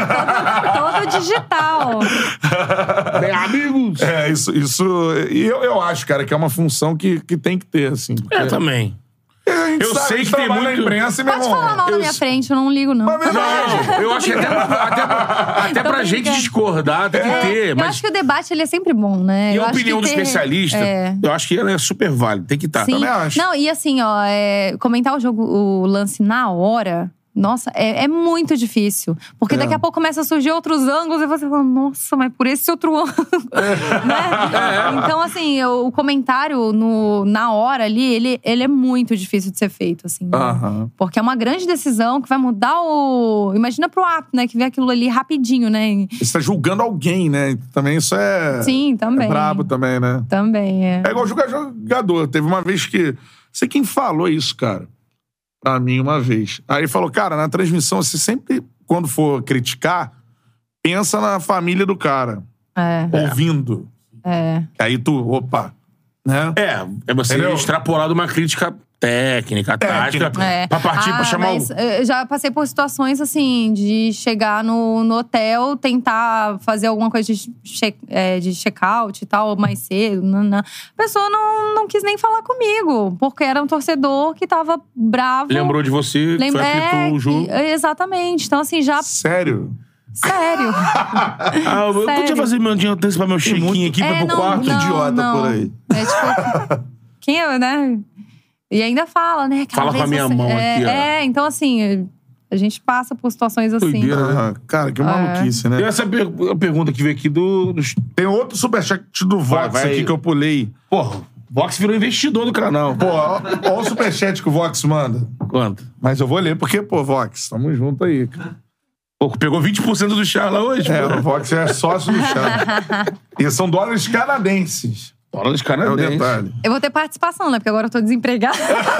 É, todo, todo digital. Bem, amigos. É, isso... isso e eu, eu acho, cara, que é uma função que, que tem que ter, assim. Porque... É, também. Eu sabe, sei que tem muito... na imprensa, meu Pode irmão. falar mal eu... na minha frente, eu não ligo, não. Mas, não, eu acho que até pra, até pra, até pra gente discordar, tem que é, ter. Mas... Eu acho que o debate ele é sempre bom, né? E eu a opinião do ter... especialista, é. eu acho que ela é super válida, tem que estar. Sim. Também acho. Não, e assim, ó, é, comentar o jogo, o lance na hora... Nossa, é, é muito difícil. Porque é. daqui a pouco começa a surgir outros ângulos e você fala, nossa, mas por esse outro ângulo. É. né? É. Então, assim, o comentário no, na hora ali, ele, ele é muito difícil de ser feito, assim. Né? Uh-huh. Porque é uma grande decisão que vai mudar o... Imagina pro ato, né? Que vê aquilo ali rapidinho, né? Você tá julgando alguém, né? Também isso é... Sim, também. É brabo também, né? Também, é. É igual julgar jogador. Teve uma vez que... Não sei quem falou isso, cara. Pra mim, uma vez. Aí ele falou, cara, na transmissão, você sempre, quando for criticar, pensa na família do cara. É. Ouvindo. É. Aí tu, opa, né? É, é você Entendeu? extrapolar de uma crítica técnica, tática, é. pra partir, ah, pra chamar mas o... Eu já passei por situações, assim, de chegar no, no hotel, tentar fazer alguma coisa de, che, é, de check-out e tal, mais cedo. Não, não. A pessoa não, não quis nem falar comigo, porque era um torcedor que tava bravo. Lembrou de você, que Lembra... foi apitou é, o jogo. Exatamente. Então, assim, já... Sério? Sério. ah, eu Sério. podia fazer meu dia pra meu check-in aqui, é, pra pro não, quarto. Não, idiota não. por aí. É tipo... Quem é, né? E ainda fala, né? Fala com a minha você... mão é, aqui, ó. É, então assim, a gente passa por situações assim. Doideira, né? Cara, que maluquice, é. né? Tem essa per pergunta que veio aqui do... Dos... Tem outro superchat do Vox vai, vai. aqui que eu pulei. Porra, Vox virou investidor do canal. Pô, olha o superchat que o Vox manda. Quanto? Mas eu vou ler, porque, pô, Vox, tamo junto aí, cara. Pô, pegou vinte por cento do Charla hoje. É, pô. o Vox é sócio do Charla. E são dólares canadenses. Dólares canadenses. É o detalhe. Eu vou ter participação, né? Porque agora eu tô desempregada.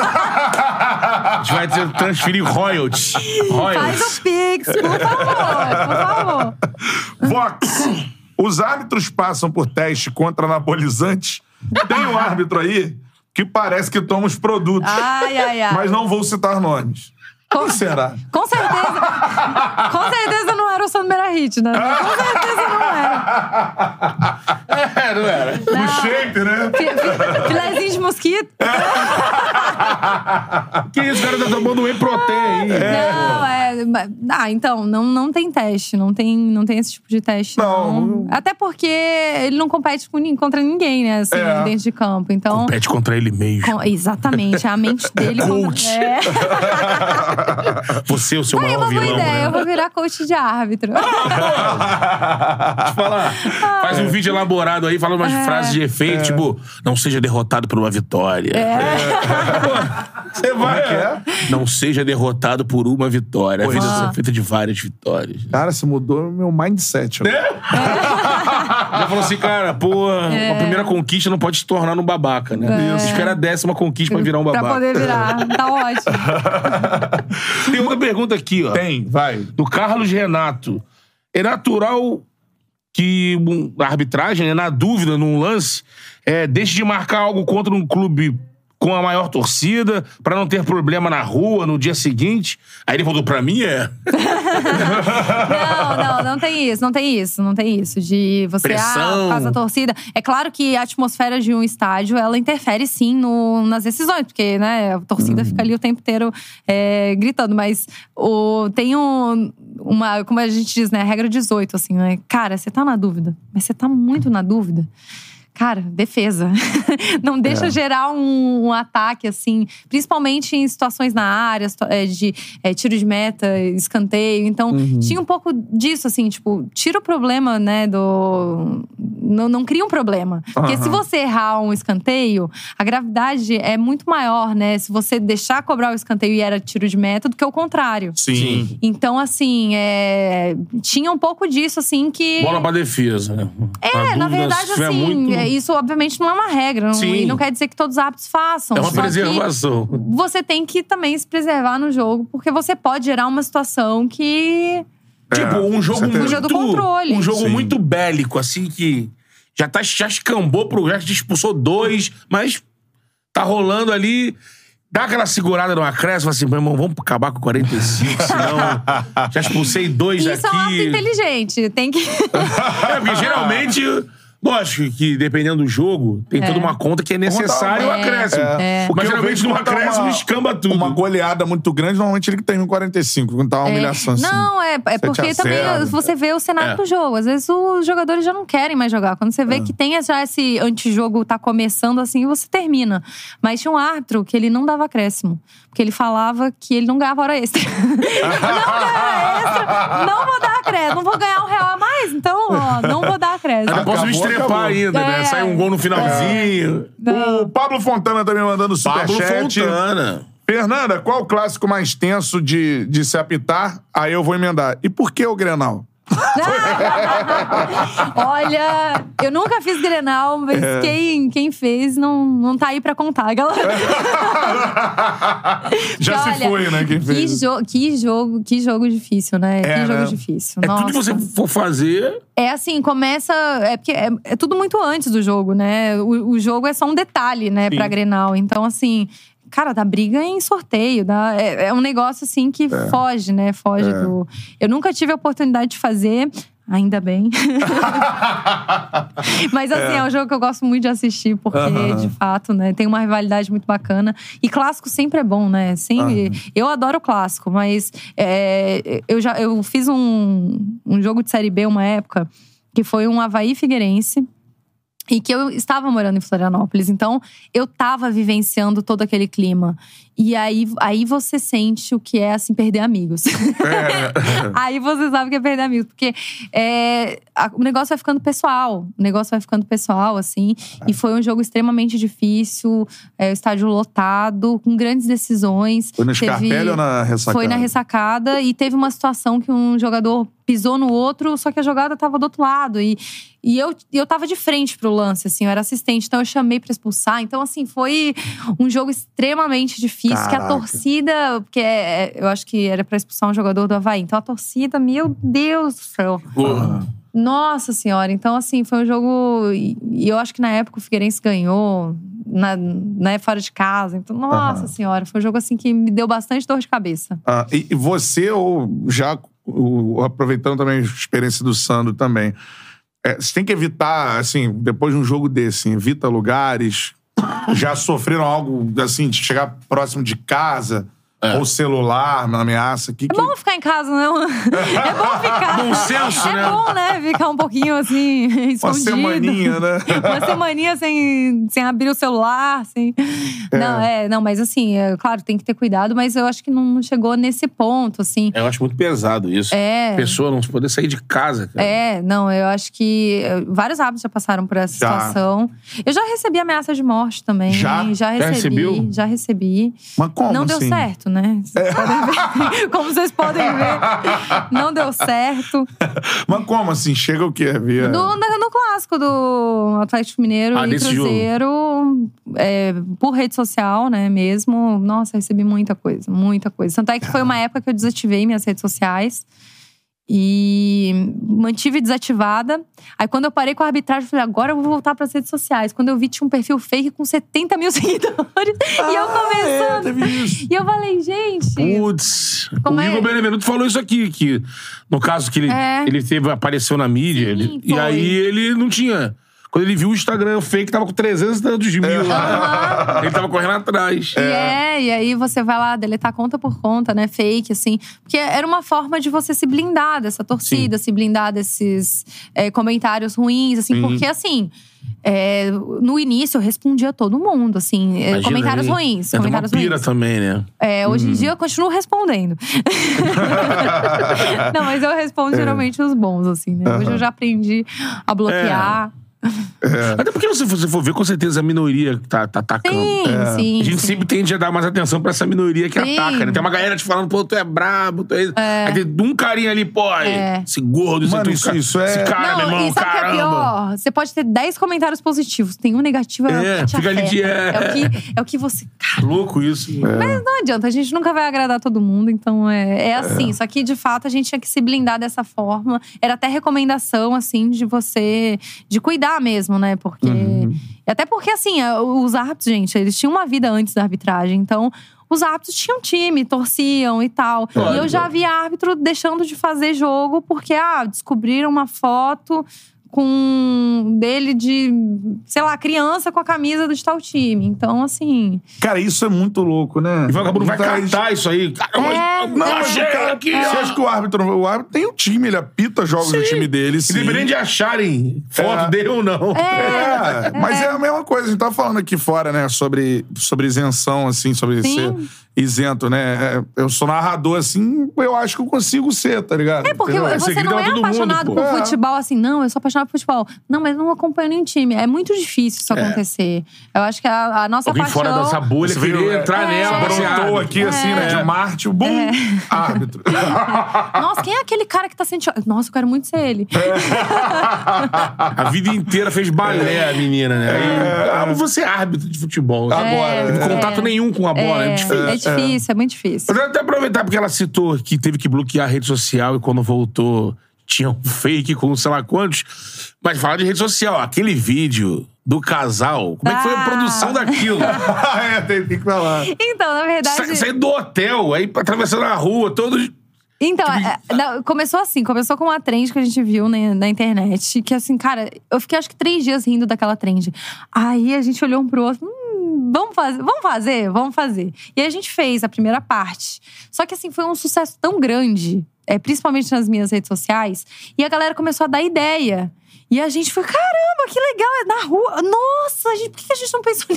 A gente vai ter, transferir royalties. royalties. Faz o Pix, por favor, por favor. Vox, os árbitros passam por teste contra anabolizantes. Tem um árbitro aí que parece que toma os produtos. Ai, ai, ai. Mas não vou citar nomes. Com, Quem será? Com certeza. Com certeza não era o Sandro Merahit, né? Com certeza não era. Sempre, né? Filézinho de mosquito. Que isso, o cara tá tomando whey protein aí. É. Não, é... Ah, então, não, não tem teste. Não tem, não tem esse tipo de teste, não. não. Até porque ele não compete com, contra ninguém, né? Assim, é. dentro de campo. Então, compete contra ele mesmo. Com, exatamente. A mente dele... Coach. Contra, é. Você é o seu Aí, maior uma vilão, boa ideia. né? Eu vou virar coach de árbitro. Deixa eu falar. Faz um vídeo elaborado aí, fala umas é. frases de efeito, é. tipo, não seja derrotado por uma vitória. É. É. Você vai. Como é que é? Não seja derrotado por uma vitória. A vida é feita de várias vitórias. Cara, você mudou meu mindset. É? É. Já falou assim, cara, pô, é. a primeira conquista não pode se tornar num babaca, né? É. Você espera a décima conquista pra virar um babaca. Pra poder virar. Tá ótimo. Tem outra pergunta aqui, ó. Tem, vai. Do Carlos Renato. É natural que a arbitragem, né, na dúvida, num lance, é, deixe de marcar algo contra um clube com a maior torcida, pra não ter problema na rua no dia seguinte. Aí ele falou, pra mim é... Não, não, não tem isso, não tem isso, não tem isso. De você, Pressão. ah, faz a torcida. É claro que a atmosfera de um estádio, ela interfere sim no, nas decisões, porque, né, a torcida uhum. fica ali o tempo inteiro é, gritando. Mas o, tem um, uma, como a gente diz, né, a regra dezoito, assim, né? Cara, você tá na dúvida, mas você tá muito na dúvida. Cara, defesa. Não deixa é. gerar um, um ataque, assim. Principalmente em situações na área, de é, tiro de meta, escanteio. Então, uhum. tinha um pouco disso, assim. Tipo, tira o problema, né, do... Não, não cria um problema. Porque uhum. se você errar um escanteio, a gravidade é muito maior, né? Se você deixar cobrar o escanteio e era tiro de meta, do que o contrário. Sim. Então, assim, é... tinha um pouco disso, assim, que... Bola pra defesa, né? É, na verdade, assim... Muito... Isso, obviamente, não é uma regra. Não, e não quer dizer que todos os árbitros façam. É uma preservação. Você tem que também se preservar no jogo, porque você pode gerar uma situação que... Tipo, um jogo muito... Fuja do controle. Um jogo Sim. muito bélico, assim, que já, tá, já escambou pro... Já expulsou dois, mas tá rolando ali... Dá aquela segurada no acréscimo, assim, meu irmão, vamos acabar com quarenta e cinco, senão já expulsei dois Isso aqui. Isso é um árbitro inteligente, tem que... É, porque geralmente... Lógico que, dependendo do jogo, tem é. toda uma conta que é necessário o acréscimo. É. Porque mas geralmente no acréscimo uma, escamba tudo. Uma goleada muito grande, normalmente ele que tem no quarenta e cinco, quando tá uma é. humilhação assim. Não, é, é porque também você vê o cenário é. do jogo. Às vezes os jogadores já não querem mais jogar. Quando você vê é. que tem já esse antijogo tá começando assim, você termina. Mas tinha um árbitro que ele não dava acréscimo. Porque ele falava que ele não ganhava hora extra. Não ganhava extra, não vou dar acréscimo. Não vou ganhar um real a mais, então, ó, não vou dar acréscimo. Eu posso me estrepar ainda, né? É. Sai um gol no finalzinho. É. O Pablo Fontana também mandando superchat. Pablo Fontana. Fernanda, qual o clássico mais tenso de, de se apitar? Aí eu vou emendar. E por que o Grenal? Olha, eu nunca fiz Grenal, mas é. quem, quem fez não, não tá aí pra contar, galera. Já Porque, se olha, foi, né, quem fez. Que, jo que, jogo, que jogo difícil, né? É, que jogo né? difícil. É Nossa. tudo que você for fazer... É assim, começa... É porque é, é tudo muito antes do jogo, né? O, o jogo é só um detalhe, né, Sim. pra Grenal. Então, assim... Cara, dá briga em sorteio. Dá, é, é um negócio, assim, que é. foge, né? Foge é. do... Eu nunca tive a oportunidade de fazer. Ainda bem. Mas, assim, é. é um jogo que eu gosto muito de assistir. Porque, uh-huh. de fato, né? Tem uma rivalidade muito bacana. E clássico sempre é bom, né? Sempre, uh-huh. Eu adoro clássico. Mas é, eu, já, eu fiz um, um jogo de Série B uma época. Que foi um Avaí Figueirense. E que eu estava morando em Florianópolis. Então, eu estava vivenciando todo aquele clima. E aí, aí você sente o que é, assim, perder amigos. É. Aí você sabe o que é perder amigos. Porque é, a, o negócio vai ficando pessoal. O negócio vai ficando pessoal, assim. É. E foi um jogo extremamente difícil. É, o estádio lotado, com grandes decisões. Foi no Scarpelli ou na ressacada? Foi na ressacada. E teve uma situação que um jogador pisou no outro, só que a jogada tava do outro lado. E, e eu, eu tava de frente pro lance, assim. Eu era assistente, então eu chamei pra expulsar. Então, assim, foi um jogo extremamente difícil. Caraca. Que a torcida... Porque é, eu acho que era pra expulsar um jogador do Avaí. Então, a torcida, meu Deus do céu. Uhum. Nossa Senhora. Então, assim, foi um jogo... E eu acho que na época o Figueirense ganhou, na, né, fora de casa. Então, nossa uhum. Senhora. Foi um jogo, assim, que me deu bastante dor de cabeça. Ah, e, e você, ou já... O, aproveitando também a experiência do Sandro também. É, você tem que evitar, assim, depois de um jogo desse, evita lugares. Já sofreram algo, assim, de chegar próximo de casa, é. ou celular, uma ameaça. Que, é bom que... ficar em casa, não? É bom ficar. Bom senso, é né? É bom, né? Ficar um pouquinho, assim, escondido. Uma semaninha, né? Uma semaninha sem, sem abrir o celular, assim. É. Não, é, não, mas assim, é, claro, tem que ter cuidado, mas eu acho que não, não chegou nesse ponto, assim. Eu acho muito pesado isso. É. Pessoa não poder sair de casa, cara. É, não, eu acho que vários hábitos já passaram por essa já. situação. Eu já recebi ameaça de morte também. Já? Já recebi. Já recebeu? Já recebi. Mas como Não assim? deu certo, né? Vocês é. podem ver. Como vocês podem ver, não deu certo. Mas como assim? Chega o quê? Via... No, no clássico do Atlético Mineiro ah, e Cruzeiro, é, por rede social, né, mesmo. Nossa, recebi muita coisa, muita coisa. Tanto é que foi uma época que eu desativei minhas redes sociais. E mantive desativada. Aí quando eu parei com a arbitragem, eu falei, agora eu vou voltar pras redes sociais. Quando eu vi, tinha um perfil fake com setenta mil seguidores. Ah, e eu começando. É, teve isso. E eu falei, gente… Putz. Como o é? Igor Benevenuto falou isso aqui, que no caso que ele, é. ele teve, apareceu na mídia, Sim, ele, e aí ele não tinha… Quando ele viu o Instagram fake, tava com trezentos e tantos mil é. lá. Uhum. Ele tava correndo atrás. E é. é, e aí você vai lá deletar conta por conta, né? Fake, assim. Porque era uma forma de você se blindar dessa torcida, Sim. se blindar desses é, comentários ruins, assim. Sim. Porque, assim… É, no início eu respondia a todo mundo, assim, Imagina comentários aí. ruins. É comentários uma pira ruins. também, né? É, hoje hum. em dia eu continuo respondendo. Não, mas eu respondo é. geralmente os bons, assim, né? Hoje eu já aprendi a bloquear. É. É. Até porque se você for ver, com certeza a minoria que tá, tá atacando. Sim, é. sim. A gente sim. sempre tende a dar mais atenção pra essa minoria que sim. ataca, né? Tem uma galera te falando, pô, tu é brabo, tu é. é. Aí tem um carinha ali, pô, é. esse gordo, Mano, esse, isso, isso é. esse cara, não, meu irmão, e sabe caramba. Que é pior? Você pode ter dez comentários positivos, tem um negativo, é, é o que te fica ali de, é. é, o que, é o que você. Cara, louco isso. É. Mas não adianta, a gente nunca vai agradar todo mundo, então é, é assim. É. Só que, de fato, a gente tinha que se blindar dessa forma. Era até recomendação, assim, de você… De cuidar mesmo, né? Porque… Uhum. Até porque, assim, os árbitros, gente, eles tinham uma vida antes da arbitragem. Então, os árbitros tinham time, torciam e tal. Claro, e eu já vi árbitro deixando de fazer jogo porque, ah, descobriram uma foto… com dele de, sei lá, criança com a camisa do tal time. Então, assim… Cara, isso é muito louco, né? E o vagabundo vai catar isso aí. Cara, é, não, é, achei é, aqui. é. Você acha que o árbitro… O árbitro tem um time, ele apita jogos sim. do time dele, sim. Independente de acharem foto é. dele ou não. É, é, mas é. é a mesma coisa. A gente tá falando aqui fora, né, sobre, sobre isenção, assim, sobre sim. ser isento, né? Eu sou narrador, assim, eu acho que eu consigo ser, tá ligado? É, porque Entendeu? você não é apaixonado mundo, por é. futebol, assim, não, eu sou apaixonado por futebol. Não, mas não acompanho nenhum time. É muito difícil isso é. acontecer. Eu acho que a, a nossa Alguém paixão… fora dessa bolha, você queria viu, entrar é, nela. Brotou aqui, assim, né? De Marte, o bum, é. árbitro. Nossa, quem é aquele cara que tá sentindo… Nossa, eu quero muito ser ele. É. A vida inteira fez balé, a menina, né? É. Ah, vou ser árbitro de futebol. Agora. Não teve contato nenhum com a bola. É, é difícil. É difícil, é, é muito difícil. Eu vou até aproveitar porque ela citou que teve que bloquear a rede social e quando voltou tinha um fake com sei lá quantos. Mas falar de rede social, aquele vídeo do casal, como ah. é que foi a produção daquilo? É, tem que falar. Então, na verdade… Sair do hotel, aí atravessando a rua, todos… Então, tipo... é, começou assim, começou com uma trend que a gente viu na, na internet, que assim, cara, eu fiquei acho que três dias rindo daquela trend. Aí a gente olhou um pro outro, hum, vamos fazer, vamos fazer, vamos fazer. E aí a gente fez a primeira parte. Só que assim, foi um sucesso tão grande, é, principalmente nas minhas redes sociais, e a galera começou a dar ideia. E a gente foi, caramba, que legal, é na rua. Nossa, gente, por que a gente não pensou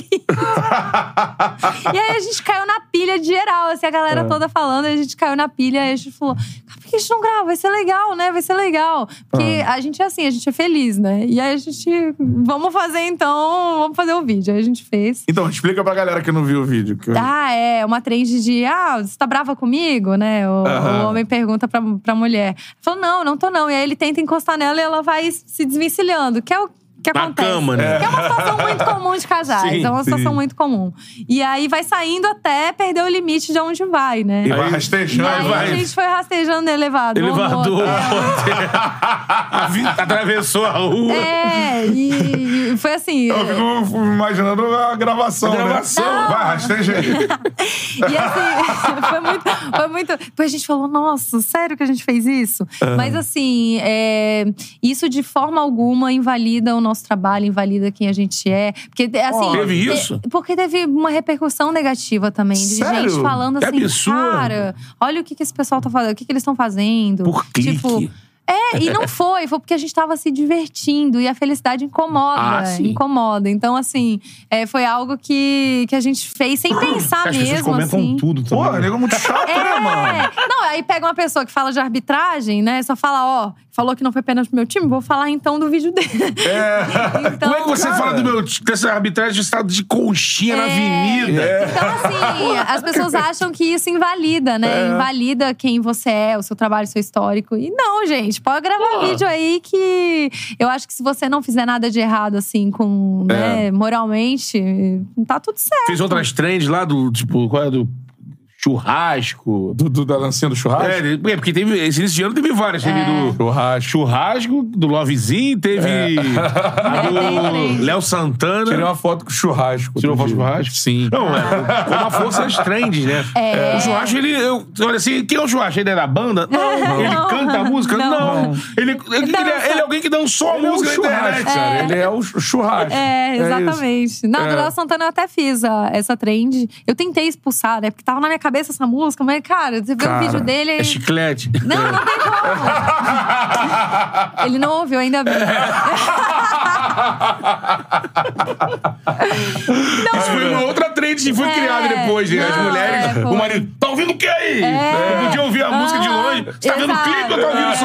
nisso? E aí a gente caiu na pilha de geral, assim, a galera é. toda falando, a gente caiu na pilha, e a gente falou, por que a gente não grava? Vai ser legal, né? Vai ser legal. Porque ah. a gente é assim, a gente é feliz, né? E aí a gente, vamos fazer então, vamos fazer o vídeo. Aí a gente fez. Então, explica pra galera que não viu o vídeo. Que eu... Ah, é, uma trend de, ah, você tá brava comigo, né? O, uh-huh. o homem pergunta pra, pra mulher. Falou, não, não tô não. E aí ele tenta encostar nela e ela vai se desvencilhando. Que é o que Na acontece. Cama, né? Que é uma situação muito comum de casais. Sim, é uma situação sim. muito comum. E aí vai saindo até perder o limite de onde vai, né? E vai rastejando. E aí vai. a gente foi rastejando no elevador. Elevador. A vida atravessou a rua. É, e, foi assim... Eu fico imaginando a gravação, a gravação. Né? Vai, rasteja aí. E assim, foi muito... Foi muito... Depois a gente falou, nossa, sério que a gente fez isso? Uhum. Mas assim, é, isso de forma alguma invalida o nosso trabalho, invalida quem a gente é. Porque, assim... Oh, teve isso? Porque teve uma repercussão negativa também. De Sério? gente falando que assim, absurdo. cara, olha o que, que esse pessoal tá fazendo, o que, que eles estão fazendo. Por clique. Tipo, é, e não foi, foi porque a gente tava se divertindo e a felicidade incomoda, ah, sim. incomoda. Então, assim, é, foi algo que, que a gente fez sem pensar As mesmo. As pessoas comentam assim. tudo também. Pô, nego muito chato, é, né, mano? Não, aí pega uma pessoa que fala de arbitragem, né, só fala, ó, falou que não foi pênalti pro meu time, vou falar então do vídeo dele. É. Então, como é que você cara, fala do meu dessa arbitragem de estado de conchinha é, na avenida? É. Então, assim, as pessoas acham que isso invalida, né? É. Invalida quem você é, o seu trabalho, o seu histórico. E não, gente, pode gravar Pô. vídeo aí que eu acho que se você não fizer nada de errado, assim, com, é. né, moralmente, tá tudo certo. Fez outras trends lá do, tipo, qual é do churrasco. Do, do, da lancinha do churrasco? É, porque teve, esse início de ano teve várias. Teve É. do churrasco, churrasco do Lovezinho, teve É. a do Léo Santana. Tirei uma foto com o churrasco. Tirou uma foto com o churrasco? Sim. Não, é com uma força das trends, né? É. O churrasco, ele… Eu, olha assim, quem é o churrasco? Ele é da banda? Não. Não. Ele canta a música? Não. Não. Ele, ele, ele, é, ele é alguém que dançou a Ele música é o na churrasco, internet. cara. Ele é o churrasco. É, exatamente. isso. Não, É. do Léo Santana eu até fiz a, essa trend. Eu tentei expulsar, né? Porque tava na minha cabeça essa música. Mas, cara, você vê o vídeo dele… É chiclete. Não, não tem como. Ele não ouviu, ainda bem. Não, isso foi uma outra trend que foi É, criada depois, né? As não, mulheres, é, o marido, tá ouvindo o que aí? É. Não podia ouvir a música de longe. Você tá vendo o Exato. clipe ou tá ouvindo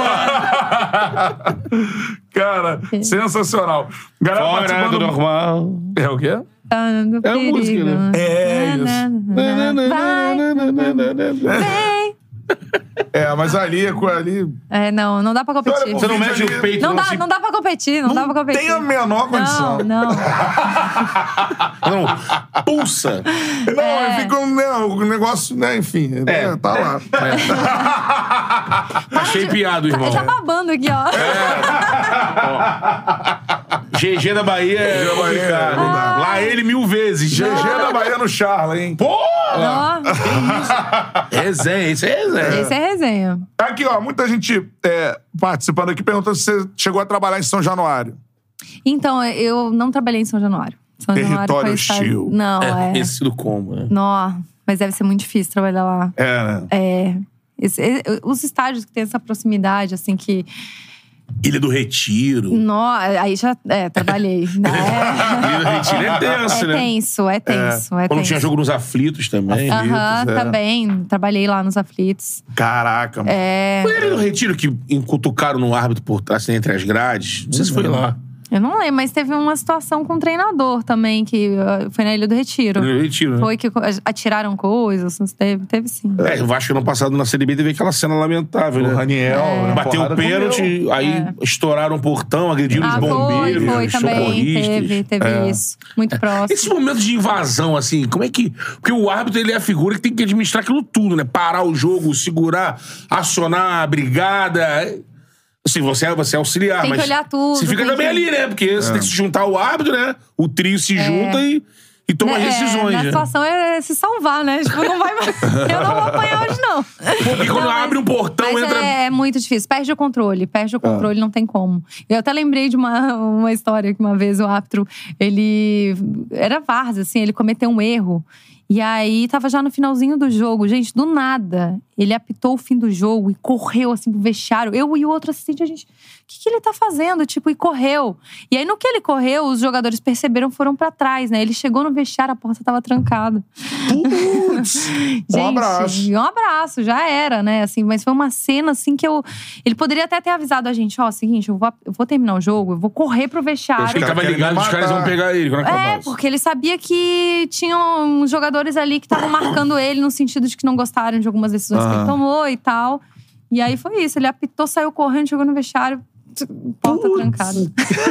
só? Cara, sensacional. Galera Fora participando do normal. É o quê? É a música, né? É isso. Vai, vem. É, mas ali, ali… É, não, não dá pra competir. Olha, Você não mexe o peito, Não não dá, se- não dá pra competir, não, dá pra competir. tem a menor condição. Não, não. Não, pulsa. Não, É. fica um, né, um negócio, né, enfim, É. né, tá lá. Tá shapeado, irmão. Já babando aqui, ó. G G da Bahia é G G da Bahia, complicado. não dá. Lá ele mil vezes. G G da Bahia no Charla, hein? Pô! Ó, Resenha, isso é resenha. esse é resenha. Aqui, ó, muita gente é, participando aqui perguntando se você chegou a trabalhar em São Januário. Então, eu não trabalhei em São Januário. São Januário Território foi estado- hostil. Não, É, é. conhecido como, né? Nó, mas deve ser muito difícil trabalhar lá. É, né? É. Esse- e- os estádios que tem essa proximidade, assim, que… Ilha do Retiro. Nó, aí já… É, trabalhei. né? Ilha do Retiro é tenso, É né? tenso, é tenso, é, Quando tenso. tinha jogo nos Aflitos também. Aham, é. também. Trabalhei lá nos Aflitos. Caraca, mano. É… Foi ali no Retiro que encutucaram no árbitro por trás, assim, entre as grades? Não sei se foi lá. Eu não lembro, mas teve uma situação com o treinador também, que uh, foi na Ilha do Retiro. No Retiro, né? Foi que co- atiraram coisas, teve, teve sim. É, o Vasco ano passado na Série B teve aquela cena lamentável, O né? Raniel, né, Bateu o porrada pênalti, comeu. aí É. estouraram o portão, agrediram Ah, os bombeiros, foi, foi os também. socorristas. Teve, teve É. isso. Muito próximo. Esse momento de invasão, assim, como é que… Porque o árbitro, ele é a figura que tem que administrar aquilo tudo, né? Parar o jogo, segurar, acionar a brigada… Assim, você é, você é auxiliar, Tem que mas… olhar tudo, Você fica tem também que- ali, né? Porque você tem que se juntar ao árbitro, né? O trio se junta e, e toma É, decisões, Na né? situação é se salvar, né? Tipo, não vai. Eu não vou apanhar hoje, não. Porque quando Não, mas- abre um portão, mas entra… É, é muito difícil. Perde o controle. Perde o controle, não tem como. Eu até lembrei de uma, uma história que uma vez o árbitro, ele… Era várzea, assim, ele cometeu um erro. E aí, tava já no finalzinho do jogo. Gente, do nada, ele apitou o fim do jogo e correu, assim, pro vestiário. Eu e o outro assistente, a gente… O que, que ele tá fazendo? Tipo, e correu. E aí, no que ele correu, os jogadores perceberam, foram pra trás, né? Ele chegou no vestiário, a porta tava trancada. Putz! Gente, Um abraço. um abraço, já era, né? Assim, mas foi uma cena assim que eu. Ele poderia até ter avisado a gente: ó, seguinte, eu vou, eu vou terminar o jogo, eu vou correr pro vestiário. Acho que ele tava querem ligado, me os caras matar. vão pegar ele quando É, acabasse. porque ele sabia que tinham uns jogadores ali que estavam marcando ele no sentido de que não gostaram de algumas decisões que ele Aham. tomou e tal. E aí foi isso. Ele apitou, saiu correndo, chegou no vestiário, porta trancada.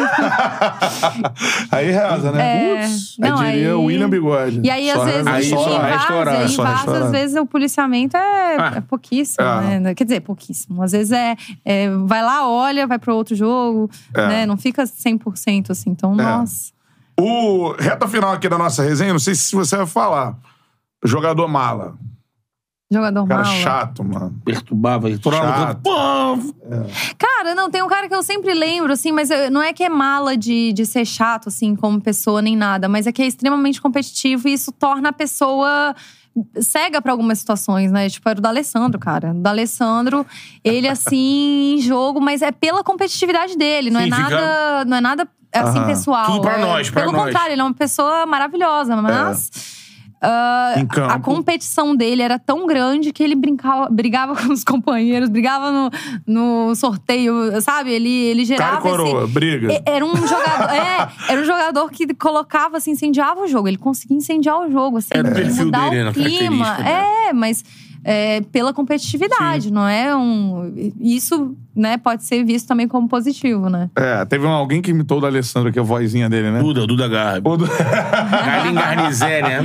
Aí reza, né? É, Putz, não, aí diria aí- William Bigode. E aí, às Só vezes, reza, aí em só só reza. restaurar, Várzea, em só Várzea, restaurar. às vezes, o policiamento é, Ah. é pouquíssimo, É. né? Quer dizer, pouquíssimo. Às vezes é, é... Vai lá, olha, vai pro outro jogo, É. né? Não fica cem por cento, assim. Então, nossa... O reta final aqui da nossa resenha, não sei se você vai falar. Jogador mala. Jogador Cara mala. chato, mano. Perturbava. Chato. Pô, Cara, não, tem um cara que eu sempre lembro, assim, mas eu- não é que é mala de, de ser chato, assim, como pessoa, nem nada. Mas é que é extremamente competitivo e isso torna a pessoa cega pra algumas situações, né? Tipo, era o D'Alessandro, cara. O D'Alessandro, ele, assim, em jogo, mas é pela competitividade dele. Não Sim, é fica- nada, não é nada assim, Aham. pessoal. Tudo pra É- nós, pra Pelo nós. contrário, ele é uma pessoa maravilhosa, mas… ah, Em campo. a competição dele era tão grande que ele brincava, brigava com os companheiros, brigava no, no sorteio, sabe? Ele, ele Cara gerava e coroa, esse… briga. É- Era um jogador, é, era um jogador que colocava, assim, incendiava o jogo. Ele conseguia incendiar o jogo, assim, É do perfil mudar dele, o né? clima. Característica, né? É, mas é, pela competitividade, não é um… Isso, né, pode ser visto também como positivo, né? É, teve um- alguém que imitou o D'Alessandro, que é a vozinha dele, né? Duda, Duda Garbi. O do- Galinha Garnizé, né?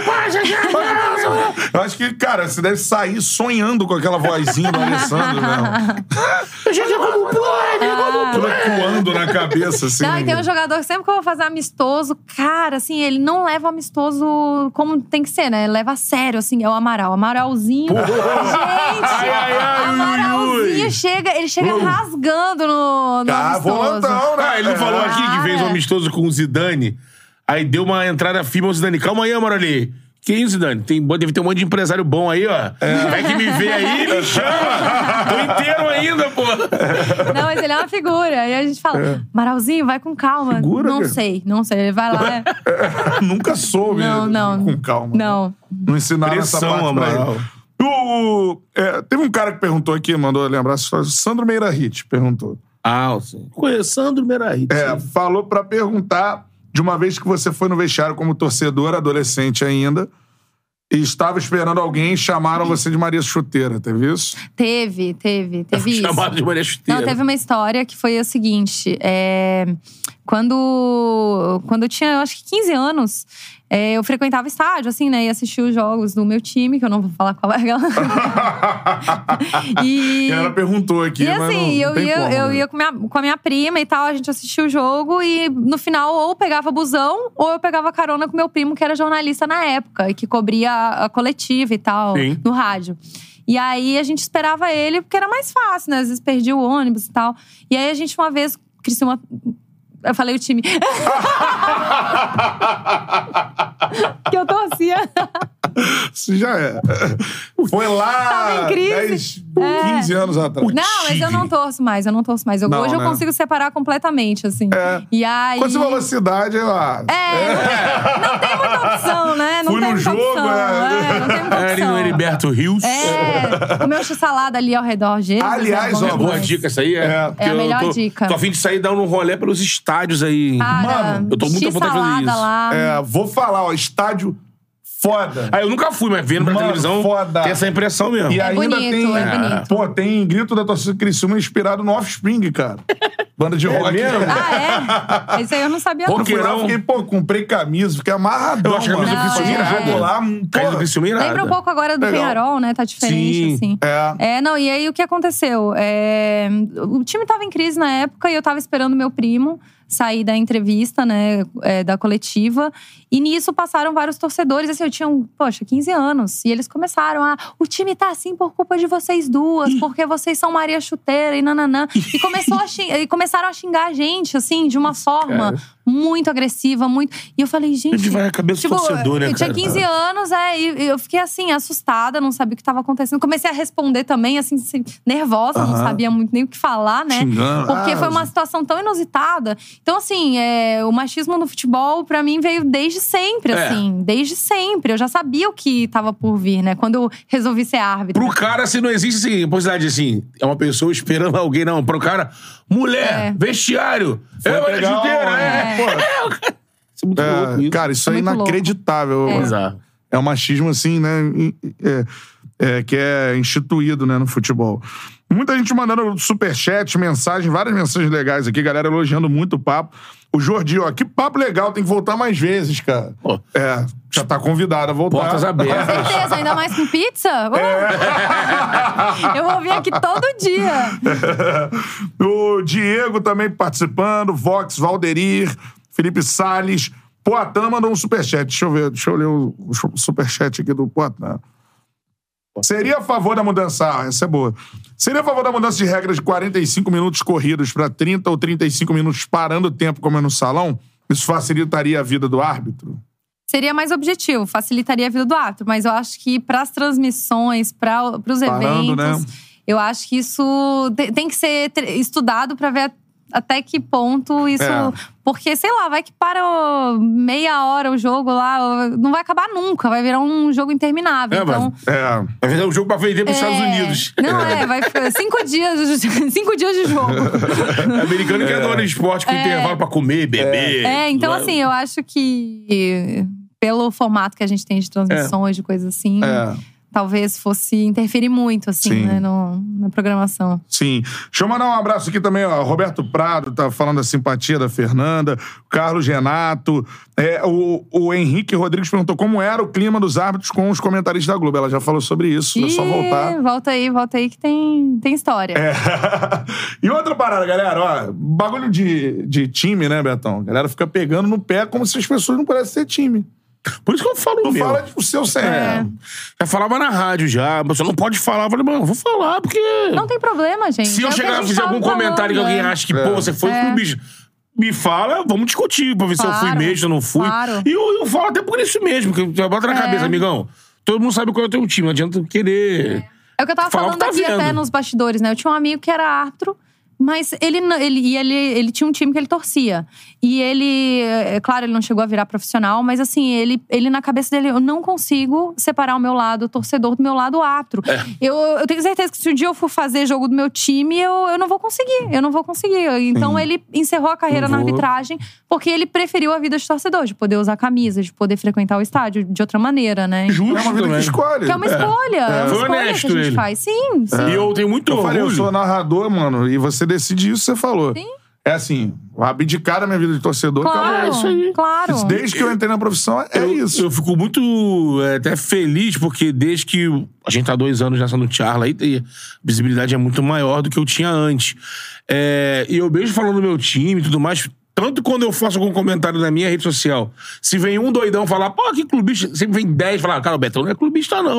Eu acho que, cara, você deve sair sonhando com aquela vozinha do Alessandro, né? Tudo ecoando na cabeça, assim. Não, e tem um jogador que sempre que eu vou fazer amistoso, cara, assim, ele não leva o amistoso como tem que ser, né? Leva a sério, assim, é o Amaral. Amaralzinho. Gente! Ai, ai, ai, Amaralzinho ui, ui. chega, ele chega rasgando no, no Ah, amistoso. volantão, né? Ah, ele não falou aqui que fez um Cara. amistoso com o Zidane. Aí deu uma entrada firme ao Zidane. Calma aí, Amarali. Que isso, Zidane? Tem, deve ter um monte de empresário bom aí, ó. Vai que me vê aí, me chama. Tô inteiro ainda, pô. Não, mas ele é uma figura. E a gente fala, Amaralzinho, vai com calma. Figura, não cara? sei, não sei. Ele vai lá. Nunca soube. Não, não. Com calma. Não. Não ensinaram essa Pressão, parte pra Amaral. ele. O, é, teve um cara que perguntou aqui, mandou lembrar, Sandro Meira Hit perguntou. Ah, sim. Conheço Sandro Merai. É, falou pra perguntar de uma vez que você foi no vestiário como torcedor, adolescente ainda, e estava esperando alguém e chamaram você de Maria Chuteira, teve isso? Teve, teve, teve isso. Chamado de Maria Chuteira. Não, teve uma história que foi o seguinte. É, quando, quando eu tinha, eu acho que quinze anos, é, eu frequentava estádio, assim, né? E assistia os jogos do meu time, que eu não vou falar qual é aquela. e, E ela perguntou aqui, e mas assim, não, não eu, tem ia, como, eu né? ia com, minha, com a minha prima e tal, a gente assistia o jogo e no final ou eu pegava busão ou eu pegava carona com meu primo, que era jornalista na época e que cobria a, a coletiva e tal, Sim. no rádio. E aí a gente esperava ele, porque era mais fácil, né? Às vezes perdia o ônibus e tal. E aí a gente, uma vez, Criciúma. Eu falei o time. que eu torcia. Isso já é. Foi lá Tava em crise. dez, É. quinze anos atrás. Não, mas eu não torço mais, eu não torço mais. Eu- Não, hoje eu né? consigo separar completamente, assim. É. E aí. Quando você falou cidade, eu ah, É, não tem muita opção, né? Não Fui tem no muita jogo, opção. é. É, não tem muita É ali no opção. Heriberto Rios. É, comer x-salada ali ao redor, Jesus. Aliás, é bom ó, É boa demais. dica essa aí, é. É. Porque É a eu melhor tô, dica. Tô a fim de sair dar um rolê pelos estádios aí. Cara, Mano, eu tô muito à vontade de fazer x-salada isso. lá. é, vou falar, ó, estádio foda. Ah, eu nunca fui, mas vendo pra Mano, televisão foda. tem essa impressão mesmo. E É ainda bonito, tem, é bonito. Pô, tem grito da torcida Criciúma inspirado no Offspring, cara. Banda de rock. mesmo? Ah, é? Esse aí eu não sabia. não. Eu fui lá, Roqueirão. fiquei, pô, comprei camisa, fiquei amarradão. Eu acho que a camisa mano. do Criciúma Não, irada. Chegou lá, Camisa pô, do Criciúma irada. Lembra um pouco agora do Legal. Penharol, né? Tá diferente, Sim. assim. É. É, não, e aí o que aconteceu? É, o time tava em crise na época e eu tava esperando meu primo sair da entrevista, né, é, da coletiva. E nisso passaram vários torcedores, assim, eu tinha, um, poxa, quinze anos. E eles começaram a, o time tá assim por culpa de vocês duas, porque vocês são Maria Chuteira e nananã. E, começou a xing- e começaram a xingar a gente, assim, de uma forma cara. muito agressiva, muito… E eu falei, gente… Onde vai a cabeça do torcedor, né, eu tinha cara? quinze anos, é, e e eu fiquei assim, assustada, não sabia o que estava acontecendo. Comecei a responder também, assim, assim, nervosa, não Aham. sabia muito nem o que falar, né? Xingando. Porque Ah, foi uma gente. situação tão inusitada. Então, assim, é, o machismo no futebol, pra mim, veio desde sempre, É. assim. Desde sempre. Eu já sabia o que estava por vir, né? Quando eu resolvi ser árbitra. Pro cara, assim, não existe assim, possibilidade assim, é uma pessoa esperando alguém, não. Pro cara, mulher, É. vestiário, Foi é Maria pegar Chuteira, uma- é. Pô, Isso é muito louco, É, isso. cara, isso é, É muito louco. inacreditável. É. Bizarro. é um machismo assim, né? É. é, que é instituído, né, no futebol. Muita gente mandando superchat, mensagem, várias mensagens legais aqui, galera elogiando muito o papo. O Jordi, ó, que papo legal, tem que voltar mais vezes, cara. Pô. É, já tá convidado a voltar. Portas abertas. Com certeza, ainda mais com pizza. É. Eu vou vir aqui todo dia. O Diego também participando, Vox, Valderir, Felipe Salles. Poatan mandou um superchat. Deixa eu ver, deixa eu ler o, o superchat aqui do Poatan. Seria a favor da mudança... Ah, essa é boa. Seria a favor da mudança de regra de quarenta e cinco minutos corridos para trinta ou trinta e cinco minutos parando o tempo, como é no salão? Isso facilitaria a vida do árbitro? Seria mais objetivo, facilitaria a vida do árbitro. Mas eu acho que para as transmissões, para os eventos... Né? Eu acho que isso tem que ser estudado para ver até que ponto isso... É. Porque, sei lá, vai que para meia hora o jogo lá, não vai acabar nunca, vai virar um jogo interminável. É, então, mas, é. Vai virar um jogo pra vender pros é, Estados Unidos. Não, é, vai ficar cinco dias, cinco dias de jogo. É americano é. que adora esporte com é. intervalo pra comer, beber. É, então assim, eu acho que pelo formato que a gente tem de transmissões, é. de coisas assim… É. Talvez fosse interferir muito, assim, né, no, na programação. Sim. Deixa eu mandar um abraço aqui também, ó. Roberto Prado tá falando da simpatia da Fernanda. Carlos Renato. É, o, o Henrique Rodrigues perguntou como era o clima dos árbitros com os comentaristas da Globo. Ela já falou sobre isso, é só voltar. Volta aí, volta aí que tem, tem história. É. E outra parada, galera, ó. Bagulho de, de time, né, Betão? A galera fica pegando no pé como se as pessoas não pudessem ter time. Por isso que eu falo tu meu. fala o seu certo. É. Já falava na rádio já. Você não pode falar. Eu falei, mano, vou falar, porque... Não tem problema, gente. Se eu é chegar e fizer algum comentário que alguém acha que, é. pô, você foi é. clubista, me fala, vamos discutir pra ver claro. se eu fui mesmo, se eu não fui. Claro. E eu, eu falo até por isso mesmo, que já bota na é. cabeça, amigão. Todo mundo sabe qual é o teu time, não adianta querer... É, é o que eu tava falando tá aqui vendo. até nos bastidores, né? Eu tinha um amigo que era árbitro, mas ele, ele, ele, ele tinha um time que ele torcia. E ele, é claro, ele não chegou a virar profissional, mas assim, ele, ele na cabeça dele, eu não consigo separar o meu lado torcedor do meu lado árbitro. É. Eu, eu tenho certeza que se um dia eu for fazer jogo do meu time, eu, eu não vou conseguir. Eu não vou conseguir. Então Sim. ele encerrou a carreira na arbitragem porque ele preferiu a vida de torcedor, de poder usar camisa, de poder frequentar o estádio de outra maneira, né? Justo, é uma vida que escolhe. Que é uma escolha. É, é uma Foi escolha honesto que a gente ele. faz. Sim, sim. E eu tenho muito eu orgulho. Falei, eu sou narrador, mano, e você decide isso, você falou. Sim. É assim, abdicar da minha vida de torcedor, claro, acabou. É isso aí. Claro. Desde que eu entrei na profissão, é eu, isso. Eu fico muito é, até feliz, porque desde que a gente tá há dois anos nessa no Charla, aí a visibilidade é muito maior do que eu tinha antes. É, e eu mesmo falando do meu time e tudo mais, tanto quando eu faço algum comentário na minha rede social, se vem um doidão falar, pô, que clubista, sempre vem dez falar, cara, o Betão não é clubista não.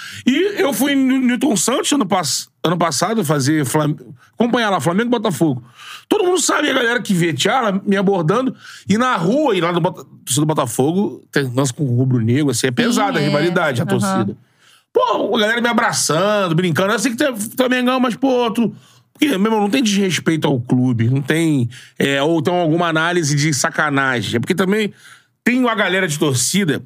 E eu fui no Newton Santos ano, pass ano passado fazer, Flam acompanhar lá, Flamengo e Botafogo. Todo mundo sabe, a galera que vê Tiara me abordando, e na rua, e lá no Bota torcida do Botafogo, tem lance com o rubro-negro, assim, é pesada Sim, é. a rivalidade, a uhum. torcida. Pô, a galera me abraçando, brincando, eu sei que tem também ganhou, mas pô, tu... Porque, meu irmão, não tem desrespeito ao clube, não tem... É, ou tem alguma análise de sacanagem. É porque também tem uma galera de torcida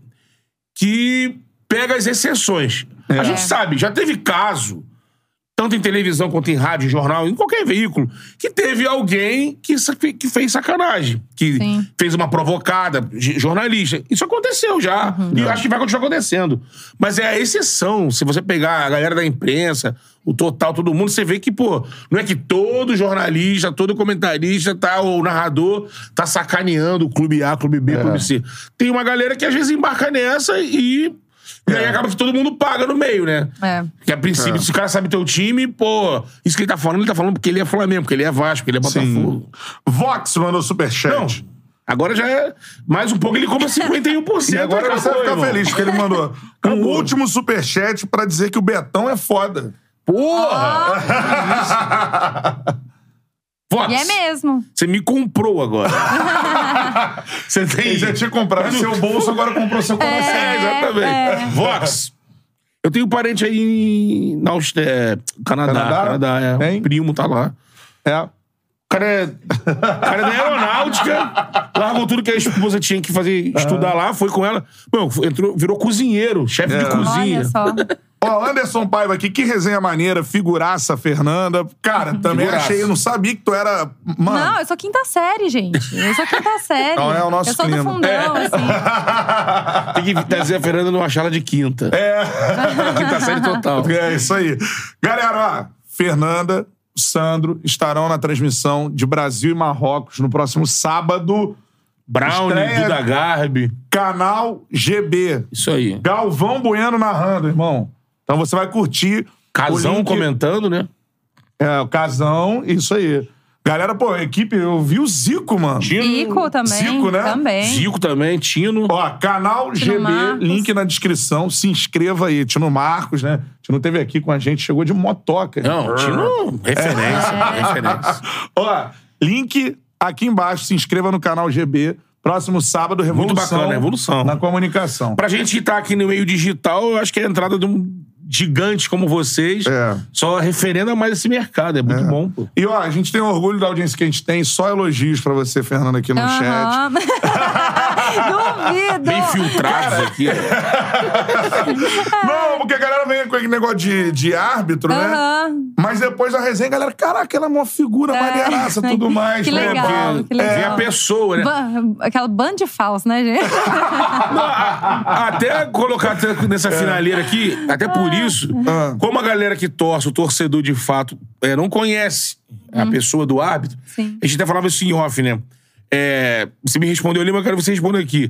que pega as exceções. É. A gente sabe, já teve caso, tanto em televisão quanto em rádio, jornal, em qualquer veículo, que teve alguém que, que fez sacanagem, que Sim. fez uma provocada, jornalista. Isso aconteceu já. Uhum. E eu acho que vai continuar acontecendo. Mas é a exceção. Se você pegar a galera da imprensa, o Total, todo mundo, você vê que, pô, não é que todo jornalista, todo comentarista, tá, ou narrador, tá sacaneando o clube A, clube B, é. clube C. Tem uma galera que às vezes embarca nessa e... E aí é. acaba que todo mundo paga no meio, né? É. Porque a princípio, é. se o cara sabe teu time, pô, isso que ele tá falando, ele tá falando porque ele é Flamengo, porque ele é Vasco, porque ele é Botafogo. Sim. Vox mandou superchat. Não, agora já é... Mais um pouco ele compra cinquenta e um por cento. E agora acabou, você vai ficar irmão. feliz, porque ele mandou um último superchat pra dizer que o Betão é foda. Porra! Ah. Vox, e é mesmo. Você me comprou agora. Você tem... Ele já tinha comprado seu bolso, agora comprou seu coração. É, exatamente. É. Vox, eu tenho um parente aí na Austrália, Canadá. Canadá, Canadá é. Tem? Primo tá lá. É. O cara é, o cara é da aeronáutica, largou tudo que a esposa tinha que fazer, estudar uhum. lá, foi com ela. Mano, entrou, virou cozinheiro, chefe é. de cozinha. Olha só. Ó, Anderson Paiva aqui, que resenha maneira, figuraça, Fernanda. Cara, também Figuraça. achei, eu não sabia que tu era... Mano, Não, eu sou quinta série, gente. Eu sou quinta série. Não, é o nosso eu sou clima. do fundão, assim. Tem que trazer a Fernanda numa chala de quinta. É. Quinta série total. É isso aí. Galera, ó, Fernanda, Sandro estarão na transmissão de Brasil e Marrocos no próximo sábado. Brownie, Estreia- Duda Garbi. Canal G B. Isso aí. Galvão Bueno narrando, irmão. Então você vai curtir. Casão o link- comentando, né? É, o Casão, isso aí. Galera, pô, equipe, eu vi o Zico, mano. Zico também. Zico, né? Também. Zico também, Tino. Ó, canal G B, Marcos. link na descrição. Se inscreva aí. Tino Marcos, né? Tino teve aqui com a gente, chegou de motoca. Não, Tino, referência, É. referência. Ó, link aqui embaixo. Se inscreva no canal G B. Próximo sábado, Revolução. Muito bacana, Revolução. Na comunicação. Pra gente que tá aqui no meio digital, eu acho que é a entrada de um gigante como vocês É. só referenda mais esse mercado. É muito bom, pô. E ó, a gente tem orgulho da audiência que a gente tem. Só elogios pra você, Fernanda, aqui no chat. Aham. Duvido. Bem filtrados aqui. Não, porque a galera vem com aquele negócio de, de árbitro, né? Aham. Mas depois da resenha, a galera, caraca, ela é uma figura É. maneiraça, tudo mais. Que né? legal, Porque- que legal. Vem a pessoa, né? Ba- Aquela band de falso, né, gente? Até colocar até nessa finaleira aqui, até por isso, Ah. como a galera que torce, o torcedor de fato, é, não conhece a pessoa do árbitro, Sim. a gente até falava isso em off, né? É, você me respondeu ali, mas eu quero que você responda aqui.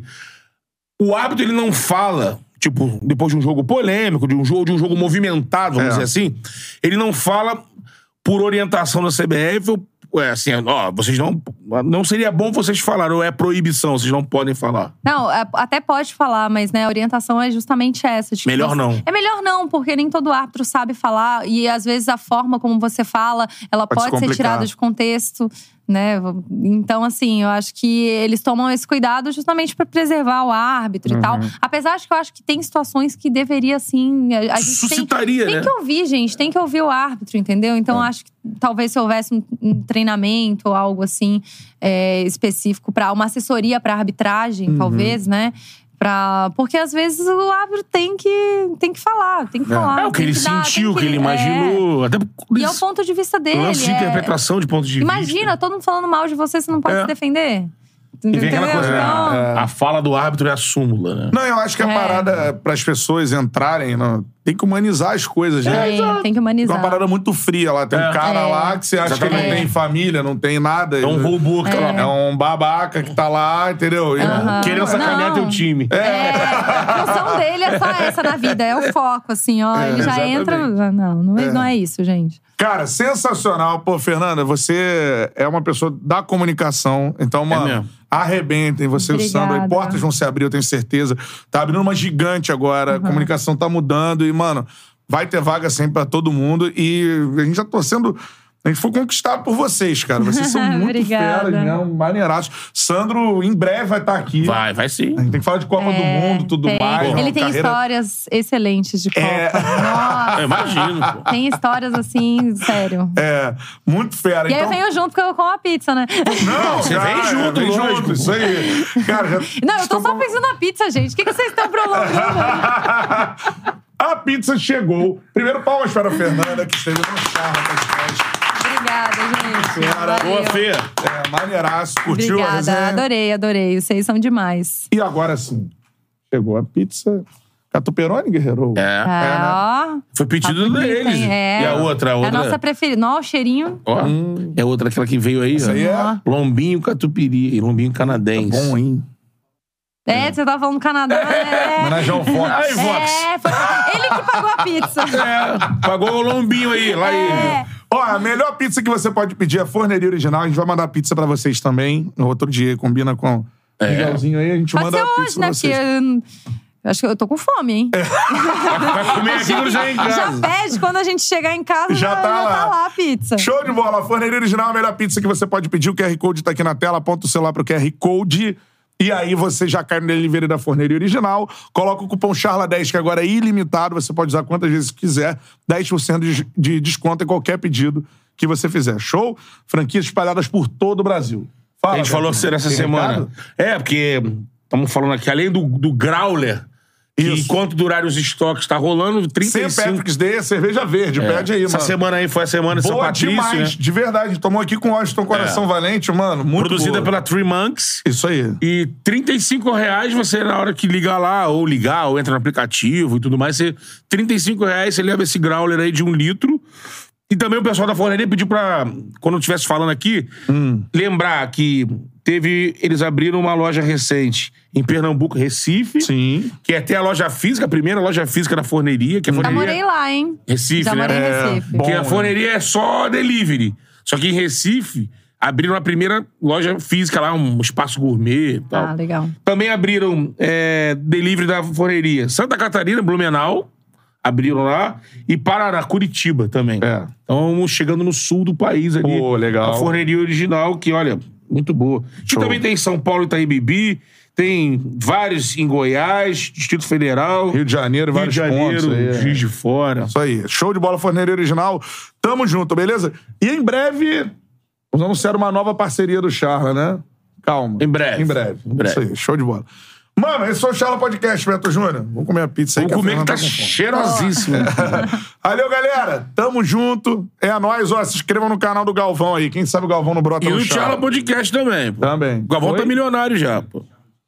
O árbitro, ele não fala, tipo, depois de um jogo polêmico, de um jogo, de um jogo movimentado, vamos É. dizer assim, ele não fala por orientação da C B F ou é assim, ó, vocês não. Não seria bom vocês falarem, ou é proibição, vocês não podem falar. Não, é- até pode falar, mas né, a orientação é justamente essa. de que Melhor você- não. É melhor não, porque nem todo árbitro sabe falar. E às vezes a forma como você fala, ela Pode se pode, ser complicar. tirada de contexto, né? Então, assim, eu acho que eles tomam esse cuidado justamente para preservar o árbitro Uhum. e tal. Apesar de que eu acho que tem situações que deveria, sim. A, a gente tem, Suscitaria, tem né? que ouvir, gente. Tem que ouvir o árbitro, entendeu? Então, eu acho que talvez se houvesse um, um treinamento ou algo assim é, específico para uma assessoria para arbitragem, Uhum. talvez, né? Pra, porque às vezes o árbitro tem que, tem que falar, tem que falar. É o que tem ele dar, sentiu, tem que ele imaginou. Até É. E é o ponto de vista dele. lance de é- interpretação de ponto de Imagina, vista. todo mundo falando mal de você, você não pode É. se defender. E vem Entendeu? aquela coisa, Então, né? A fala do árbitro é a súmula, né? Não, eu acho que a É. parada para as pessoas entrarem, não, tem que humanizar as coisas, né? tem, tem que É humanizar. uma parada muito fria lá. Tem um É. cara É. lá que você acha que Exatamente. não tem família, não tem nada. É um robô que tá lá. É um babaca que tá lá, entendeu? E- Aham. Querendo sacanear Não. teu time. É, a função dele é só essa na vida, é o foco, assim, ó. É, ele já exatamente. entra. Não, não é, É. não é isso, gente. Cara, sensacional. Pô, Fernanda, você é uma pessoa da comunicação. Então, mano, mesmo. arrebentem você e o Sandro. Aí, Obrigada. portas vão se abrir, eu tenho certeza. Tá abrindo uma gigante agora. A comunicação tá mudando. E, mano, vai ter vaga sempre pra todo mundo. E a gente já torcendo... A gente foi conquistado por vocês, cara. Vocês são muito Obrigada. feras mesmo, maneiraços. Sandro, em breve, vai estar aqui. Vai, vai sim. A gente tem que falar de Copa do Mundo, tudo Tem. mais. Ele uma tem carreira- histórias excelentes de Copa. É. Nossa. Eu imagino, pô. Tem histórias assim, sério. É, muito fera. E aí então... eu venho junto porque eu como a pizza, né? Não, Você cara, vem junto, vem lógico. junto, isso aí. Cara, já Não, eu tô estou só com- pensando na pizza, gente. O que, que vocês estão prolongando? A pizza chegou. Primeiro, palmas para a Fernanda, que esteve no Charla Podcast. Obrigada, gente. Senhora, Valeu. Boa, Fê. É, maneiraço. Curtiu a Obrigada, resenha? adorei, adorei. Vocês são demais. E agora sim, chegou a pizza Catuperone, Guerreiro? É. Ah, ó. Foi pedido Tá bonita, deles. hein? É. E a outra, a É a outra. nossa preferida. Nossa, o cheirinho. Ó, é outra, aquela que veio aí, Essa ó. aí é Lombinho catupiry, lombinho canadense. bom, hein? É, você tava falando do Canadá, né? Homenagem ao Fox. Aí, Vox. É, foi ele que pagou a pizza. É, pagou o lombinho aí, lá É. ele. Ó, a melhor pizza que você pode pedir é a Forneria Original. A gente vai mandar pizza pra vocês também. No outro dia, combina com o Miguelzinho aí. A gente Pode manda ser a pizza hoje, né? pra Porque vocês. eu, eu acho que eu tô com fome, hein? Vai comer aquilo já em Já casa. pede, quando a gente chegar em casa, Já já, tá já lá. tá lá a pizza. Show de bola. A Forneria Original é a melhor pizza que você pode pedir. O Q R Code tá aqui na tela. Aponta o celular pro Q R Code. E aí você já cai no delivery da Forneria Original. Coloca o cupom Charla dez, que agora é ilimitado. Você pode usar quantas vezes quiser. dez por cento de, de desconto em qualquer pedido que você fizer. Show? Franquias espalhadas por todo o Brasil. Fala, A gente falou Betinho. que será essa Tem semana. recado? É, porque estamos falando aqui, além do, do Growler, Que enquanto durarem os estoques, tá rolando trinta e cinco... Saint Patrick's Day é cerveja verde, é. Pede aí, Essa mano. semana aí foi a semana de São Patrício, demais, né? De verdade. Tomou aqui com Washington Coração é. Valente, mano. Muito Produzida boa. pela Three Monks. Isso aí. E trinta e cinco reais você, na hora que ligar lá, ou ligar, ou entra no aplicativo e tudo mais, você, trinta e cinco reais você leva esse growler aí de um litro. E também o pessoal da forneria pediu pra, quando eu estivesse falando aqui, hum. lembrar que teve, eles abriram uma loja recente em Pernambuco, Recife. Sim. Que é até a loja física, a primeira loja física da forneria. Que a forneria... Já morei lá, hein? Recife, Já né? morei em Recife. É, porque a forneria é só delivery. Só que em Recife, abriram a primeira loja física lá, um espaço gourmet e tal. Ah, legal. Também abriram é, delivery da forneria Santa Catarina, Blumenau. Abriram lá. E Paraná, Curitiba também. É. Então, chegando no sul do país ali. Pô, legal. A forneria original, que, olha, muito boa. Show. E também tem São Paulo, Itaim Bibi. Tem vários em Goiás, Distrito Federal. Rio de Janeiro, Rio vários de Janeiro, pontos. Aí, Juiz de Fora. Isso aí. Show de bola, forneria original. Tamo junto, beleza? E em breve, vamos anunciar uma nova parceria do Charla, né? Calma. Em breve. Em breve. Em breve. Isso aí, show de bola. Mano, esse foi o Charla Podcast, Beto Júnior. Vamos comer a pizza aí. Vamos comer que tá, tá cheirosíssimo. Valeu, galera. Tamo junto. É a nóis. Ó, se inscrevam no canal do Galvão aí. Quem sabe o Galvão não brota e no Charla. E o Charla Podcast também. Pô. Também. O Galvão Oi? Tá milionário já, pô.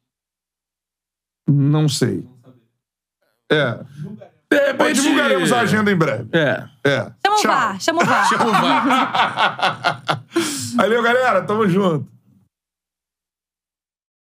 Não sei. É. De repente... Divulgaremos a agenda em breve. É. É. Chama o V A R, chama o V A R. Chama o V A R. Valeu, galera. Tamo junto.